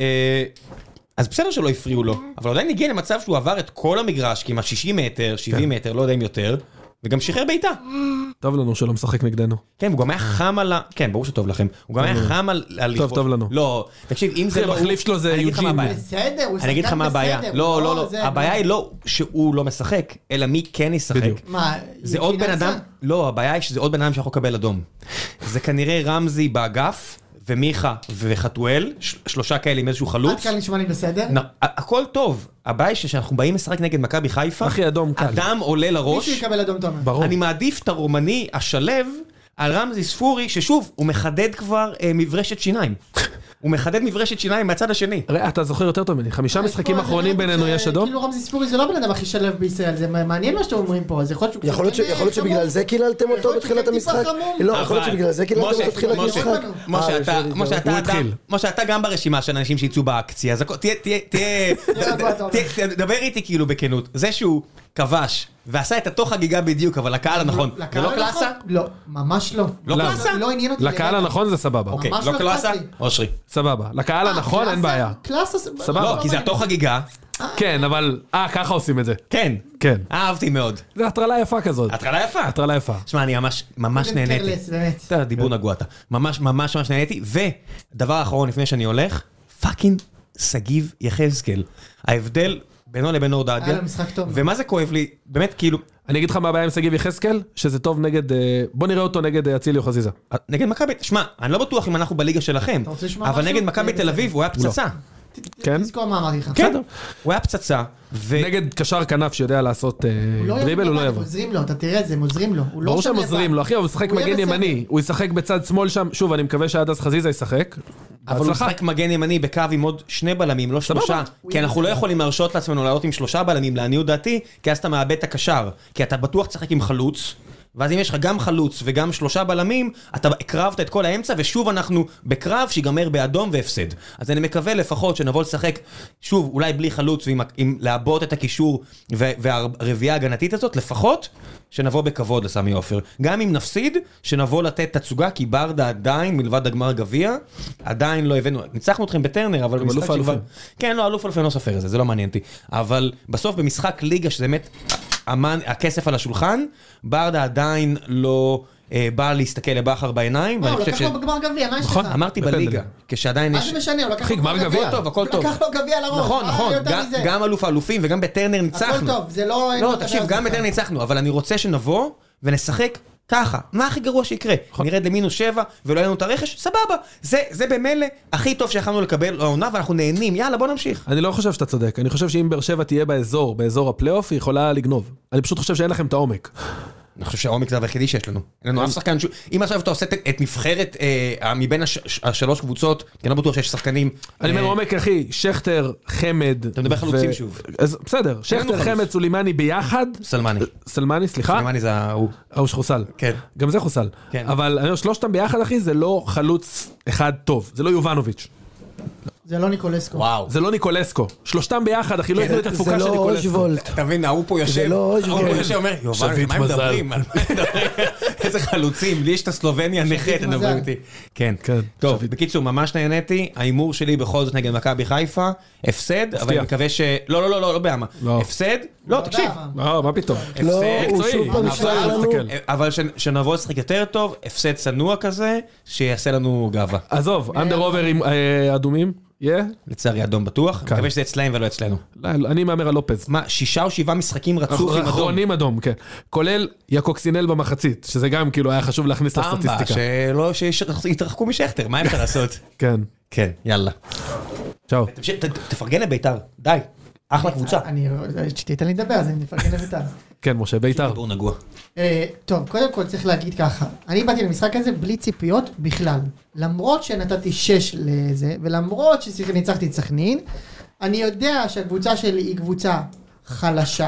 אז בסדר שלא הפריעו לו, אבל עדיין הגיע למצב שהוא עבר את כל המגרש, כמעט 60 מטר, 70 מטר, לא יודע אם יותר, וגם שחרר בעיטה. טוב לנו שלא משחק נגדנו. כן, הוא גם היה חם על ה... כן, ברור שטוב לכם. הוא גם היה חם על... טוב לנו. לא, תקשיב, אם זה לא... המחליף שלו זה יוג'ין. בסדר, הוא אני אגיד לך מה הבעיה. לא, הבעיה היא לא שהוא לא משחק, אלא מי כן ישחק. מה, זה עוד בן אדם... לא, הבעיה היא שזה עוד בן אדם שיכול לקבל אדום. זה כנראה רמזי באגף, ומיכה וחתואל, 3 כאלה עם איזשהו חלוץ. עד כאן נשמע לי בסדר. הכל טוב. הבעיה היא שאנחנו באים לשחק נגד מכבי חיפה. אחי, אדום קל. אדם עולה לראש. מישהו יקבל אדום תומר. ברור. אני מעדיף את הרומני השלב על רמזי ספורי, ששוב, הוא מחדד כבר מברשת שיניים. הוא מחדד מברשת שיניים מהצד השני. ראה, אתה זוכר יותר טוב ממני. 5 משחקים אחרונים בינינו יש אדום? כאילו רמזי ספורי זה לא בן אדם הכי שלב בישראל, זה מעניין מה שאתם אומרים פה, אז יכול להיות שבגלל זה קיללתם אותו בתחילת המשחק? לא, יכול להיות שבגלל זה קיללתם אותו בתחילת המשחק? כמו שאתה גם ברשימה של אנשים שיצאו באקציה, אז דבר איתי כאילו בכנות. זה שהוא כבש ועשה את אותו חגיגה בדיוק, אבל לקהל הנכון, זה לא קלאסה? לא, ממש לא. לא קלאסה? לא עניין אותי. לקהל הנכון זה סבבה. אוקיי, לא קלאסה? אושרי. סבבה. לקהל הנכון אין בעיה. קלאסה סבבה. לא, כי זה אותו חגיגה. כן, אבל... ככה עושים את זה. כן. כן. אהבתי מאוד. זה הטרלה יפה כזאת. הטרלה יפה? הטרלה יפה. שמע, אני ממש נהניתי. אתה דיבור נגוע אתה. ממש נהניתי. ודבר האחרון לפני שאני הולך, פאקינג סגיב יחזקאל. ההבדל בינו לבין אורדדיה. ומה זה כואב לי? באמת כאילו... אני אגיד לך מה הבעיה עם סגיב יחזקאל, שזה טוב נגד... בוא נראה אותו נגד אצילי חזיזה. נגד מכבי... שמע, אני לא בטוח אם אנחנו בליגה שלכם, אבל נגד מכבי תל אביב הוא היה פצצה. כן? תזכור מה אמרתי לך. כן, הוא היה פצצה. נגד קשר כנף שיודע לעשות דריבל, הוא לא יבוא. הם עוזרים לו, אתה תראה את זה, הם עוזרים לו. ברור שהם עוזרים לו, אחי, הוא משחק מגן ימני. הוא ישחק בצד שמאל שם, שוב, אני מקווה שעד אז חזיזה ישחק. אבל הוא משחק מגן ימני בקו עם עוד 2 בלמים, לא 3. כי אנחנו לא יכולים להרשות לעצמנו לעלות עם 3 בלמים, לעניות דעתי, כי אז אתה מאבד את הקשר. כי אתה בטוח תשחק עם חלוץ, ואז אם יש לך גם חלוץ וגם 3 בלמים, אתה הקרבת את כל האמצע, ושוב אנחנו בקרב שיגמר באדום והפסד. אז אני מקווה לפחות שנבוא לשחק, שוב, אולי בלי חלוץ, ועם לעבות את הקישור והרביעה הגנתית הזאת, לפחות שנבוא בכבוד לסמי עופר. גם אם נפסיד, שנבוא לתת תצוגה, כי ברדה עדיין, מלבד הגמר גביע, עדיין לא הבאנו, ניצחנו אתכם בטרנר, אבל במשחק שכבר... כן, לא, אלוף אלופים לא סופר את זה, זה לא מעניין אותי. אבל בסוף במשחק ליגה, שזה באמת הכסף על השולחן, ברדה עדיין לא בא להסתכל לבחר בעיניים. הוא לקח לו בגמר גביע, מה יש לך? אמרתי בליגה, כשעדיין יש... מה זה משנה, הוא לקח לו גמר גביע. הכל טוב. הוא לקח לו גביע לראש. נכון, גם אלוף האלופים וגם בטרנר ניצחנו. הכל טוב, זה לא... לא, תקשיב, גם בטרנר ניצחנו, אבל אני רוצה שנבוא ונשחק ככה. מה הכי גרוע שיקרה? נרד ל-7 ולא יהיה לנו את הרכש? סבבה. זה במילא הכי טוב שיכולנו לקבל לעונה, ואנחנו נהנים. יאללה, בוא נמשיך. אני לא חושב שאתה צודק. אני חושב שאם באר שבע תהיה באזור הפלייאוף, היא יכולה לגנוב. אני פשוט חושב שאין לכם את העומק. אני חושב שהעומק זה היחידי שיש לנו. אין לנו אף שחקן, אם עכשיו אתה עושה את נבחרת מבין השלוש קבוצות, כי אני לא בטוח שיש שחקנים... אני אומר עומק, אחי, שכטר, חמד... אתה מדבר חלוצים שוב. בסדר, שכטר, חמד, סולימני ביחד. סלמני. סלמני, סליחה. סלמני זה ההוא. ההוא שחוסל. כן. גם זה חוסל. כן. אבל אני אומר, שלושתם ביחד, אחי, זה לא חלוץ אחד טוב. זה לא יובנוביץ'. זה לא ניקולסקו. וואו. זה לא ניקולסקו. שלושתם ביחד, אחי, לא יקנו את התפוקה של ניקולסקו. אתה מבין, ההוא פה יושב, אומר, יובל, מה הם מדברים? איזה חלוצים, לי יש את הסלובניה נחת, אני מדבר איתי. כן, טוב, בקיצור, ממש נהניתי, האימור שלי בכל זאת נגד מכבי חיפה, הפסד, אבל אני מקווה ש... לא באמה, הפסד, לא, תקשיב. מה פתאום? לא, הוא שוב פעם נשלח לנו. אבל שנבוא לשחק יותר טוב, הפסד צנוע כזה, שיעשה לנו גאווה. עזוב, אנדר אובר עם אדומים, יהיה? לצערי אדום בטוח, אני מקווה שזה אצלהם ולא אצלנו. אני מאמר על לופז. מה, 6 או 7 משחקים רצוף עם אדום? אחרונים אדום, כן. כולל יקוקסינל במחצית, שזה גם כאילו היה חשוב להכניס לסטטיסטיקה. שלא שיתרחקו משכתר, מה אפשר לעשות? כן. כן, יאללה. צ'או. תפרגן לביתר, די. אחלה קבוצה. שתיתן לי לדבר, אז אני מפרגן לביתר. כן, משה, ביתר. בור נגוע. טוב, קודם כל צריך להגיד ככה, אני באתי למשחק הזה בלי ציפיות בכלל. למרות שנתתי 6 לזה, ולמרות שניצחתי את סכנין, אני יודע שהקבוצה שלי היא קבוצה חלשה,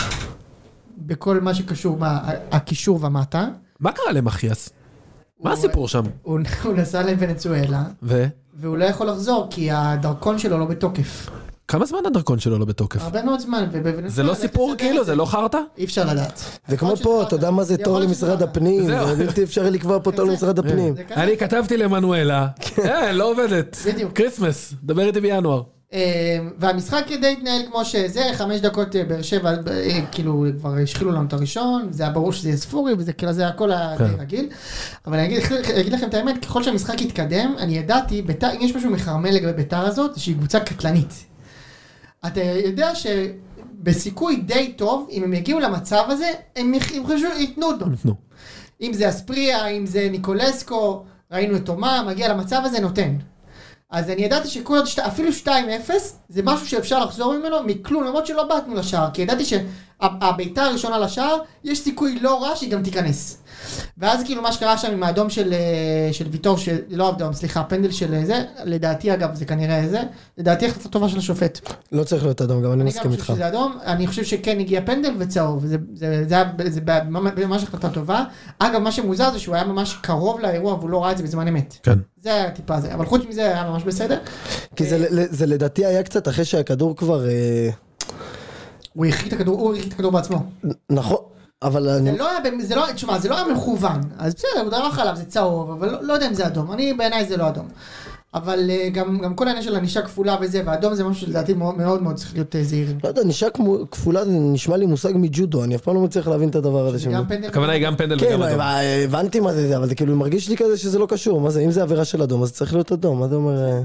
בכל מה שקשור הקישור ומטה. מה קרה למחיאס? מה הסיפור שם? הוא נסע לוונצואלה, והוא לא יכול לחזור, כי הדרכון שלו לא בתוקף. כמה זמן הדרכון שלו לא בתוקף? הרבה מאוד זמן. זה לא סיפור כאילו? זה לא חרטה? אי אפשר לדעת. זה כמו פה, אתה יודע מה זה תור למשרד הפנים? זה בלתי אפשרי לקבוע פה תור למשרד הפנים. אני כתבתי למנואלה, לא עובדת. בדיוק. קריסמס, דבר איתי בינואר. והמשחק די התנהל כמו שזה, 5 דקות באר שבע, כאילו כבר השחילו לנו את הראשון, זה היה ברור שזה יהיה ספורי, וזה כאילו זה הכל הרגיל. אבל אני אגיד לכם את האמת, ככל שהמשחק יתקדם, אני ידעתי, אם יש משהו מחרמל לגבי ביתר הזאת, שהיא קבוצה קטלנית. אתה יודע שבסיכוי די טוב, אם הם יגיעו למצב הזה, הם ייתנו אותו. אם זה אספריה, אם זה ניקולסקו, ראינו את תומה, מגיע למצב הזה, נותן. אז אני ידעתי אפילו 2-0, זה משהו שאפשר לחזור ממנו מכלום, למרות שלא באתנו לשער, כי ידעתי שהביתה הראשונה לשער, יש סיכוי לא רע שהיא גם תיכנס. ואז כאילו מה שקרה שם עם האדום של ויטור, לא אדום, סליחה, הפנדל של זה, לדעתי אגב זה כנראה זה, לדעתי החלטה טובה של השופט. לא צריך להיות אדום, גם אני מסכים איתך. אני גם חושב שזה אדום, אני חושב שכן הגיע פנדל וצהוב, זה ממש החלטה טובה. אגב, מה שמוזר זה שהוא היה ממש קרוב לאירוע, והוא לא ראה את זה בזמן אמת. כן. זה היה טיפה זה, אבל חוץ מזה היה ממש בסדר. כי זה לדעתי היה קצת אחרי שהכדור כבר... הוא הרחיק את הכדור בעצמו. נכון. אבל זה לא היה מכוון, אז בסדר, הוא דרך עליו, זה צהוב, אבל לא יודע אם זה אדום, בעיניי זה לא אדום. אבל גם כל העניין של ענישה כפולה וזה, ואדום זה משהו שלדעתי מאוד מאוד צריך להיות זהירים. לא יודע, ענישה כפולה נשמע לי מושג מג'ודו, אני אף פעם לא מצליח להבין את הדבר הזה. הכוונה היא גם פנדל וגם אדום. כן, הבנתי מה זה, אבל זה כאילו מרגיש לי כזה שזה לא קשור, מה זה, אם זה עבירה של אדום, אז צריך להיות אדום, מה זה אומר...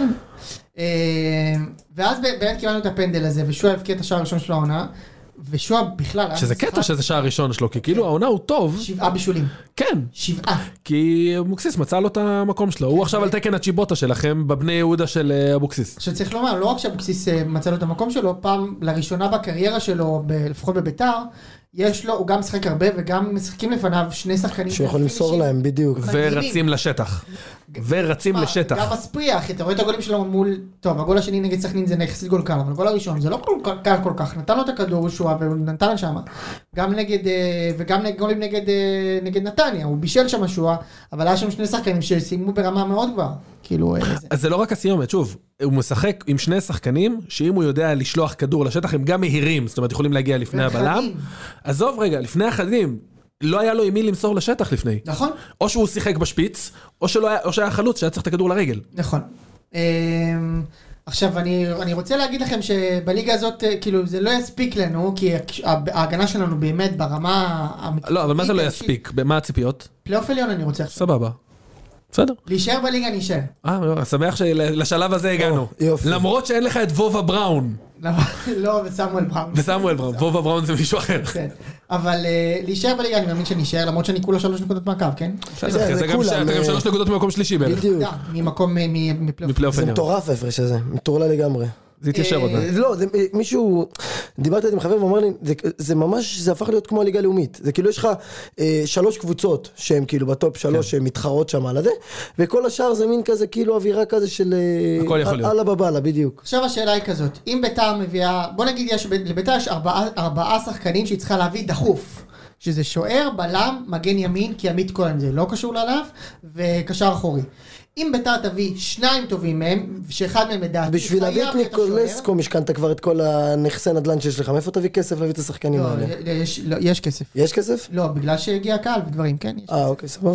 ואז באמת קיבלנו את הפנדל הזה, ושועה הבקיע את השער הראשון של העונה, ושועה בכלל... שזה קטע שזה שער ראשון שלו, כי כאילו העונה הוא טוב. 7 בישולים. כן. 7. כי אבוקסיס מצא לו את המקום שלו, הוא עכשיו על תקן הצ'יבוטה שלכם בבני יהודה של אבוקסיס. שצריך לומר, לא רק שאבוקסיס מצא לו את המקום שלו, פעם לראשונה בקריירה שלו, לפחות בביתר, יש לו, הוא גם משחק הרבה וגם משחקים לפניו 2 שחקנים שיכול למסור להם, בדיוק. ורצים לשטח. גם מספריח, אתה רואה את הגולים שלו מול, טוב, הגול השני נגד סכנין זה יחסית גול קל, אבל הגול הראשון זה לא קל כל כך, נתן לו את הכדור שועה והוא נתן שם, גם נגד, וגם גולים נגד נתניה, הוא בישל שם שועה, אבל היה שם 2 שחקנים שסיימו ברמה מאוד גבוהה, כאילו... אז זה לא רק הסיומת, שוב, הוא משחק עם 2 שחקנים, שאם הוא יודע לשלוח כדור לשטח, הם גם מהירים, זאת אומרת, יכולים להגיע לפני הבלם. עזוב רגע, לפני החדים, לא היה לו עם מי למסור לשטח לפני. נכון. או שהוא שיחק בשפיץ, או שהיה חלוץ שהיה צריך את הכדור לרגל. נכון. עכשיו, אני רוצה להגיד לכם שבליגה הזאת, כאילו, זה לא יספיק לנו, כי ההגנה שלנו באמת ברמה... לא, אבל מה זה לא יספיק? במה הציפיות? פלייאוף עליון אני רוצה. סבבה. בסדר. להישאר בליגה נשאר. שמח שלשלב הזה הגענו. למרות שאין לך את וובה בראון. לא, וסמואל בראון. וסמואל בראון, וובה בראון זה מישהו אחר. כן, אבל להישאר בליגה אני מאמין שנשאר, למרות שאני כולה 3 נקודות מעקב, כן? אתה גם 3 נקודות ממקום שלישי בערך. בדיוק. ממקום מפלייאוף. זה מטורף ההפרש הזה, מטורלה לגמרי. זה התיישר עוד. לא, מישהו, דיברתי עם חבר ואומר לי, זה ממש, זה הפך להיות כמו הליגה הלאומית. זה כאילו יש לך 3 קבוצות שהן כאילו בטופ 3 שהן מתחרות שם על זה, וכל השאר זה מין כזה כאילו אווירה כזה של אללה בבאללה, בדיוק. עכשיו השאלה היא כזאת, אם ביתר מביאה, בוא נגיד לביתר יש 4 שחקנים שהיא צריכה להביא דחוף. שזה שוער, בלם, מגן ימין, כי עמית כהן זה לא קשור לענף, וקשר אחורי. אם ביתר תביא 2 טובים מהם, שאחד מהם לדעתי בשביל להביא את ניקולסקו משכנת כבר את כל הנכסי נדל"ן שיש לך, מאיפה תביא כסף להביא את השחקנים האלה? לא, יש כסף. יש כסף? לא, בגלל שהגיע הקהל ודברים, כן. אוקיי, סבבה.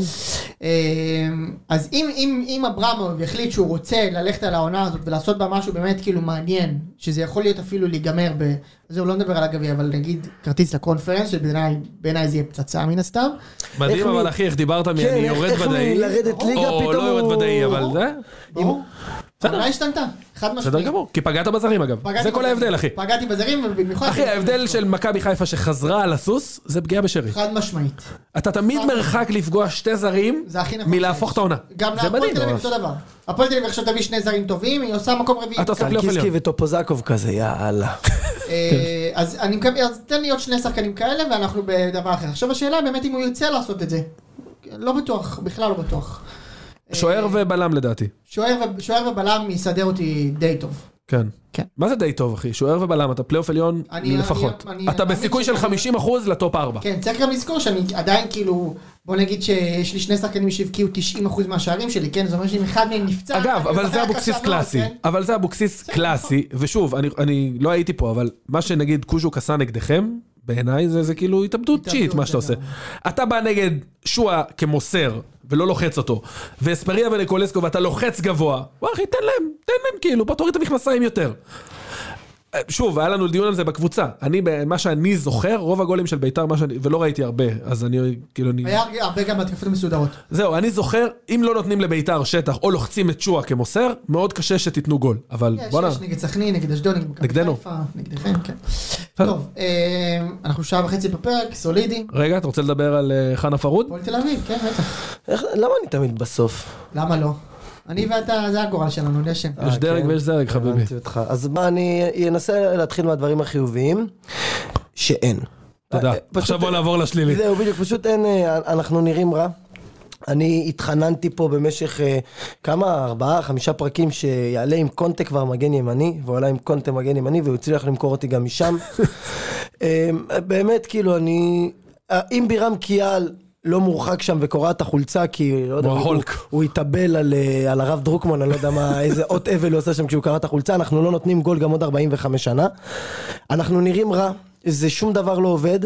אז אם אברמוב יחליט שהוא רוצה ללכת על העונה הזאת ולעשות בה משהו באמת כאילו מעניין, שזה יכול להיות אפילו להיגמר זהו, לא נדבר על הגביע, אבל נגיד כרטיס לקונפרנס, שבעיניי זה יהיה פצצה מן הסתם. מדהים, אבל אחי, איך דיברת אני יורד ודאי, או לא יורד ודאי, אבל זה... אולי השתנתה, חד משמעית. בסדר גמור, כי פגעת בזרים אגב, זה כל ההבדל אחי. פגעתי בזרים, ובמיוחד... אחי, ההבדל של מכבי חיפה שחזרה על הסוס, זה פגיעה בשרי. חד משמעית. אתה תמיד מרחק לפגוע 2 זרים, מלהפוך את העונה. גם להפועל תל אביב אותו דבר. הפועל תל אביב עכשיו תביא 2 זרים טובים, היא עושה מקום רביעי. סרקיסקי וטופוזקוב כזה, יאללה. אז תן לי עוד 2 שחקנים כאלה, ואנחנו בדבר אחר. עכשיו השאלה באמת אם הוא ירצה לעשות את זה. לא בטוח, בכלל לא בטוח. שוער ובלם לדעתי. שוער ובלם יסדר אותי די טוב. כן. כן. מה זה די טוב אחי? שוער ובלם, אתה פלייאוף עליון לפחות. אתה בסיכוי של 50% לטופ 4. כן, צריך גם לזכור שאני עדיין כאילו, בוא נגיד שיש לי 2 שחקנים שהבקיעו 90% מהשערים שלי, כן? זאת אומרת שאם אחד מהם נפצע... אגב, אבל זה אבוקסיס קלאסי. אבל זה אבוקסיס קלאסי, ושוב, אני לא הייתי פה, אבל מה שנגיד קוז'וק עשה נגדכם, בעיניי זה כאילו התאבדות צ'יט, מה שאתה עושה. אתה בא נגד שואה כמוסר, ולא לוחץ אותו, ואספריה וניקולסקו, ואתה לוחץ גבוה, אחי, תן להם כאילו, בוא תוריד את המכנסיים יותר. שוב, היה לנו דיון על זה בקבוצה. מה שאני זוכר, רוב הגולים של ביתר, ולא ראיתי הרבה, אז אני כאילו... היה הרבה גם בהתקפות מסודרות. זהו, אני זוכר, אם לא נותנים לביתר שטח, או לוחצים את שואה כמוסר, מאוד קשה שתיתנו גול. אבל בוא יש נגד סכנין, נגד אשדוד, נגדנו. נגדכם, כן. טוב, אנחנו 1.5 שעה בפרק, סולידי. רגע, אתה רוצה לדבר על חנה פרוד? הפועל תל אביב, כן, בטח. למה אני תמיד בסוף? למה לא? אני ואתה, זה הגורל שלנו, נשם. יש דרג ויש זרג, חביבי. אז אני אנסה להתחיל מהדברים החיוביים, שאין. תודה. עכשיו בוא נעבור לשלילי. זהו, בדיוק, פשוט אין, אנחנו נראים רע. אני התחננתי פה במשך כמה, 4-5 פרקים שיעלה עם קונטה כבר מגן ימני, ועולה עם קונטה מגן ימני, והוא הצליח למכור אותי גם משם. באמת, כאילו, אם בירם קיאל לא מורחק שם וקורא את החולצה, כי לא יודע, הוא יתאבל על הרב דרוקמן, אני לא יודע מה, איזה אות אבל הוא עושה שם כשהוא קרא את החולצה, אנחנו לא נותנים גול גם עוד 45 שנה. אנחנו נראים רע, זה שום דבר לא עובד.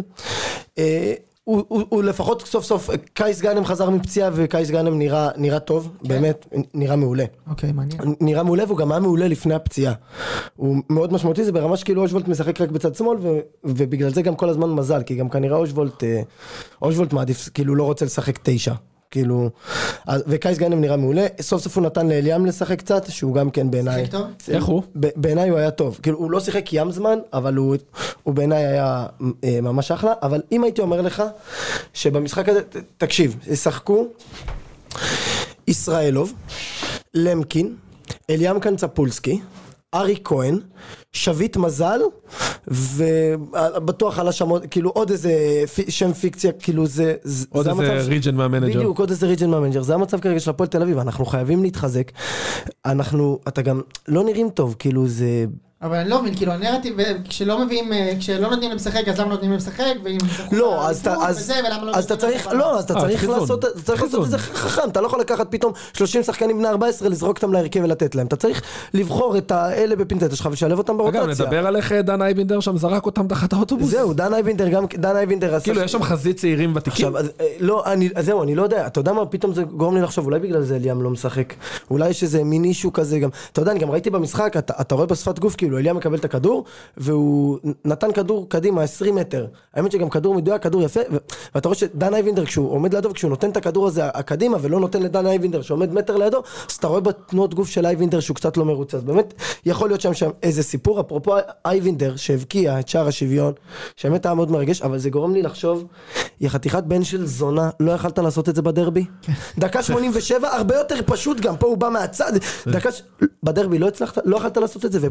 הוא לפחות סוף סוף, קייס גאנם חזר מפציעה, וקייס גאנם נראה טוב, באמת, נראה מעולה. אוקיי, מעניין. נראה מעולה, והוא גם היה מעולה לפני הפציעה. הוא מאוד משמעותי, זה ברמה שכאילו אושוולט משחק רק בצד שמאל, ובגלל זה גם כל הזמן מזל, כי גם כנראה אושוולט מעדיף, כאילו לא רוצה לשחק 9. כאילו, וקייס גאנם נראה מעולה, סוף סוף הוא נתן לאליאם לשחק קצת, שהוא גם כן בעיניי... שיחק טוב? איך הוא? בעיניי הוא היה טוב, כאילו הוא לא שיחק ים זמן, אבל הוא בעיניי היה ממש אחלה, אבל אם הייתי אומר לך, שבמשחק הזה, תקשיב, ישחקו ישראלוב, למקין, אליאם קנצפולסקי, ארי כהן, שביט מזל, ובטוח על השמות, כאילו עוד איזה שם פיקציה, כאילו זה... עוד איזה ריג'ן מהמנג'ר. בדיוק, עוד איזה ריג'ן מהמנג'ר. זה המצב כרגע של הפועל תל אביב, אנחנו חייבים להתחזק. אתה גם לא נראים טוב, כאילו זה... אבל אני לא מבין, כאילו הנרטיב, כשלא מביאים, כשלא נותנים לשחק, אז למה נותנים לשחק, ואם... לא, אז אתה צריך, לא, אז אתה צריך לעשות את זה חכם, אתה לא יכול לקחת פתאום 30 שחקנים בני 14, לזרוק אותם להרכב ולתת להם, אתה צריך לבחור את האלה בפינצטה שלך ושלב אותם ברוטציה. אגב, נדבר על איך דן אייבינדר שם זרק אותם תחת האוטובוס. זהו, דן אייבינדר... כאילו, יש שם חזית צעירים ותיקים. לא, זהו, אני לא יודע, אתה יודע מה, פתאום זה גורם לי לחשוב, אולי בגלל זה אליאם לא משחק, אולי יש איזה מין אישו כזה גם, אתה יודע, אני גם ראיתי במשחק, אתה רואה בשפת גוף, כאילו, אליאם מקבל את הכדור, והוא נתן כדור קדימה 20 מטר, האמת שגם כדור מדויק, כדור יפה, ואתה רואה שדן אייבינדר, כשהוא עומד לידו, כשהוא נותן את הכדור הזה הקדימה, ולא נותן לדן אייבינדר, שעומד מטר לידו, אז אתה רואה בתנועות גוף של אייבינדר, שהוא קצת לא מרוצה, אז באמת, יכול להיות שם איזה סיפור, אפרופו אייבינדר, שהבקיע את שער השוויון, שבאמת היה מאוד מרגש, אבל זה גורם לי לחשוב, היא חתיכת בן של זונה, לא יכלת לעשות את זה בדרבי? דקה 87, הרבה יותר פשוט גם, פה הוא בא מהצד, בדרבי לא יכלת לעשות את זה, ופה כן,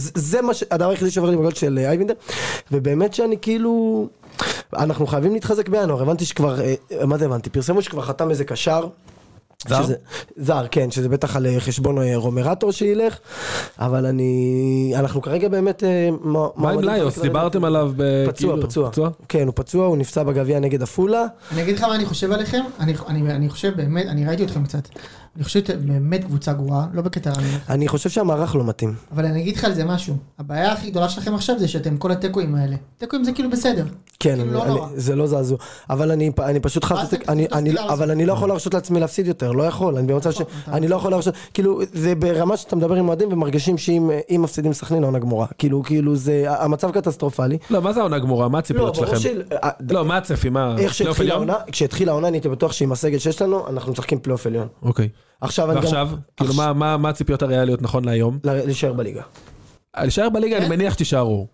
זה הדבר היחידי שעובר לי בגול של אייבינדר, ובאמת שאני כאילו, אנחנו חייבים להתחזק בינואר, הבנתי שכבר, מה זה הבנתי? פרסמו שכבר חתם איזה קשר, זר, כן, שזה בטח על חשבון רומרטור שילך, אבל אנחנו כרגע באמת... מה עם ליוס? דיברתם עליו פצוע. כן, הוא פצוע, הוא נפצע בגביע נגד אפולה. אני אגיד לך מה אני חושב עליכם, אני חושב באמת, אני ראיתי אתכם קצת, אני חושב באמת קבוצה גרועה, לא בקטע רעיון. אני חושב שהמערך לא מתאים. אבל אני אגיד לך על זה משהו, הבעיה הכי גדולה שלכם עכשיו זה שאתם כל הטקואים האלה. טקואים זה כאילו בסדר. כן, זה לא זעזוע. אבל אני פשוט אבל אני לא יכול להרשות לעצמי להפסיד יותר, לא יכול. אני לא יכול להרשות, כאילו, זה ברמה שאתה מדבר עם מועדים ומרגישים שאם מפסידים סכנין, העונה גמורה. כאילו, זה המצב קטסטרופלי. לא, מה זה העונה גמורה? מה הציפיות שלכם? לא, מה הצפי? כשהתחילה העונה, אני הייתי בטוח שעם הסגל שיש לנו, אנחנו משחקים פלייאוף עליון. אוקיי. ועכשיו, כאילו, מה הציפיות הריאליות נכון להיום? להישאר בליגה. להישאר בליגה, אני מניח תישארו.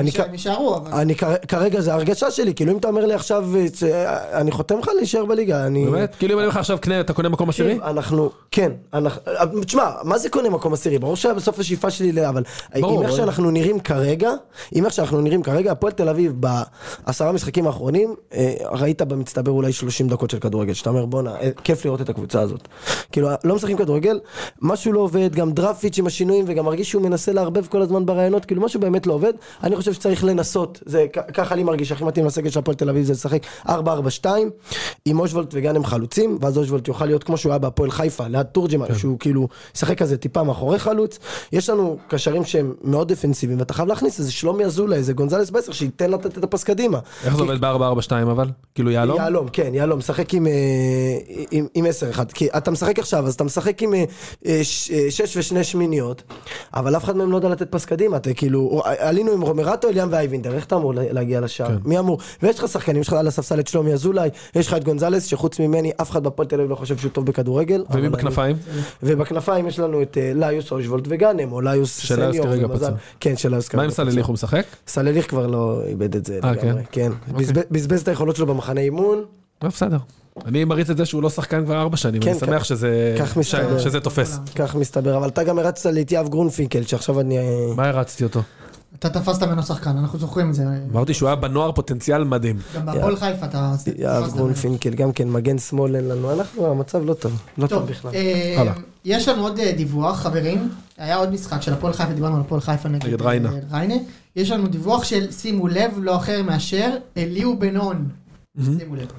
כרגע זה הרגשה שלי, כאילו אם אתה אומר לי עכשיו, אני חותם לך להישאר בליגה, באמת? כאילו אם אני אומר לך עכשיו, אתה קונה מקום עשירי? כן, תשמע, מה זה קונה מקום עשירי? ברור שבסוף השאיפה שלי, אבל אם איך שאנחנו נראים כרגע, הפועל תל אביב ב10 משחקים האחרונים, ראית במצטבר אולי 30 דקות של כדורגל, שאתה אומר בונה, כיף לראות את הקבוצה הזאת. כאילו, לא משחקים כדורגל, משהו לא עובד, גם דרפיץ' עם השינויים, וגם מרגיש שהוא מנסה לערבב כל הזמן ברעיונות, כאילו משהו באמת לא עובד. אני חושב שצריך לנסות, ככה אני מרגיש, הכי מתאים לסגל של הפועל תל אביב, זה לשחק 4-4-2, עם אושוולט וגן הם חלוצים, ואז אושוולט יוכל להיות כמו שהוא היה בהפועל חיפה, ליד תורג'מן, שהוא כאילו, שחק כזה טיפה מאחורי חלוץ, יש לנו קשרים שהם מאוד דפנסיביים, ואתה חייב להכניס איזה שלומי אזולה, איזה גונזלס בסר, שייתן לתת את הפס קדימה. איך זה עובד ב-4-4-2 אבל? כאילו יעלום? יעלום, כן, יעלום, משחק עם 10-1, כי אתה משחק עכשיו, אז אתה משחק עם 6 ו2 שמיניות, אבל אף אחד מהם לא יודע לתת פס קדימה, אתה כאילו, עלינו עם רומרטו, אליאם ואייבינדר, איך אתה אמור להגיע לשער? מי אמור? ויש לך שחקנים, יש לך על הספסל את שלומי אזולאי, יש לך את גונזלס, שחוץ ממני, אף אחד בפועל תל אביב לא חושב שהוא טוב בכדורגל. ומי בכנפיים? ובכנפיים יש לנו את ליוס אושוולט וגאנם, או ליוס סניור. כן, של ליוס כרגע. מה עם סלליך, הוא משחק? סלליך כבר לא איבד את זה לגמרי. כן. בזבז את היכולות שלו במחנה אימון. לא, בסדר. אני מריץ את זה שהוא לא שחקן כבר 4 שנים, אני שמח שזה תופס. כך מסתבר, אבל אתה גם הרצת לי את יאב גרונפינקל, שעכשיו אני... מה הרצתי אותו? אתה תפסת ממנו שחקן, אנחנו זוכרים את זה. אמרתי שהוא היה בנוער פוטנציאל מדהים. גם בהפועל חיפה אתה... יאב גרונפינקל, גם כן, מגן שמאל אין לנו, המצב לא טוב, לא טוב בכלל. יש לנו עוד דיווח, חברים, היה עוד משחק של הפועל חיפה, דיברנו על הפועל חיפה נגד ריינה. יש לנו דיווח של, שימו לב, לא אחר מאשר, אליהו בן-און. שימו לב.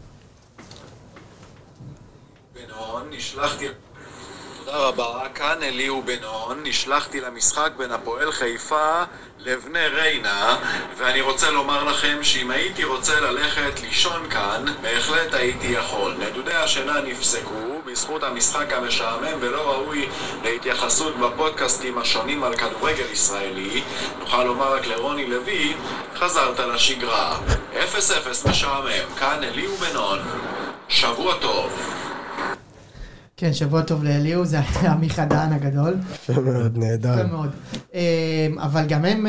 בן-און, נשלחתי... תודה רבה, כאן אליהו בן-און, נשלחתי למשחק בין הפועל חיפה לבני ריינה, ואני רוצה לומר לכם שאם הייתי רוצה ללכת לישון כאן, בהחלט הייתי יכול. נדודי השינה נפסקו בזכות המשחק המשעמם ולא ראוי להתייחסות בפודקאסטים השונים על כדורגל ישראלי. נוכל לומר רק לרוני לוי, חזרת לשגרה. 0-0 משעמם, כאן אליהו בן-און. שבוע טוב. כן, שבוע טוב לאליהו, זה היה מיכה דהן הגדול. מאוד נהדר. מאוד. אבל גם הם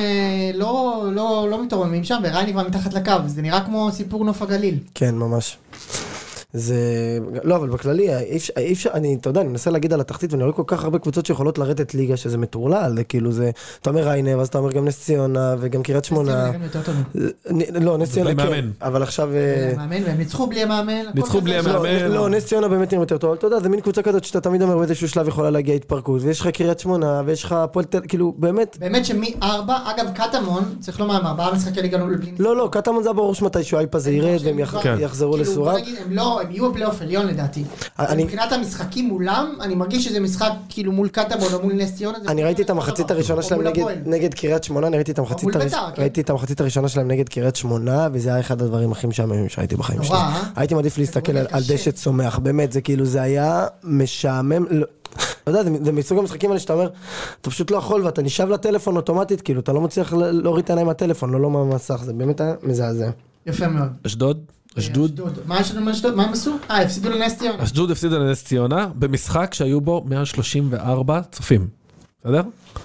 לא מתעורמים שם, וריינה כבר מתחת לקו, זה נראה כמו סיפור נוף הגליל. כן, ממש. זה, לא, אבל בכללי, אי אפשר, אתה יודע, אני מנסה להגיד על התחתית, ואני רואה כל כך הרבה קבוצות שיכולות לרדת ליגה, שזה מטורלל, כאילו זה, אתה אומר ריינה, ואז אתה אומר גם נס ציונה, וגם קריית שמונה. לא, נס ציונה כן, אבל עכשיו... מאמן, והם ניצחו בלי המאמן. ניצחו בלי המאמן. לא, נס ציונה באמת נראים יותר טוב, אבל אתה יודע, זה מין קבוצה כזאת שאתה תמיד אומר באיזשהו שלב יכולה להגיע התפרקות, ויש לך קריית שמונה, ויש לך הפועל תל, כאילו, באמת. באמת שמ-4, אגב, קטמון, צריך לומר, 4 משחקי ליגה בלי. לא, קטמון זה ברור שמתישהו היפה זה ירד, והם יחזרו לסורה. הם יהיו בפלייאוף עליון לדעתי. מבחינת המשחקים מולם, אני מרגיש שזה משחק כאילו מול קטמון או מול נס ציונה. אני ראיתי את המחצית הראשונה שלהם נגד קריית שמונה, ראיתי את המחצית הראשונה שלהם נגד קריית שמונה, וזה היה אחד הדברים הכי משעממים שהייתי בחיים שלי. הייתי מעדיף להסתכל על דשא צומח, באמת, זה כאילו, זה היה משעמם. אתה יודע, זה מסוג המשחקים האלה שאתה אומר, אתה פשוט לא יכול ואתה נשאב לטלפון אוטומטית, כאילו, אתה לא מצליח להוריד את העיניים מהטלפון, לא מהמסך, זה באמת היה מזעזע. יפה מאוד. אשדוד? מה יש לנו מאשדוד? מה הם עשו? הפסידו לנס ציונה. אשדוד הפסידו לנס ציונה, במשחק שהיו בו 134 צופים. בסדר?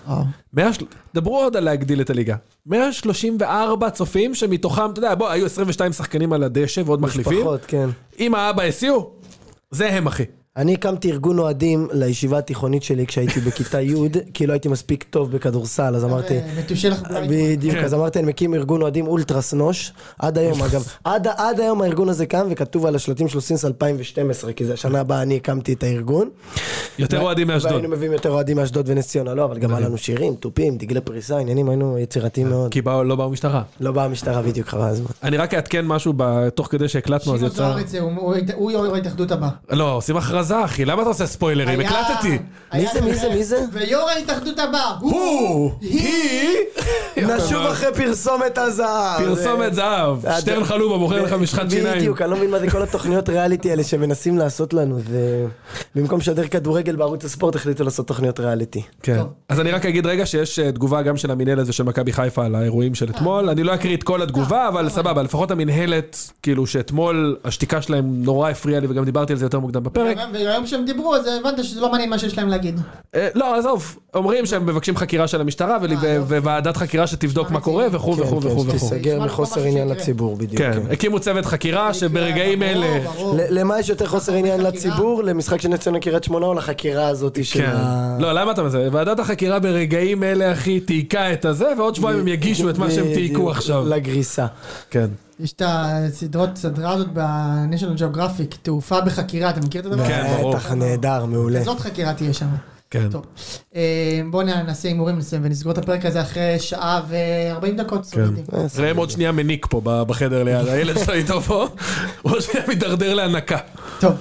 דברו עוד על להגדיל את הליגה. 134 צופים שמתוכם, אתה יודע, היו 22 שחקנים על הדשא ועוד מחליפים. משפחות, כן. אם האבא הסיעו, זה הם אחי. אני הקמתי ארגון אוהדים לישיבה התיכונית שלי כשהייתי בכיתה י' כי לא הייתי מספיק טוב בכדורסל, אז אמרתי... מתושל לך בלייק. בדיוק, אז אמרתי, אני מקים ארגון אוהדים אולטרס נוש, עד היום אגב, עד היום הארגון הזה קם וכתוב על השלטים שלו סינס 2012, כי זה השנה הבאה אני הקמתי את הארגון. יותר אוהדים מאשדוד. והיינו מביאים יותר אוהדים מאשדוד ונס ציונה, לא, אבל גם היה לנו שירים, טופים, דגלי פריסה, עניינים, היינו יצירתיים מאוד. כי לא באו משטרה. לא באה המשטרה בדיוק חבל הזמן. אני רק אעדכן משהו תוך כדי שהקלטנו, אז יצא... הוא יו"ר ההתאחדות הבא. לא, עושים הכרזה, אחי, למה אתה עושה ספוילרים? הקלטתי. מי זה? ויו"ר ההתאחדות הבא, היא, נשוב אחרי פרסומת הזהב. פרסומת זהב, שטרן חלובה, מוכר לך משחת שיניים. בדיוק, אני לא מבין מה זה כל התוכניות ריאליטי האלה שמנסים לעשות לנו, במקום שדר כדורגל בערוץ הספורט החליטו לעשות תוכניות ריאליטי. כן, אז אני רק אגיד רגע שיש תגובה גם של המנהלת ושל מכבי חיפה על האירועים של אתמול, אני לא אקריא את כל התגובה, אבל סבבה, לפחות המנהלת, כאילו שאתמול השתיקה שלהם נורא הפריעה לי, וגם דיברתי על זה יותר מוקדם בפרק. והיום שהם דיברו, אז הבנת שזה לא מעניין מה שיש להם להגיד. לא, עזוב, אומרים שהם מבקשים חקירה של המשטרה, וועדת חקירה שתבדוק מה קורה, וכו' וכו' וכו'. תיסגר מחוסר עניין לציבור, בדיוק. כן, הקימו צוות חקירה שברגעים אלה... למה יש יותר חוסר עניין לציבור? למשחק של נס ציונה קריית שמונה או לחקירה הזאת של ה... לא, למה אתה מזה? ועדת החקירה ברגעים אלה, אחי, תעיקה את הזה, ועוד שבועיים הם יגישו את מה שהם תעיקו עכשיו. לגריסה. כן. יש את הסדרה הזאת ב-National Geographic, תעופה בחקירה, אתה מכיר את הדבר? כן, ברור. בטח, נהדר, מעולה. זאת חקירה תהיה שם. כן. טוב. בואו נעשה הימורים ונסגור את הפרק הזה אחרי שעה ו-40 דקות. ראם עוד שנייה מניק פה בחדר ליד, הילד שלו איתו פה, הוא עוד שנייה מדרדר להנקה. טוב,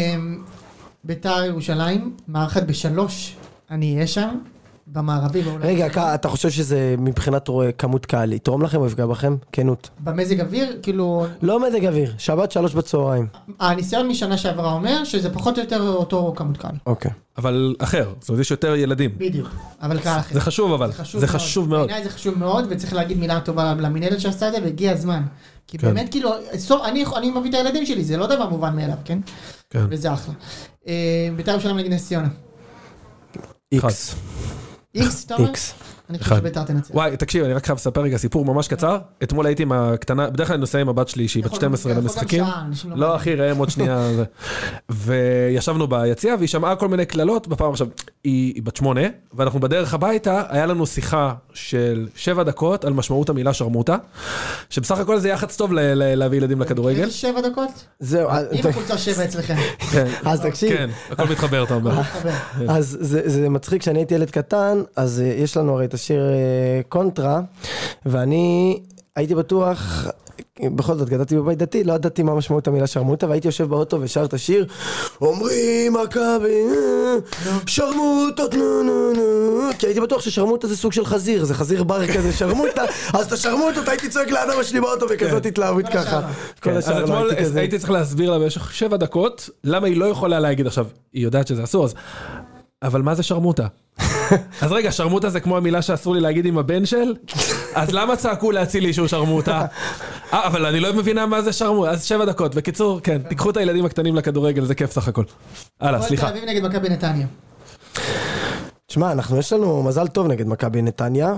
בית"ר ירושלים, מערכת ב3, אני אהיה שם, במערבי. רגע, אתה חושב שזה מבחינת כמות קהל, יתרום לכם או יפגע בכם? כנות. במזג אוויר, כאילו... לא מזג אוויר, שבת 3 בצהריים. הניסיון משנה שעברה אומר שזה פחות או יותר אותו כמות קהל. אוקיי. אבל אחר, זאת אומרת, יש יותר ילדים. בדיוק, אבל קהל אחר. זה חשוב אבל, זה חשוב מאוד. בעיניי זה חשוב מאוד, וצריך להגיד מילה טובה למנהלת שעשתה את זה, והגיע הזמן. כי באמת, כאילו, אני מביא את הילדים שלי, זה לא דבר מובן מאליו, כן? כן. וזה אחלה. בית"ר ירושלים נגד נס ציונה. איקס. איקס, אתה אומר? איקס. אני חושב שבית"ר תנצח. וואי, תקשיב, אני רק חייב לספר רגע סיפור ממש קצר. אתמול הייתי עם הקטנה, בדרך כלל אני נוסע עם הבת שלי, שהיא בת 12 למשחקים. לא, אחי, ראם עוד שנייה. וישבנו ביציאה, והיא שמעה כל מיני כללות, בפעם עכשיו, היא בת 8, ואנחנו בדרך הביתה, היה לנו שיחה של 7 דקות על משמעות המילה שרמוטה, שבסך הכל זה יחץ טוב להביא ילדים לכדורגל. איזה 7 דקות? זהו. אם החולצה 7 אצלכם. אז תקשיב. כן, הכל מתחבר, אתה אומר. אז זה מצחיק, כשאני הייתי ילד קטן, אז יש לנו הרי את השיר קונטרה, ואני הייתי בטוח, בכל זאת גדלתי בבית דתי, לא ידעתי מה משמעות המילה שרמוטה, והייתי יושב באוטו ושר את השיר, אומרים מכבי, שרמוטות, כי הייתי בטוח ששרמוטה זה סוג של חזיר, זה חזיר בר כזה שרמוטה, אז את השרמוטות הייתי צועק לאדם שלי באוטו וכזאת התלהבות ככה. אז אתמול הייתי צריך להסביר לה במשך 7 דקות, למה היא לא יכולה להגיד עכשיו, היא יודעת שזה אסור, אבל מה זה שרמוטה? אז רגע, שרמוטה זה כמו המילה שאסור לי להגיד עם הבן של? אז למה צעקו להציל לי שהוא שרמוטה? אבל אני לא מבינה מה זה שרמוטה, אז 7 דקות. בקיצור, כן, תיקחו את הילדים הקטנים לכדורגל, זה כיף סך הכל. הלאה, סליחה. תל אביב נגד מכבי נתניה. תשמע, יש לנו מזל טוב נגד מכבי נתניה,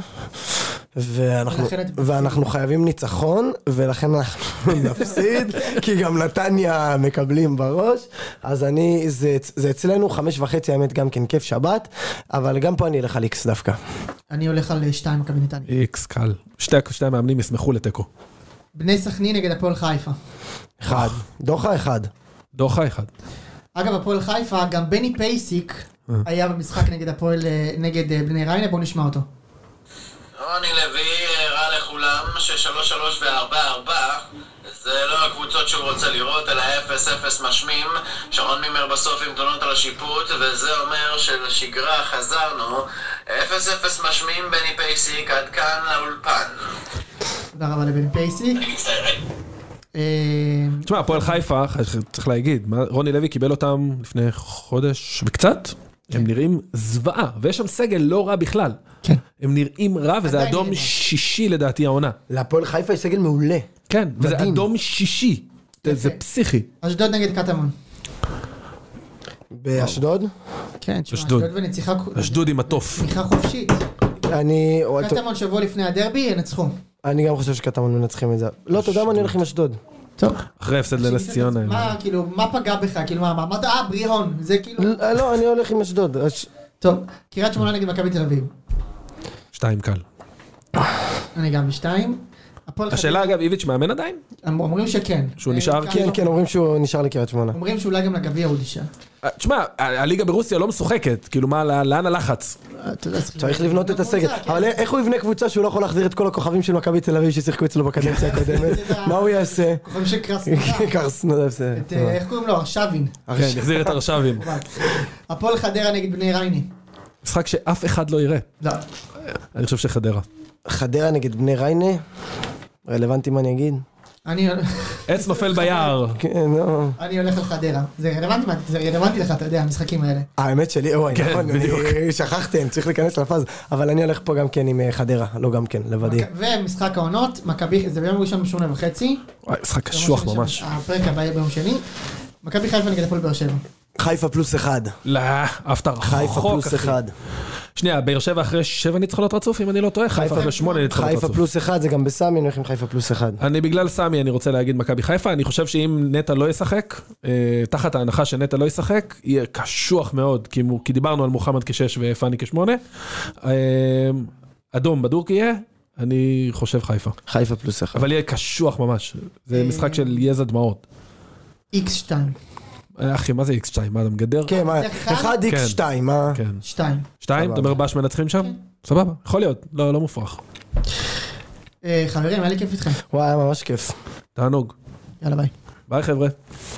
ואנחנו חייבים ניצחון, ולכן אנחנו נפסיד, כי גם נתניה מקבלים בראש, אז זה אצלנו 5.5 האמת גם כן כיף שבת, אבל גם פה אני אלך על איקס דווקא. אני הולך על 2 מכבי נתניה. איקס, קל. שתי המאמנים ישמחו לתיקו. בני סכנין נגד הפועל חיפה. 1. דוחה 1. דוחה 1. אגב, הפועל חיפה, גם בני פייסיק היה במשחק נגד בני ריינה, בואו נשמע אותו. רוני לוי הראה לכולם ש3-3 ו4-4 זה לא הקבוצות שהוא רוצה לראות, אלא 0-0 משמים. שרון מימר בסוף עם תלונות על השיפוט, וזה אומר שלשגרה חזרנו. 0-0 משמים, בני פייסיק, עד כאן לאולפן. תודה רבה לבני פייסיק. תשמע, הפועל חיפה, צריך להגיד, רוני לוי קיבל אותם לפני חודש וקצת, הם נראים זוועה, ויש שם סגל לא רע בכלל. כן. הם נראים רע, וזה אדום 6 לדעתי העונה. להפועל חיפה יש סגל מעולה. כן, וזה אדום 6. זה פסיכי. אשדוד נגד קטמון. באשדוד? כן, אשדוד ונציחה... אשדוד עם הטוף. צמיחה חופשית. קטמון שבוע לפני הדרבי ינצחו. אני גם חושב שקטמון מנצחים את זה. לא, אתה יודע מה, אני הולך עם אשדוד. טוב. אחרי הפסד לנס ציונה. מה, כאילו, מה פגע בך? כאילו, מה, אמרת, בריאון, זה כאילו... לא, אני הולך עם אשדוד. טוב, קריית שמונה נגד מכבי תל אביב. 2 קל. אני גם ב2. השאלה אגב, איביץ' מאמן עדיין? אומרים שכן. שהוא נשאר? כן, אומרים שהוא נשאר לקריית שמונה. אומרים שאולי גם לגביע הוא נשאר. תשמע, הליגה ברוסיה לא משוחקת, כאילו מה, לאן הלחץ? צריך לבנות את הסגל, אבל איך הוא יבנה קבוצה שהוא לא יכול להחזיר את כל הכוכבים של מכבי תל אביב ששיחקו אצלו בקדנציה הקודמת? מה הוא יעשה? כוכבים של קרסנודה. איך קוראים לו? ארשבין. כן, יחזיר את ארשבין. הפועל חדרה נגד בני רייני. משחק שאף אחד לא יראה. לא. אני חושב שחדרה. חדרה נגד בני ריינה? רלוונטי מה אני אגיד? עץ נופל ביער. כן, לא. אני הולך על חדרה. זה רלוונטי לך, אתה יודע, המשחקים האלה. האמת שלי, נכון, שכחתי, אני צריך להיכנס לפאז, אבל אני הולך פה גם כן עם חדרה, לא גם כן, לבדי. ומשחק העונות, מכבי, זה ביום ראשון ב8:30. וואי, משחק קשוח ממש. הפרק הבא יהיה ביום שני. מכבי חיפה נגד הפועל באר שבע. חיפה +1. לא, אהבת רחוק. חיפה +1. שנייה, באר שבע אחרי 7 ניצחונות רצוף, אם אני לא טועה, חיפה ו8 ניצחונות רצוף. חיפה +1, זה גם בסמי, אני הולך עם חיפה +1. אני בגלל סמי, אני רוצה להגיד מכבי חיפה, אני חושב שאם נטע לא ישחק, תחת ההנחה שנטע לא ישחק, יהיה קשוח מאוד, כי דיברנו על מוחמד כ6 ופני כ8. אדום בדוק יהיה, אני חושב חיפה. חיפה +1. אבל יהיה קשוח ממש, זה משחק של יזע דמעות. X2. אחי, מה זה X2? מה, אתה מגדר? כן, 1X2, מה? 2. 2? אתה אומר באש מנצחים שם? סבבה, יכול להיות, לא מופרך. חברים, היה לי כיף איתכם. וואי, ממש כיף. תענוג. יאללה ביי. ביי חבר'ה.